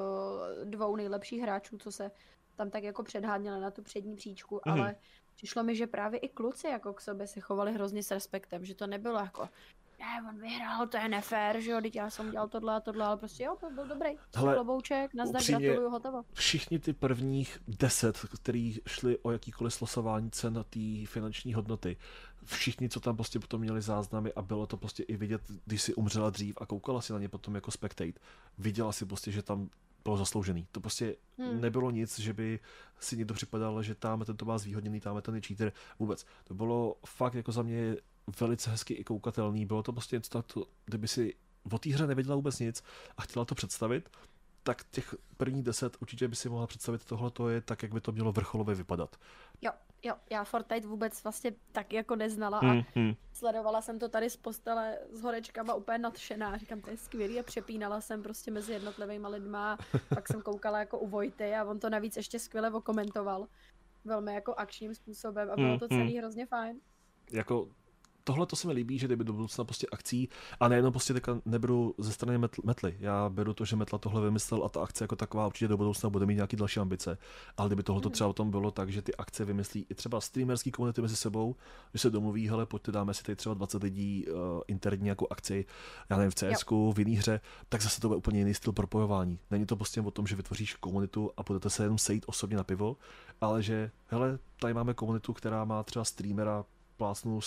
dvou nejlepších hráčů, co se tam tak jako předháněli na tu přední příčku, ale přišlo mi, že právě i kluci jako k sobě se chovali hrozně s respektem, že to nebylo jako ne, on vyhrál, to je nefér, že jo, teď já jsem dělal tohle a tohle, ale prostě jo, to byl dobrý. Hele, klobouček, nazdar, gratuluju, hotovo. Všichni ty prvních 10, který šli o jakýkoliv slosování cen na té finanční hodnoty, všichni, co tam prostě potom měli záznamy a bylo to prostě i vidět, když si umřela dřív a koukala si na ně potom jako spectate, viděla si prostě, že tam bylo zasloužený. To prostě nebylo nic, že by si někdo připadal, že tam ten to má zvýhodněný, tam ten je cheater, vůbec. To bylo fakt jako za mě velice hezky i koukatelný, bylo to prostě něco tak, kdyby si o té hře nevěděla vůbec nic a chtěla to představit, tak těch prvních 10 určitě by si mohla představit, tohle to je tak, jak by to mělo vrcholově vypadat. Jo, já Fortnite vůbec vlastně tak jako neznala a sledovala jsem to tady z postele s horečkama úplně nadšená. Říkám, to je skvělý a přepínala jsem prostě mezi jednotlivýma lidma. Pak jsem koukala jako u Vojty a on to navíc ještě skvěle okomentoval. Velmi jako akčním způsobem a bylo to celý hrozně fajn. Jako tohle to se mi líbí, že kdyby do budoucna prostě akcí, a nejenom prostě teďka neberu ze strany Metly. Já beru to, že Metla tohle vymyslel a ta akce jako taková určitě do budoucna bude mít nějaký další ambice. Ale kdyby tohle třeba o tom bylo tak, že ty akce vymyslí i třeba streamerský komunity mezi sebou, že se domluví, hele, pojďte dáme si tady třeba 20 lidí interní jako akci, já nevím, v CSku, v jiný hře, tak zase to bude úplně jiný styl propojování. Není to prostě o tom, že vytvoříš komunitu a budete se jenom sejít osobně na pivo, ale že hele, tady máme komunitu, která má třeba streamera plácnu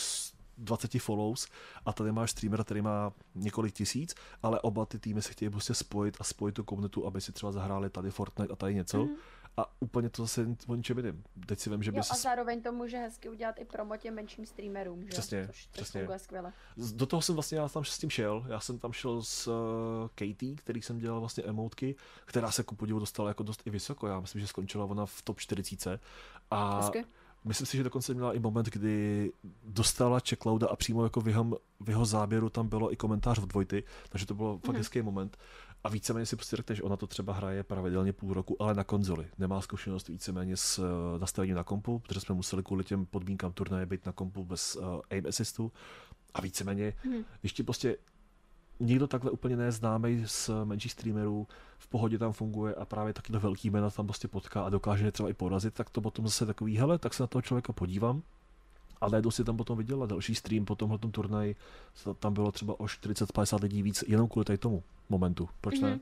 20 follows a tady máš streamera, který má několik tisíc, ale oba ty týmy se chtějí prostě spojit a spojit tu komunitu, aby si třeba zahráli tady Fortnite a tady něco. A úplně to zase o ničem jiným. Teď si vím, že by a zároveň to může hezky udělat i promo těm menším streamerům, že? Přesně, což funguje skvěle. Do toho jsem vlastně já tam s tím šel. Já jsem tam šel s Katie, který jsem dělal vlastně emotky, která se ku podivu dostala jako dost i vysoko. Já myslím, že skončila ona v top 40. A hezky. Myslím si, že dokonce měla i moment, kdy dostala checklouda a přímo jako v jeho záběru tam bylo i komentář od Vojty, takže to bylo fakt hezký moment. A víceméně si prostě řekne, že ona to třeba hraje pravidelně půl roku, ale na konzoli. Nemá zkušenost víceméně s nastavením na kompu, protože jsme museli kvůli těm podmínkám turnaje být na kompu bez aim assistu. A víceméně, když ti prostě nikdo takhle úplně neznámý z menších streamerů v pohodě tam funguje a právě taky velký jména tam prostě potká a dokáže je třeba i porazit, tak to potom zase takový, hele, tak se na toho člověka podívám. A najednou si tam potom viděla další stream po tomhletom turnaji, tam bylo třeba o 40-50 lidí víc, jenom kvůli tady tomu momentu. Proč ne?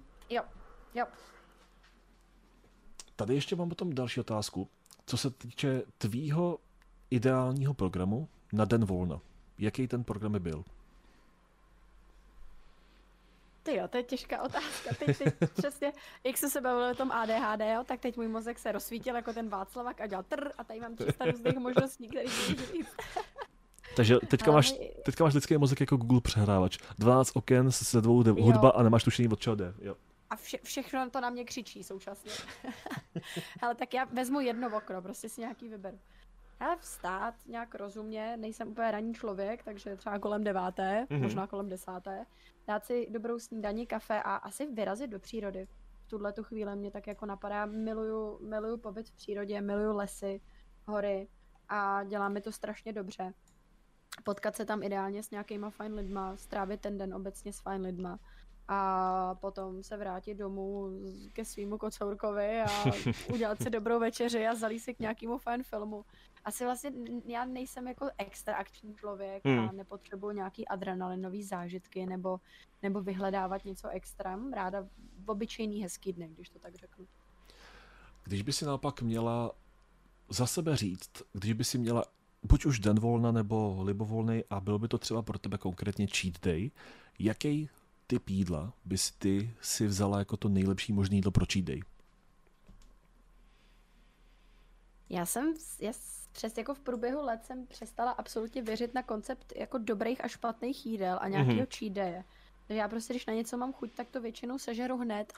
Jo. Tady ještě mám potom další otázku. Co se týče tvýho ideálního programu na den volna. Jaký ten program by byl? Tyjo, to je těžká otázka. Teď přesně, jak jsem se bavil o tom ADHD, jo, tak teď můj mozek se rozsvítil jako ten Václavák a dělal trr a tady mám 300 různých možností, které můžu říct. Takže teďka máš lidský mozek jako Google přehrávač. 12 oken se 2 hudba a nemáš tušení, od čeho jde. Jo. A všechno to na mě křičí současně. Ale tak já vezmu jedno okno, prostě si nějaký vyberu. Ale vstát nějak rozumně, nejsem úplně ranní člověk, takže třeba kolem 9, možná kolem 10. Dát si dobrou snídani, kafe a asi vyrazit do přírody. V tuhle tu chvíli mě tak jako napadá, miluju pobyt v přírodě, miluju lesy, hory a dělá mi to strašně dobře. Potkat se tam ideálně s nějakýma fajn lidma, strávit ten den obecně s fajn lidma a potom se vrátit domů ke svýmu kocourkovi a udělat si dobrou večeři a zalít si k nějakému fajn filmu. Asi vlastně já nejsem jako extra akční člověk a nepotřebuji nějaký adrenalinový zážitky nebo vyhledávat něco extra. Mám ráda v obyčejný hezký dny, když to tak řeknu. Když by si naopak měla za sebe říct, když by si měla buď už den volna nebo libovolný a byl by to třeba pro tebe konkrétně cheat day, jaký typ jídla bys ty si vzala jako to nejlepší možný jídlo pro cheat day? Já přes jako v průběhu let jsem přestala absolutně věřit na koncept jako dobrých a špatných jídel a nějakého cheat daye. Takže já prostě, když na něco mám chuť, tak to většinou sežeru hned.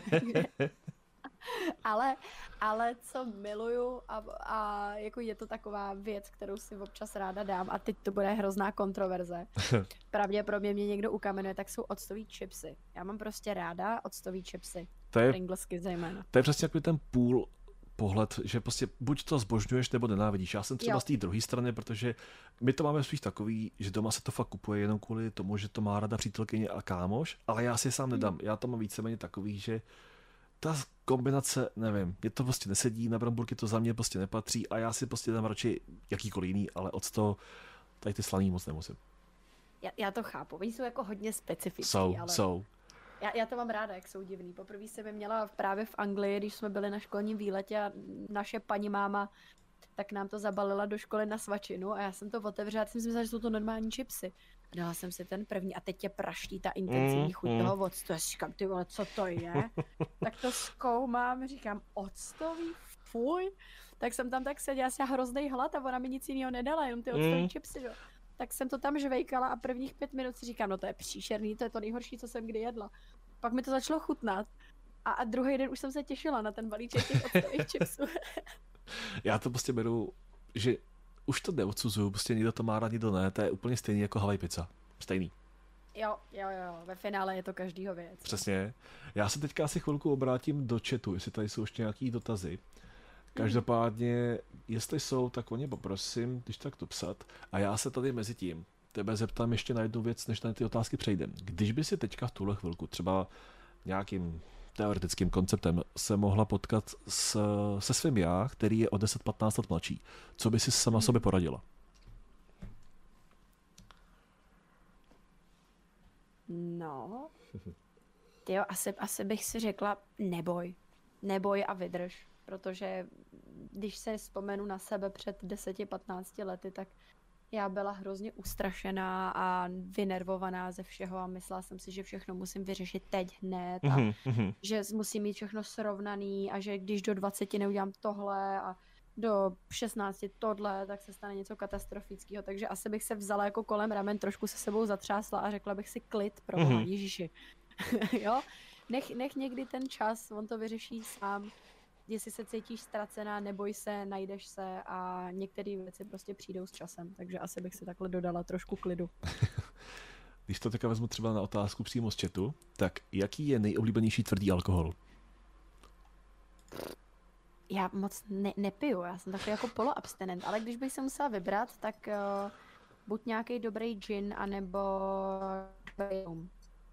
ale co miluju a jako je to taková věc, kterou si občas ráda dám a teď to bude hrozná kontroverze. Pravděpodobně mě někdo ukamenuje, tak jsou octový chipsy. Já mám prostě ráda octový chipsy. Pringlesky zejména. To je přesně jako ten pohled, že prostě buď to zbožňuješ, nebo nenávidíš. Já jsem třeba z té druhé strany, protože my to máme spíš takový, že doma se to fakt kupuje jenom kvůli tomu, že to má rada přítelkyně a kámoš, ale já si je sám nedám. Já to mám víceméně takový, že ta kombinace, nevím, mě to prostě nesedí, na bramburky to za mě prostě nepatří a já si prostě dám radši jakýkoliv jiný, ale od toho tady ty slaný moc nemusím. Já to chápu, oni jsou jako hodně specifický, Jsou. Já to mám ráda, jak jsou divný. Poprvé jsem je měla právě v Anglii, když jsme byli na školním výletě a naše paní máma tak nám to zabalila do školy na svačinu a já jsem to otevřela, jsem si myslela, že jsou to normální chipsy. Dala jsem si ten první a teď tě praští ta intenzivní chuť toho octu. Já si říkám, ty vole, co to je? Tak to zkoumám, říkám, octový, fuj. Tak jsem tam tak seděla, já hrozný hlad a ona mi nic jiného nedala, jenom ty octový chipsy, jo. Tak jsem to tam žvejkala a prvních 5 minut si říkám, no to je příšerný, to je to nejhorší, co jsem kdy jedla. Pak mi to začalo chutnat a druhý den už jsem se těšila na ten balíček těch octových chipsů. Já to prostě beru, že už to neodsuzuju, prostě někdo to má rád, někdo ne, to je úplně stejný jako Hawaii pizza. Stejný. Jo, ve finále je to každýho věc. Přesně. Já se teďka asi chvilku obrátím do chatu, jestli tady jsou ještě nějaký dotazy. Každopádně, jestli jsou, tak o ně poprosím, když tak to psat. A já se tady mezi tím tebe zeptám ještě na jednu věc, než na ty otázky přejdem. Když by si teďka v tuhle chvilku třeba nějakým teoretickým konceptem se mohla potkat se svým já, který je o 10-15 let mladší, co by si sama sobě poradila? No, tyjo, asi bych si řekla neboj a vydrž, protože když se vzpomenu na sebe před 10-15 lety, tak já byla hrozně ustrašená a vynervovaná ze všeho a myslela jsem si, že všechno musím vyřešit teď hned a že musím mít všechno srovnaný a že když do 20 neudělám tohle a do 16 tohle, tak se stane něco katastrofického. Takže asi bych se vzala jako kolem ramen, trošku se sebou zatřásla a řekla bych si klid, proboha, Ježíši. Jo? Nech někdy ten čas, on to vyřeší sám. Jestli se cítíš ztracená, neboj se, najdeš se a některé věci prostě přijdou s časem. Takže asi bych si takhle dodala trošku klidu. Když to teďka vezmu třeba na otázku přímo z chatu, tak jaký je nejoblíbenější tvrdý alkohol? Já moc nepiju, já jsem takový jako poloabstinent, ale když bych se musela vybrat, tak buď nějaký dobrý gin, anebo rum.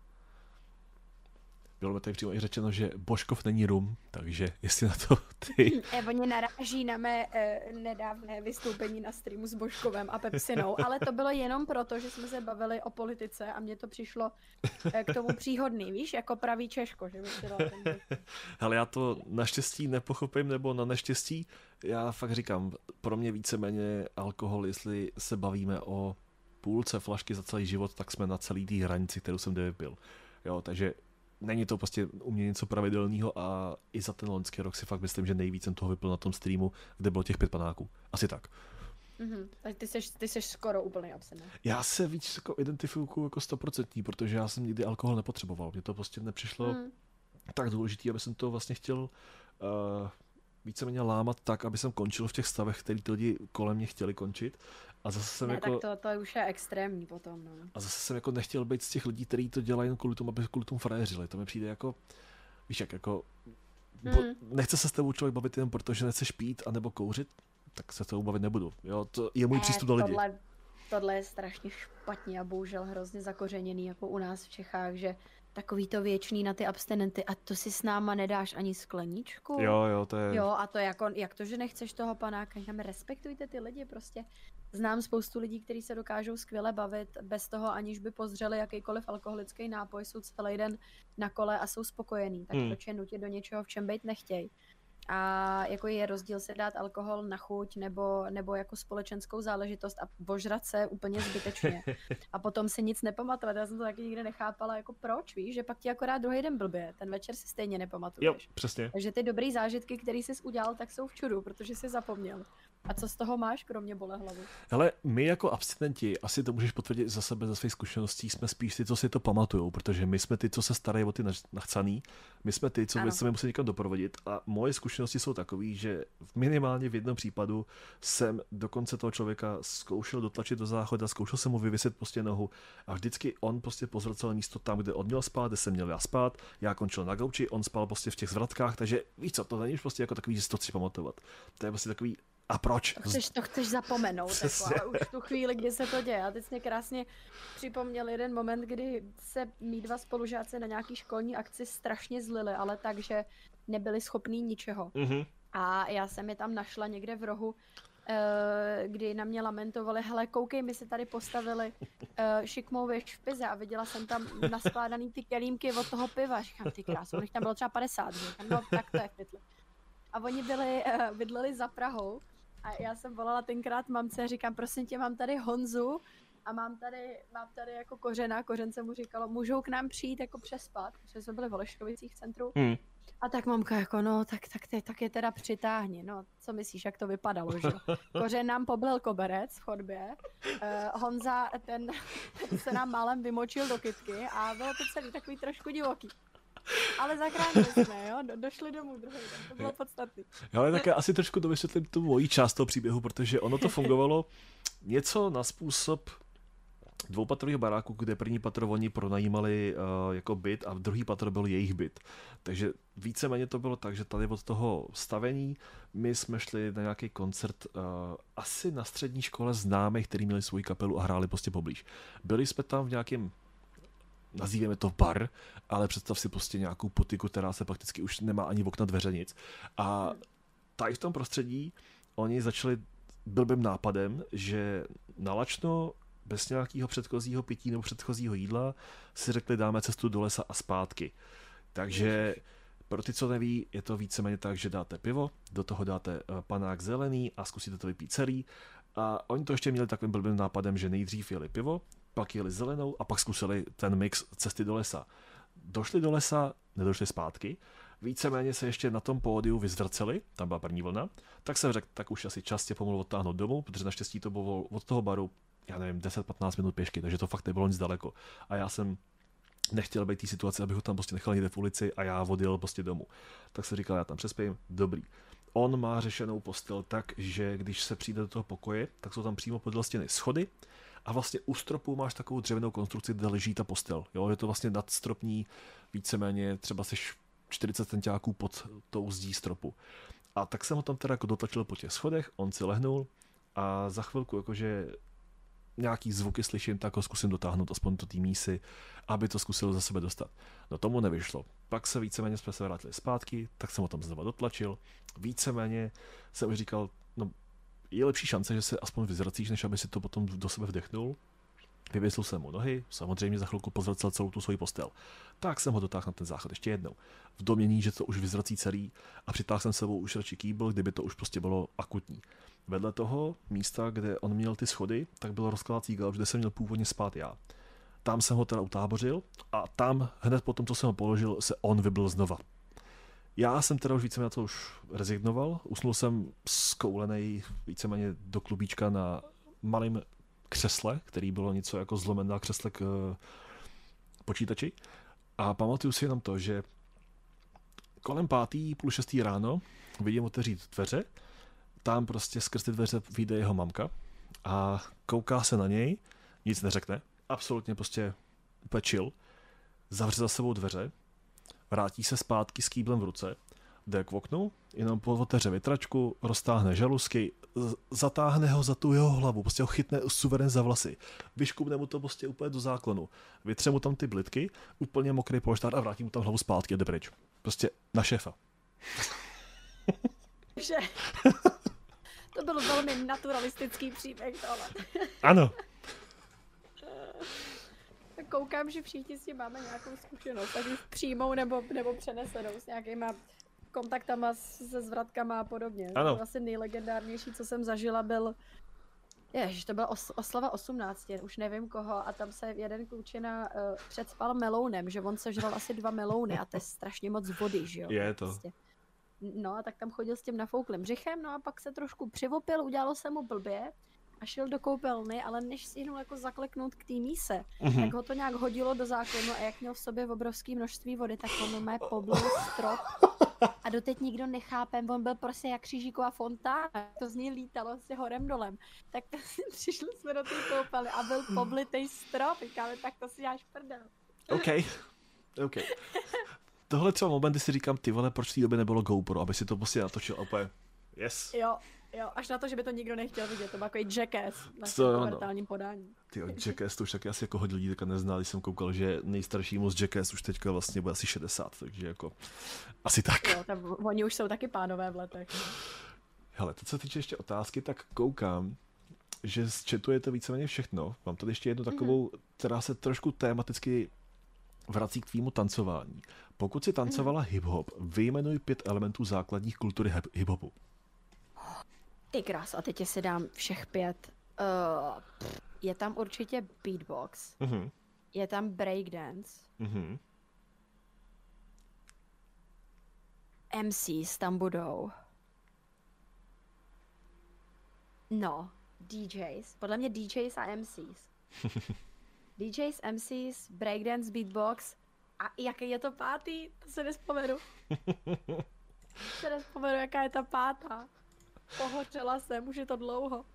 Bylo mi tady přímo i řečeno, že Božkov není rum, takže jestli na to ty... Oni naráží na mé nedávné vystoupení na streamu s Božkovem a Pepsinou, ale to bylo jenom proto, že jsme se bavili o politice a mně to přišlo k tomu příhodný, víš, jako pravý Češko, že bych si dala ten... Hele, já to naštěstí nepochopím, nebo na neštěstí, já fakt říkám, pro mě víceméně alkohol, jestli se bavíme o půlce flašky za celý život, tak jsme na celý té hranici, kterou jsem kdy vypil. Jo, takže není to prostě u mě něco pravidelného a i za ten loňský rok si fakt myslím, že nejvíc jsem toho vypil na tom streamu, kde bylo těch 5 panáků. Asi tak. Tak ty jsi skoro úplný abstinent. Já se víc jako identifikuju jako 100%, protože já jsem nikdy alkohol nepotřeboval. Mně to prostě nepřišlo tak důležitý, aby jsem to vlastně chtěl víceméně lámat tak, aby jsem končil v těch stavech, který ty lidi kolem mě chtěli končit. A zase jsem jako... tak to už je extrémní potom, no. A zase jsem jako nechtěl být z těch lidí, kteří to dělají jen kvůli tomu, aby kvůli tomu frajeřili. To mi přijde jako, víš jak, jako... Nechce se s tebou člověk bavit jen proto, že nechceš pít anebo kouřit, tak se s tebou bavit nebudu. Jo, to je můj přístup do lidí. Tohle je strašně špatně a bohužel hrozně zakořeněný jako u nás v Čechách, že takový to věčný na ty abstinenty a to si s náma nedáš ani skleničku. Jo, to je... Jo, a to jako, jak to, že nechceš toho panáka, tam respektujte ty lidi prostě. Znám spoustu lidí, kteří se dokážou skvěle bavit bez toho, aniž by pozřeli jakýkoliv alkoholický nápoj, jsou celý den na kole a jsou spokojení. Tak proč je nutit do něčeho, v čem být nechtějí. A jako je rozdíl se dát alkohol na chuť nebo jako společenskou záležitost a ožrat se úplně zbytečně. A potom si nic nepamatovat. Já jsem to taky nikdy nechápala, jako proč, víš, že pak ti akorát druhý den blbě. Ten večer si stejně nepamatuješ. Jo, přesně. Takže ty dobrý zážitky, který jsi udělal, tak jsou v čudu, protože jsi zapomněl. A co z toho máš, kromě bolehlavy? Hele, my jako abstinenti, asi to můžeš potvrdit za sebe, za svých zkušeností, jsme spíš ty, co si to pamatujou, protože my jsme ty, co se starají o ty nachcaný, my jsme ty, co se musí někam doprovodit a moje zkušenosti jsou takové, že minimálně v jednom případu jsem dokonce toho člověka zkoušel dotlačit do záchoda, zkoušel jsem mu vyvěsit prostě nohu a vždycky on prostě pozvracel místo tam, kde on měl spát, kde jsem měl já spát, já končil na gauči, on spal prostě v těch zvratkách, takže víš co, to není už prostě jako takový, že si to chci pamatovat. To je prostě takový. A proč? To chceš zapomenout, jako, ale už tu chvíli, kdy se to děje. A teď mě krásně připomněl jeden moment, kdy se mý dva spolužáci na nějaký školní akci strašně zlili, ale tak, že nebyli schopní ničeho. Mm-hmm. A já jsem je tam našla někde v rohu, kdy na mě lamentovali, hele, koukej, my si tady postavili šikmou věž v pize a viděla jsem tam naskládaný ty kelímky od toho piva. Říkám, ty krásu, tam bylo třeba 50, říkám, no tak to je v pytli. A oni bydleli za Prahou a já jsem volala tenkrát mamce a říkám, prosím tě, mám tady Honzu a mám tady jako Kořena, Kořence mu říkalo, můžou k nám přijít jako přespat, protože jsme byli v Oleškovicích v centru. A tak mamka jako, no, tak je teda přitáhni, no, co myslíš, jak to vypadalo, že? Kořen nám poblel koberec v chodbě, Honza, ten se nám málem vymočil do kytky a bylo to celý takový trošku divoký. Ale zachránili jsme, jo, došli domů druhý den, to bylo podstatný. Ale také asi trošku dovysvětlím tu mojí část toho příběhu, protože ono to fungovalo něco na způsob dvoupatrového baráku, kde první patro oni pronajímali jako byt a druhý patro byl jejich byt. Takže víceméně to bylo tak, že tady od toho stavení my jsme šli na nějaký koncert asi na střední škole známých, který měli svou kapelu a hráli prostě poblíž. Byli jsme tam v nějakém, nazýváme to bar, ale představ si prostě nějakou potyku, která se prakticky už nemá ani okna, dveře, nic. A tady v tom prostředí oni začali blbým nápadem, že nalačno bez nějakého předchozího pití nebo předchozího jídla si řekli, dáme cestu do lesa a zpátky. Takže pro ty, co neví, je to víceméně tak, že dáte pivo, do toho dáte panák zelený a zkusíte to vypít celý. A oni to ještě měli takovým blbým nápadem, že nejdřív jeli pivo, pak jeli zelenou a pak zkusili ten mix cesty do lesa. Došli do lesa, nedošli zpátky, víceméně se ještě na tom pódiu vyzvraceli, tam byla první vlna, tak jsem řekl, tak už asi čas tě pomalu odtáhnout domů, protože naštěstí to bylo od toho baru, já nevím, 10-15 minut pěšky, takže to fakt nebylo nic daleko. A já jsem nechtěl být té situaci, abych ho tam prostě nechal někde v ulici a já odjel prostě domů. Tak jsem říkal, já tam přespím, dobrý. On má řešenou postel tak, že když se přijde do toho pokoje, tak jsou tam přímo podél stěny schody a vlastně u stropu máš takovou dřevěnou konstrukci, kde leží ta postel. Jo, je to vlastně nadstropní, víceméně třeba se 40 centiáků pod tou zdí stropu. A tak jsem ho tam teda jako dotlačil po těch schodech, on si lehnul a za chvilku jakože nějaký zvuky slyším, tak ho zkusím dotáhnout aspoň do té mísy, aby to zkusil za sebe dostat. No tomu nevyšlo. Pak se víceméně jsme se vrátili zpátky, tak jsem ho tam znova dotlačil. Víceméně jsem už říkal, no je lepší šance, že se aspoň vyzracíš, než aby si to potom do sebe vdechnul. Vyvěsil jsem mu nohy, samozřejmě za chvilku pozvracel celou tu svoji postel. Tak jsem ho dotáhl na ten záchod ještě jednou. V domění, že to už vyzrací celý a přitáhl jsem s sebou už radši kýbl, kdyby to už prostě bylo akutní. Vedle toho místa, kde on měl ty schody, tak byl rozkládací gauč, kde jsem měl původně spát já. Tam jsem ho teda utábořil a tam hned po tom, co jsem ho položil, se on vybil znova. Já jsem teda už víceméně na to už rezignoval, usnul jsem skoulenej víceméně do klubíčka na malém křesle, který bylo něco jako zlomená křesle k počítači. A pamatuju si jenom to, že kolem 5:30, půl 6:00 ráno vidím otevřít dveře, tam prostě skrz ty dveře vyjde jeho mamka a kouká se na něj, nic neřekne, absolutně prostě úplně chill, zavře za sebou dveře, vrátí se zpátky s kýblem v ruce, jde k oknu, jenom otevře vitračku, roztáhne žaluzky, zatáhne ho za tu jeho hlavu, prostě ho chytne suverén za vlasy, vyškubne mu to prostě úplně do záklonu, vytře mu tam ty blitky, úplně mokrý polštář a vrátí mu tam hlavu zpátky a jde pryč. Prostě na šéfa. To byl velmi naturalistický příběh tohle. Ano. Koukám, že všichni s tím máme nějakou zkušenost, ať už přímou nebo přenesenou s nějakýma kontaktama se zvratkama a podobně. Ano. To asi nejlegendárnější, co jsem zažila, to byla oslava 18, už nevím koho, a tam se jeden klučina předspal melounem, že on sežral asi 2 melouny a to je strašně moc vody, že jo? Je to. Prostě No a tak tam chodil s tím nafouklým břichem, no a pak se trošku přivopil, udělalo se mu blbě a šel do koupelny, ale než stihnul jako zakleknout k té míse, tak ho to nějak hodilo do záklonu a jak měl v sobě obrovské množství vody, tak on má poblil strop a doteď nikdo nechápe, on byl prostě jak křížíková fontána, to z něj lítalo se horem dolem. Tak přišli jsme do té koupelny a byl poblitej strop, říkáme, tak to si děláš prdel. OK. Tohle třeba moment, kdy si říkám, ty vole, proč v té době nebylo GoPro, aby si to prostě natočil úplně. Yes. Jo, až na to, že by to nikdo nechtěl vidět, to byl takový Jackass na vertikálním podání. Tyjo, Jackass to už taky asi jako hodně lidí teďka nezná, když jsem koukal, že nejstaršímu z Jackass už teďka vlastně bude asi 60, takže jako asi tak. Jo, oni už jsou taky pánové v letech. Hele, to co se týče ještě otázky, tak koukám, že z chatu je to víceméně všechno. Mám tady ještě jednu takovou, která se trošku tematicky vrací k tvýmu tancování. Pokud si tancovala hip-hop, vyjmenuj 5 elementů základních kultury hip-hopu. Ty krás, a teď si dám všech 5. Je tam určitě beatbox, je tam breakdance, MCs tam budou. No, DJs, podle mě DJs a MCs. DJs, MCs, breakdance, beatbox a jaký je to pátý? To se nespomenu. Jaká je ta pátá. Pohořela jsem, už je to dlouho.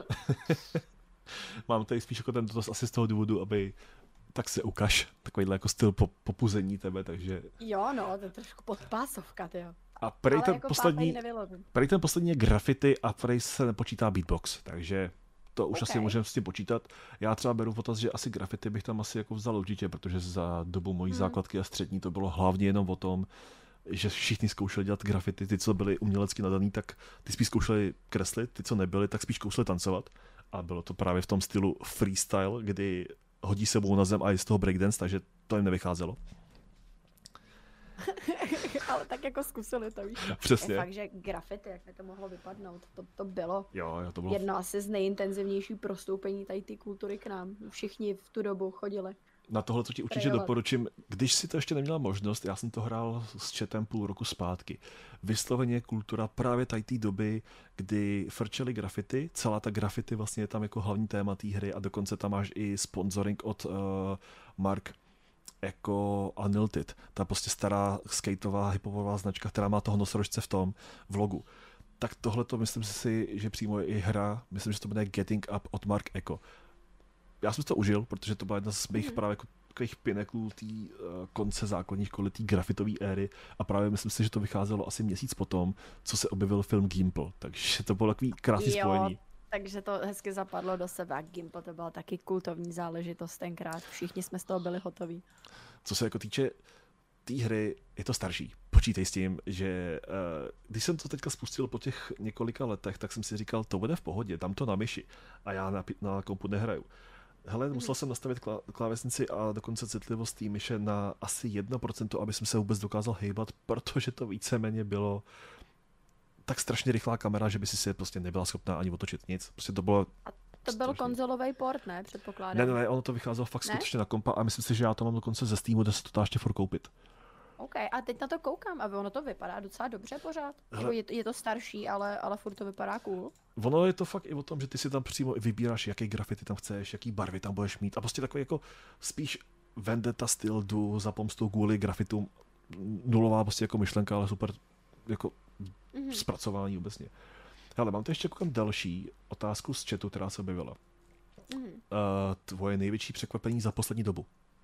Mám tady spíš jako ten dotaz asi z toho důvodu, aby tak se ukaž, takovýhle jako styl popuzení tebe, takže... Jo, no, to je trošku podpásovka, tyjo. A prej ten poslední je graffiti a prej se nepočítá beatbox, takže to už asi můžeme s tím počítat. Já třeba beru potaz, že asi graffiti bych tam asi jako vzal určitě, protože za dobu mojí základky a střední to bylo hlavně jenom o tom, že všichni zkoušeli dělat graffiti, ty, co byli umělecky nadaný, tak ty spíš zkoušeli kreslit, ty, co nebyli, tak spíš zkoušeli tancovat. A bylo to právě v tom stylu freestyle, kdy hodí sebou na zem a je z toho breakdance, takže to jim nevycházelo. Ale tak jako zkusili to, víš. Přesně. Je fakt, že graffiti, jak by to mohlo vypadnout, to bylo, to bylo jedno asi z nejintenzivnější prostoupení tady té kultury k nám. Všichni v tu dobu chodili. Na tohle, co ti určitě doporučím, když si to ještě neměla možnost, já jsem to hrál s chatem půl roku zpátky. Vysloveně kultura právě tady té doby, kdy frčeli graffiti, celá ta graffiti vlastně je tam jako hlavní téma té hry a dokonce tam máš i sponsoring od Mark jako Unlimited, ta prostě stará skateová hiphopová značka, která má toho nosorožce v tom vlogu. Tak tohle to myslím si, že přímo je i hra, myslím, že to bude Getting Up od Mark Echo. Já jsem to užil, protože to byla jedna z mých právě jako takových pineklů té konce základní školy, té grafitové éry a právě myslím si, že to vycházelo asi měsíc potom, co se objevil film Gimple, takže to bylo takový krásný spojení. Takže to hezky zapadlo do sebe a Gimple to byla taky kultovní záležitost tenkrát, všichni jsme z toho byli hotoví. Co se jako týče té hry, je to starší. Počítej s tím, že když jsem to teďka spustil po těch několika letech, tak jsem si říkal, to bude v pohodě, dám to na myši a já na kompu nehraju. Hele, musel jsem nastavit klávesnici a dokonce citlivost té myše na asi 1%, aby jsem se vůbec dokázal hejbat, protože to víceméně bylo tak strašně rychlá kamera, že by si prostě nebyla schopná ani otočit nic. Prostě to bylo... A to byl konzolový port, ne? Předpokládám. Ne, ono to vycházelo fakt skutečně na kompa a myslím si, že já to mám dokonce ze Steamu, kde se to dá ještě furt koupit. OK, a teď na to koukám a ono to vypadá docela dobře pořád. Hele, je to starší, ale furt to vypadá cool. Ono je to fakt i o tom, že ty si tam přímo vybíráš, jaký grafity tam chceš, jaký barvy tam budeš mít a prostě takový jako spíš vendetta styl, jdu za pomstou kvůli grafitům, nulová prostě jako myšlenka, ale super jako zpracování obecně. Hele, mám tu ještě koukám další otázku z chatu, která se objevila. Tvoje největší překvapení za poslední dobu?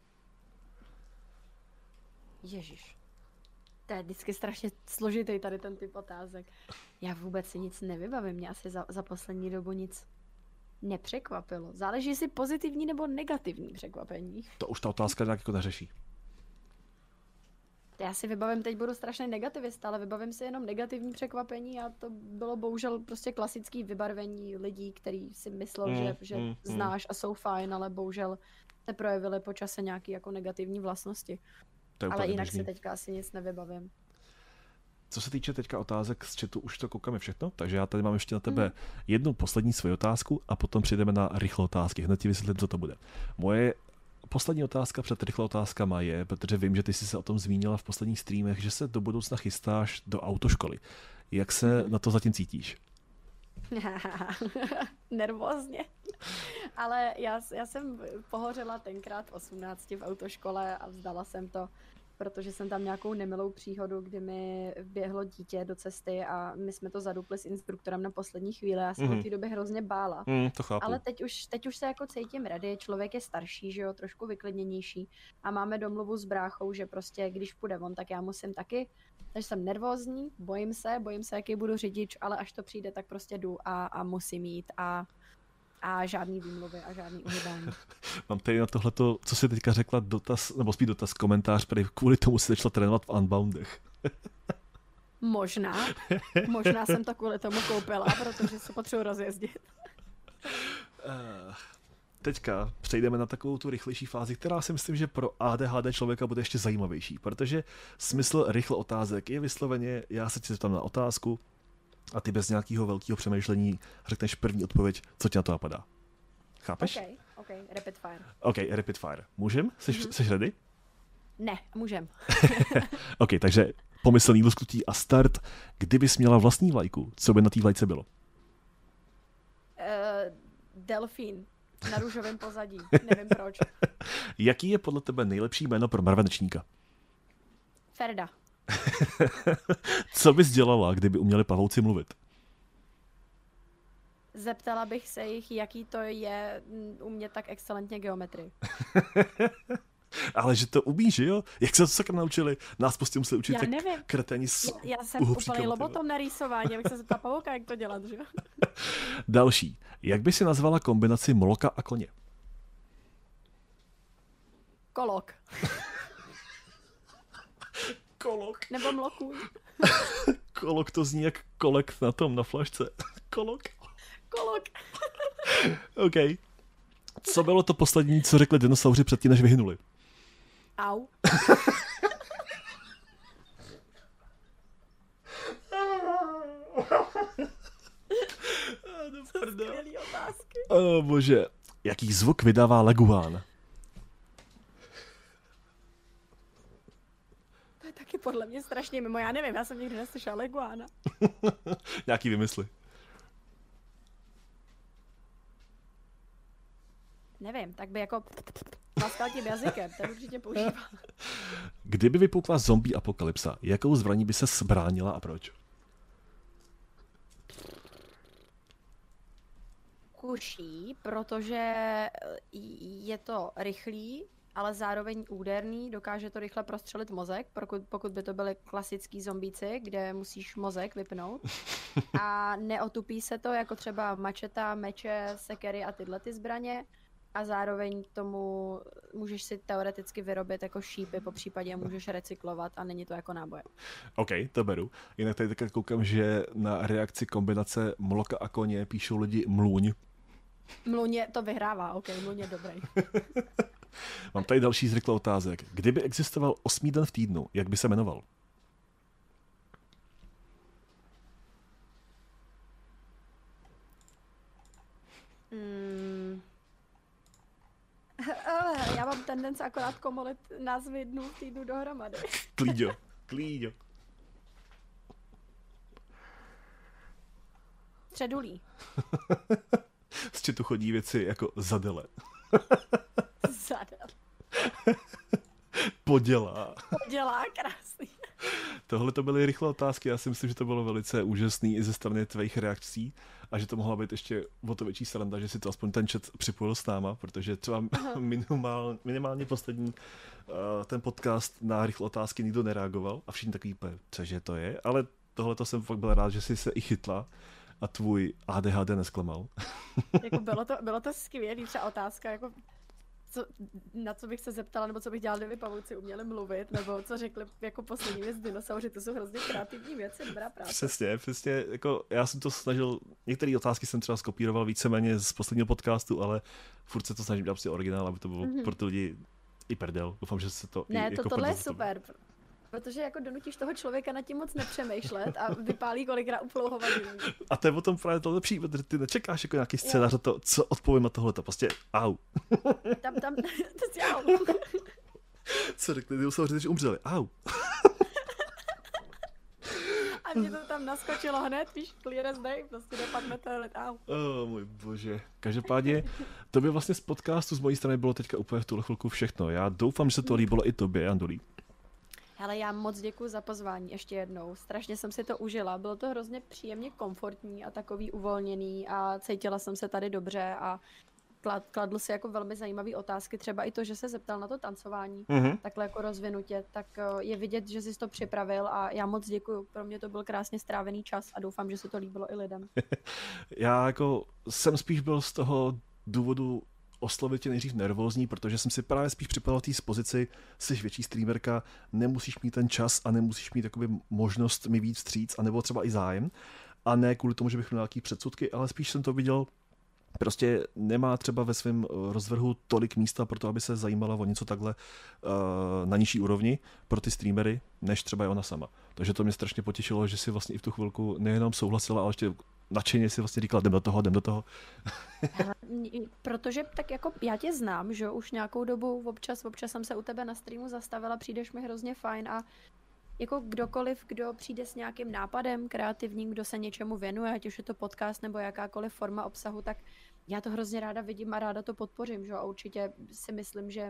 Ježiš. To je vždycky strašně složitý tady ten typ otázek. Já vůbec si nic nevybavím, mě asi za poslední dobu nic nepřekvapilo. Záleží, jestli pozitivní nebo negativní překvapení. To už ta otázka nějak jako neřeší. Já si vybavím, teď budu strašný negativista, ale vybavím si jenom negativní překvapení a to bylo bohužel prostě klasický vybarvení lidí, který si myslel, že znáš a jsou fajn, ale bohužel se projevily po čase nějaký jako negativní vlastnosti. Ale jinak si teďka asi nic nevybavím. Co se týče teďka otázek z chatu, už to koukáme všechno, takže já tady mám ještě na tebe jednu poslední svoji otázku a potom přejdeme na rychlé otázky. Hned ti vysvětlím, co to bude. Moje poslední otázka před rychlou otázkama je, protože vím, že ty jsi se o tom zmínila v posledních streamech, že se do budoucna chystáš do autoškoly. Jak se na to zatím cítíš? Nervózně. Ale já jsem pohořela tenkrát v 18 v autoškole a vzdala jsem to, protože jsem tam nějakou nemilou příhodu, kdy mi běhlo dítě do cesty a my jsme to zadupli s instruktorem na poslední chvíli. Já jsem od té doby hrozně bála. To chápu. Ale teď už se jako cítím ready, člověk je starší, že jo, trošku vyklidněnější a máme domluvu s bráchou, že prostě když půjde on, tak já musím taky. Takže jsem nervózní, bojím se, jaký budu řidič, ale až to přijde, tak prostě jdu a musím jít a žádný výmluvy a žádný uhybání. Mám tady na tohleto, co jsi teďka řekla, dotaz, nebo spíš dotaz, komentář, který kvůli tomu si začala trénovat v Unboundech. Možná jsem to kvůli tomu koupila, protože se potřebuji rozjezdit. Teďka přejdeme na takovou tu rychlejší fázi, která si myslím, že pro ADHD člověka bude ještě zajímavější, protože smysl rychle otázek je vysloveně, já se tě zeptám na otázku a ty bez nějakého velkého přemýšlení řekneš první odpověď, co ti na to napadá. Chápeš? OK, rapid fire. OK, rapid fire. Můžem? Jsi ready? Ne, můžem. OK, takže pomyslný lusknutí a start. Kdybys měla vlastní vlajku, co by na té vlajce bylo? Delfín. Na růžovém pozadí. Nevím proč. Jaký je podle tebe nejlepší jméno pro mravenečníka? Ferda. Co bys dělala, kdyby uměli pavouci mluvit? Zeptala bych se jich, jaký to je umět tak excelentně geometrii. Ale že to umíš, že jo? Jak se to sakra naučili? Nás prostě museli učit kreteni z Já jsem úplný lobotom na rýsování, abych se zeptala pavouka, jak to dělat, že jo? Další. Jak by si nazvala kombinaci moloka a koně? Kolok. Kolok. Nebo mlokůň. Kolok to zní jak kolek na flašce. Kolok. OK. Co bylo to poslední, co řekli dinosauři předtím, než vyhynuli? Au. Skvělý otázky. Bože. Jaký zvuk vydává leguán? To je taky podle mě strašně mimo. Já nevím, já jsem nikdy neslyšela leguána. Nějaký vymysly. Nevím, tak by jako maskal tím jazykem, ten určitě používá. Kdyby vypukla zombie apokalypsa, jakou zbraní by se zbránila a proč? Kuší, protože je to rychlý, ale zároveň úderný, dokáže to rychle prostřelit mozek, pokud by to byly klasický zombíci, kde musíš mozek vypnout. A neotupí se to jako třeba mačeta, meče, sekery a tyhle ty zbraně. A zároveň tomu můžeš si teoreticky vyrobit jako šípy, po případě můžeš recyklovat a není to jako náboje. OK, to beru. Jinak tady také koukám, že na reakci kombinace moloka a koně píšou lidi mlůň. Mlůň to vyhrává, OK, mlůň je dobrý. Mám tady další zrychlý otázek. Kdyby existoval 8. den v týdnu, jak by se jmenoval? Já mám tendenci akorát komolit názvy dnů v týdnu dohromady. Klíďo. Středulí. Z četu chodí věci jako zadele. Zadel. Podělá, krásný. Tohle to byly rychlé otázky, já si myslím, že to bylo velice úžasný i ze strany tvých reakcí a že to mohla být ještě o to větší sranda, že si to aspoň ten chat připojil s náma, protože třeba minimálně poslední ten podcast na rychlé otázky nikdo nereagoval a všichni takový, cože to je, ale tohle to jsem fakt byl rád, že jsi se i chytla a tvůj ADHD nesklamal. Jako bylo to skvělý, třeba otázka, jako na co bych se zeptala, nebo co bych dělala, kdyby pavouci uměli mluvit, nebo co řekli jako poslední věc dinosauři, to jsou hrozně kreativní věci, dobrá práce. Přesně, jako já jsem to snažil, některé otázky jsem třeba skopíroval víceméně z posledního podcastu, ale furt se to snažím dělat si originál, aby to bylo pro ty lidi i prdel. Doufám, že se to ne, i jako tohle je super. Protože jako donutíš toho člověka nad tím moc nepřemýšlet a vypálí kolikrát úplnou hovadinu. A to je potom právě to lepší, protože ty nečekáš jako nějaký scénář na to, co odpovím na tohle, to prostě au. Tam, to si au. Co řekli, ty musel říct, že umřeli, au. A mě to tam naskočilo hned, víš, clear as day, prostě dopadne to hned, au. Můj bože. Každopádně, to by vlastně z podcastu z mojí strany bylo teďka úplně v tuhle chvilku všechno. Já doufám, že se to líbilo i tobě, Andulí. Hele, já moc děkuji za pozvání ještě jednou. Strašně jsem si to užila. Bylo to hrozně příjemně komfortní a takový uvolněný a cítila jsem se tady dobře a kladl si jako velmi zajímavé otázky. Třeba i to, že se zeptal na to tancování, takhle jako rozvinutě, tak je vidět, že jsi to připravil a já moc děkuju. Pro mě to byl krásně strávený čas a doufám, že se to líbilo i lidem. Já jako jsem spíš byl z toho důvodu oslovit tě nejdřív nervózní, protože jsem si právě spíš připadal v té pozici, jsi větší streamerka, nemusíš mít ten čas a nemusíš mít jakoby možnost mi víc vstříc, anebo třeba i zájem. A ne kvůli tomu, že bych měl nějaký předsudky, ale spíš jsem to viděl, prostě nemá třeba ve svém rozvrhu tolik místa pro to, aby se zajímala o něco takhle na nižší úrovni pro ty streamery, než třeba je ona sama. Takže to mě strašně potěšilo, že si vlastně i v tu chvilku nejenom souhlasila, ale ještě nadšeně si vlastně říkala, jdem do toho. Protože tak jako já tě znám, že už nějakou dobu, občas jsem se u tebe na streamu zastavila, přijdeš mi hrozně fajn a jako kdokoliv, kdo přijde s nějakým nápadem kreativním, kdo se něčemu věnuje, ať už je to podcast nebo jakákoliv forma obsahu, tak já to hrozně ráda vidím a ráda to podpořím, že? A určitě si myslím, že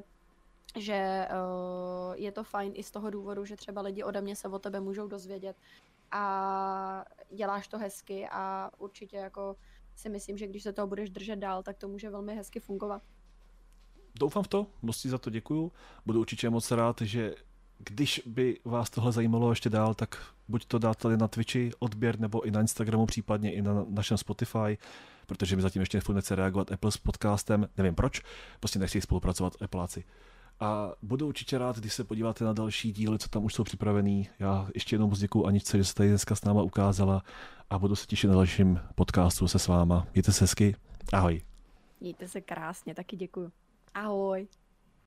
je to fajn i z toho důvodu, že třeba lidi ode mě se o tebe můžou dozvědět a děláš to hezky a určitě jako si myslím, že když se toho budeš držet dál, tak to může velmi hezky fungovat. Doufám v to, moc ti za to děkuju. Budu určitě moc rád, že když by vás tohle zajímalo ještě dál, tak buď to dáte na Twitchi odběr, nebo i na Instagramu, případně i na našem Spotify, protože mi zatím ještě nechce reagovat Apple s podcastem, nevím proč, prostě nechci spolupracovat Appleáci. A budu určitě rád, když se podíváte na další díly, co tam už jsou připravený. Já ještě jednou moc děkuju Aničce, že se tady dneska s náma ukázala a budu se těšit na dalším podcastu se s váma. Mějte se hezky, ahoj. Mějte se krásně, taky děkuju. Ahoj.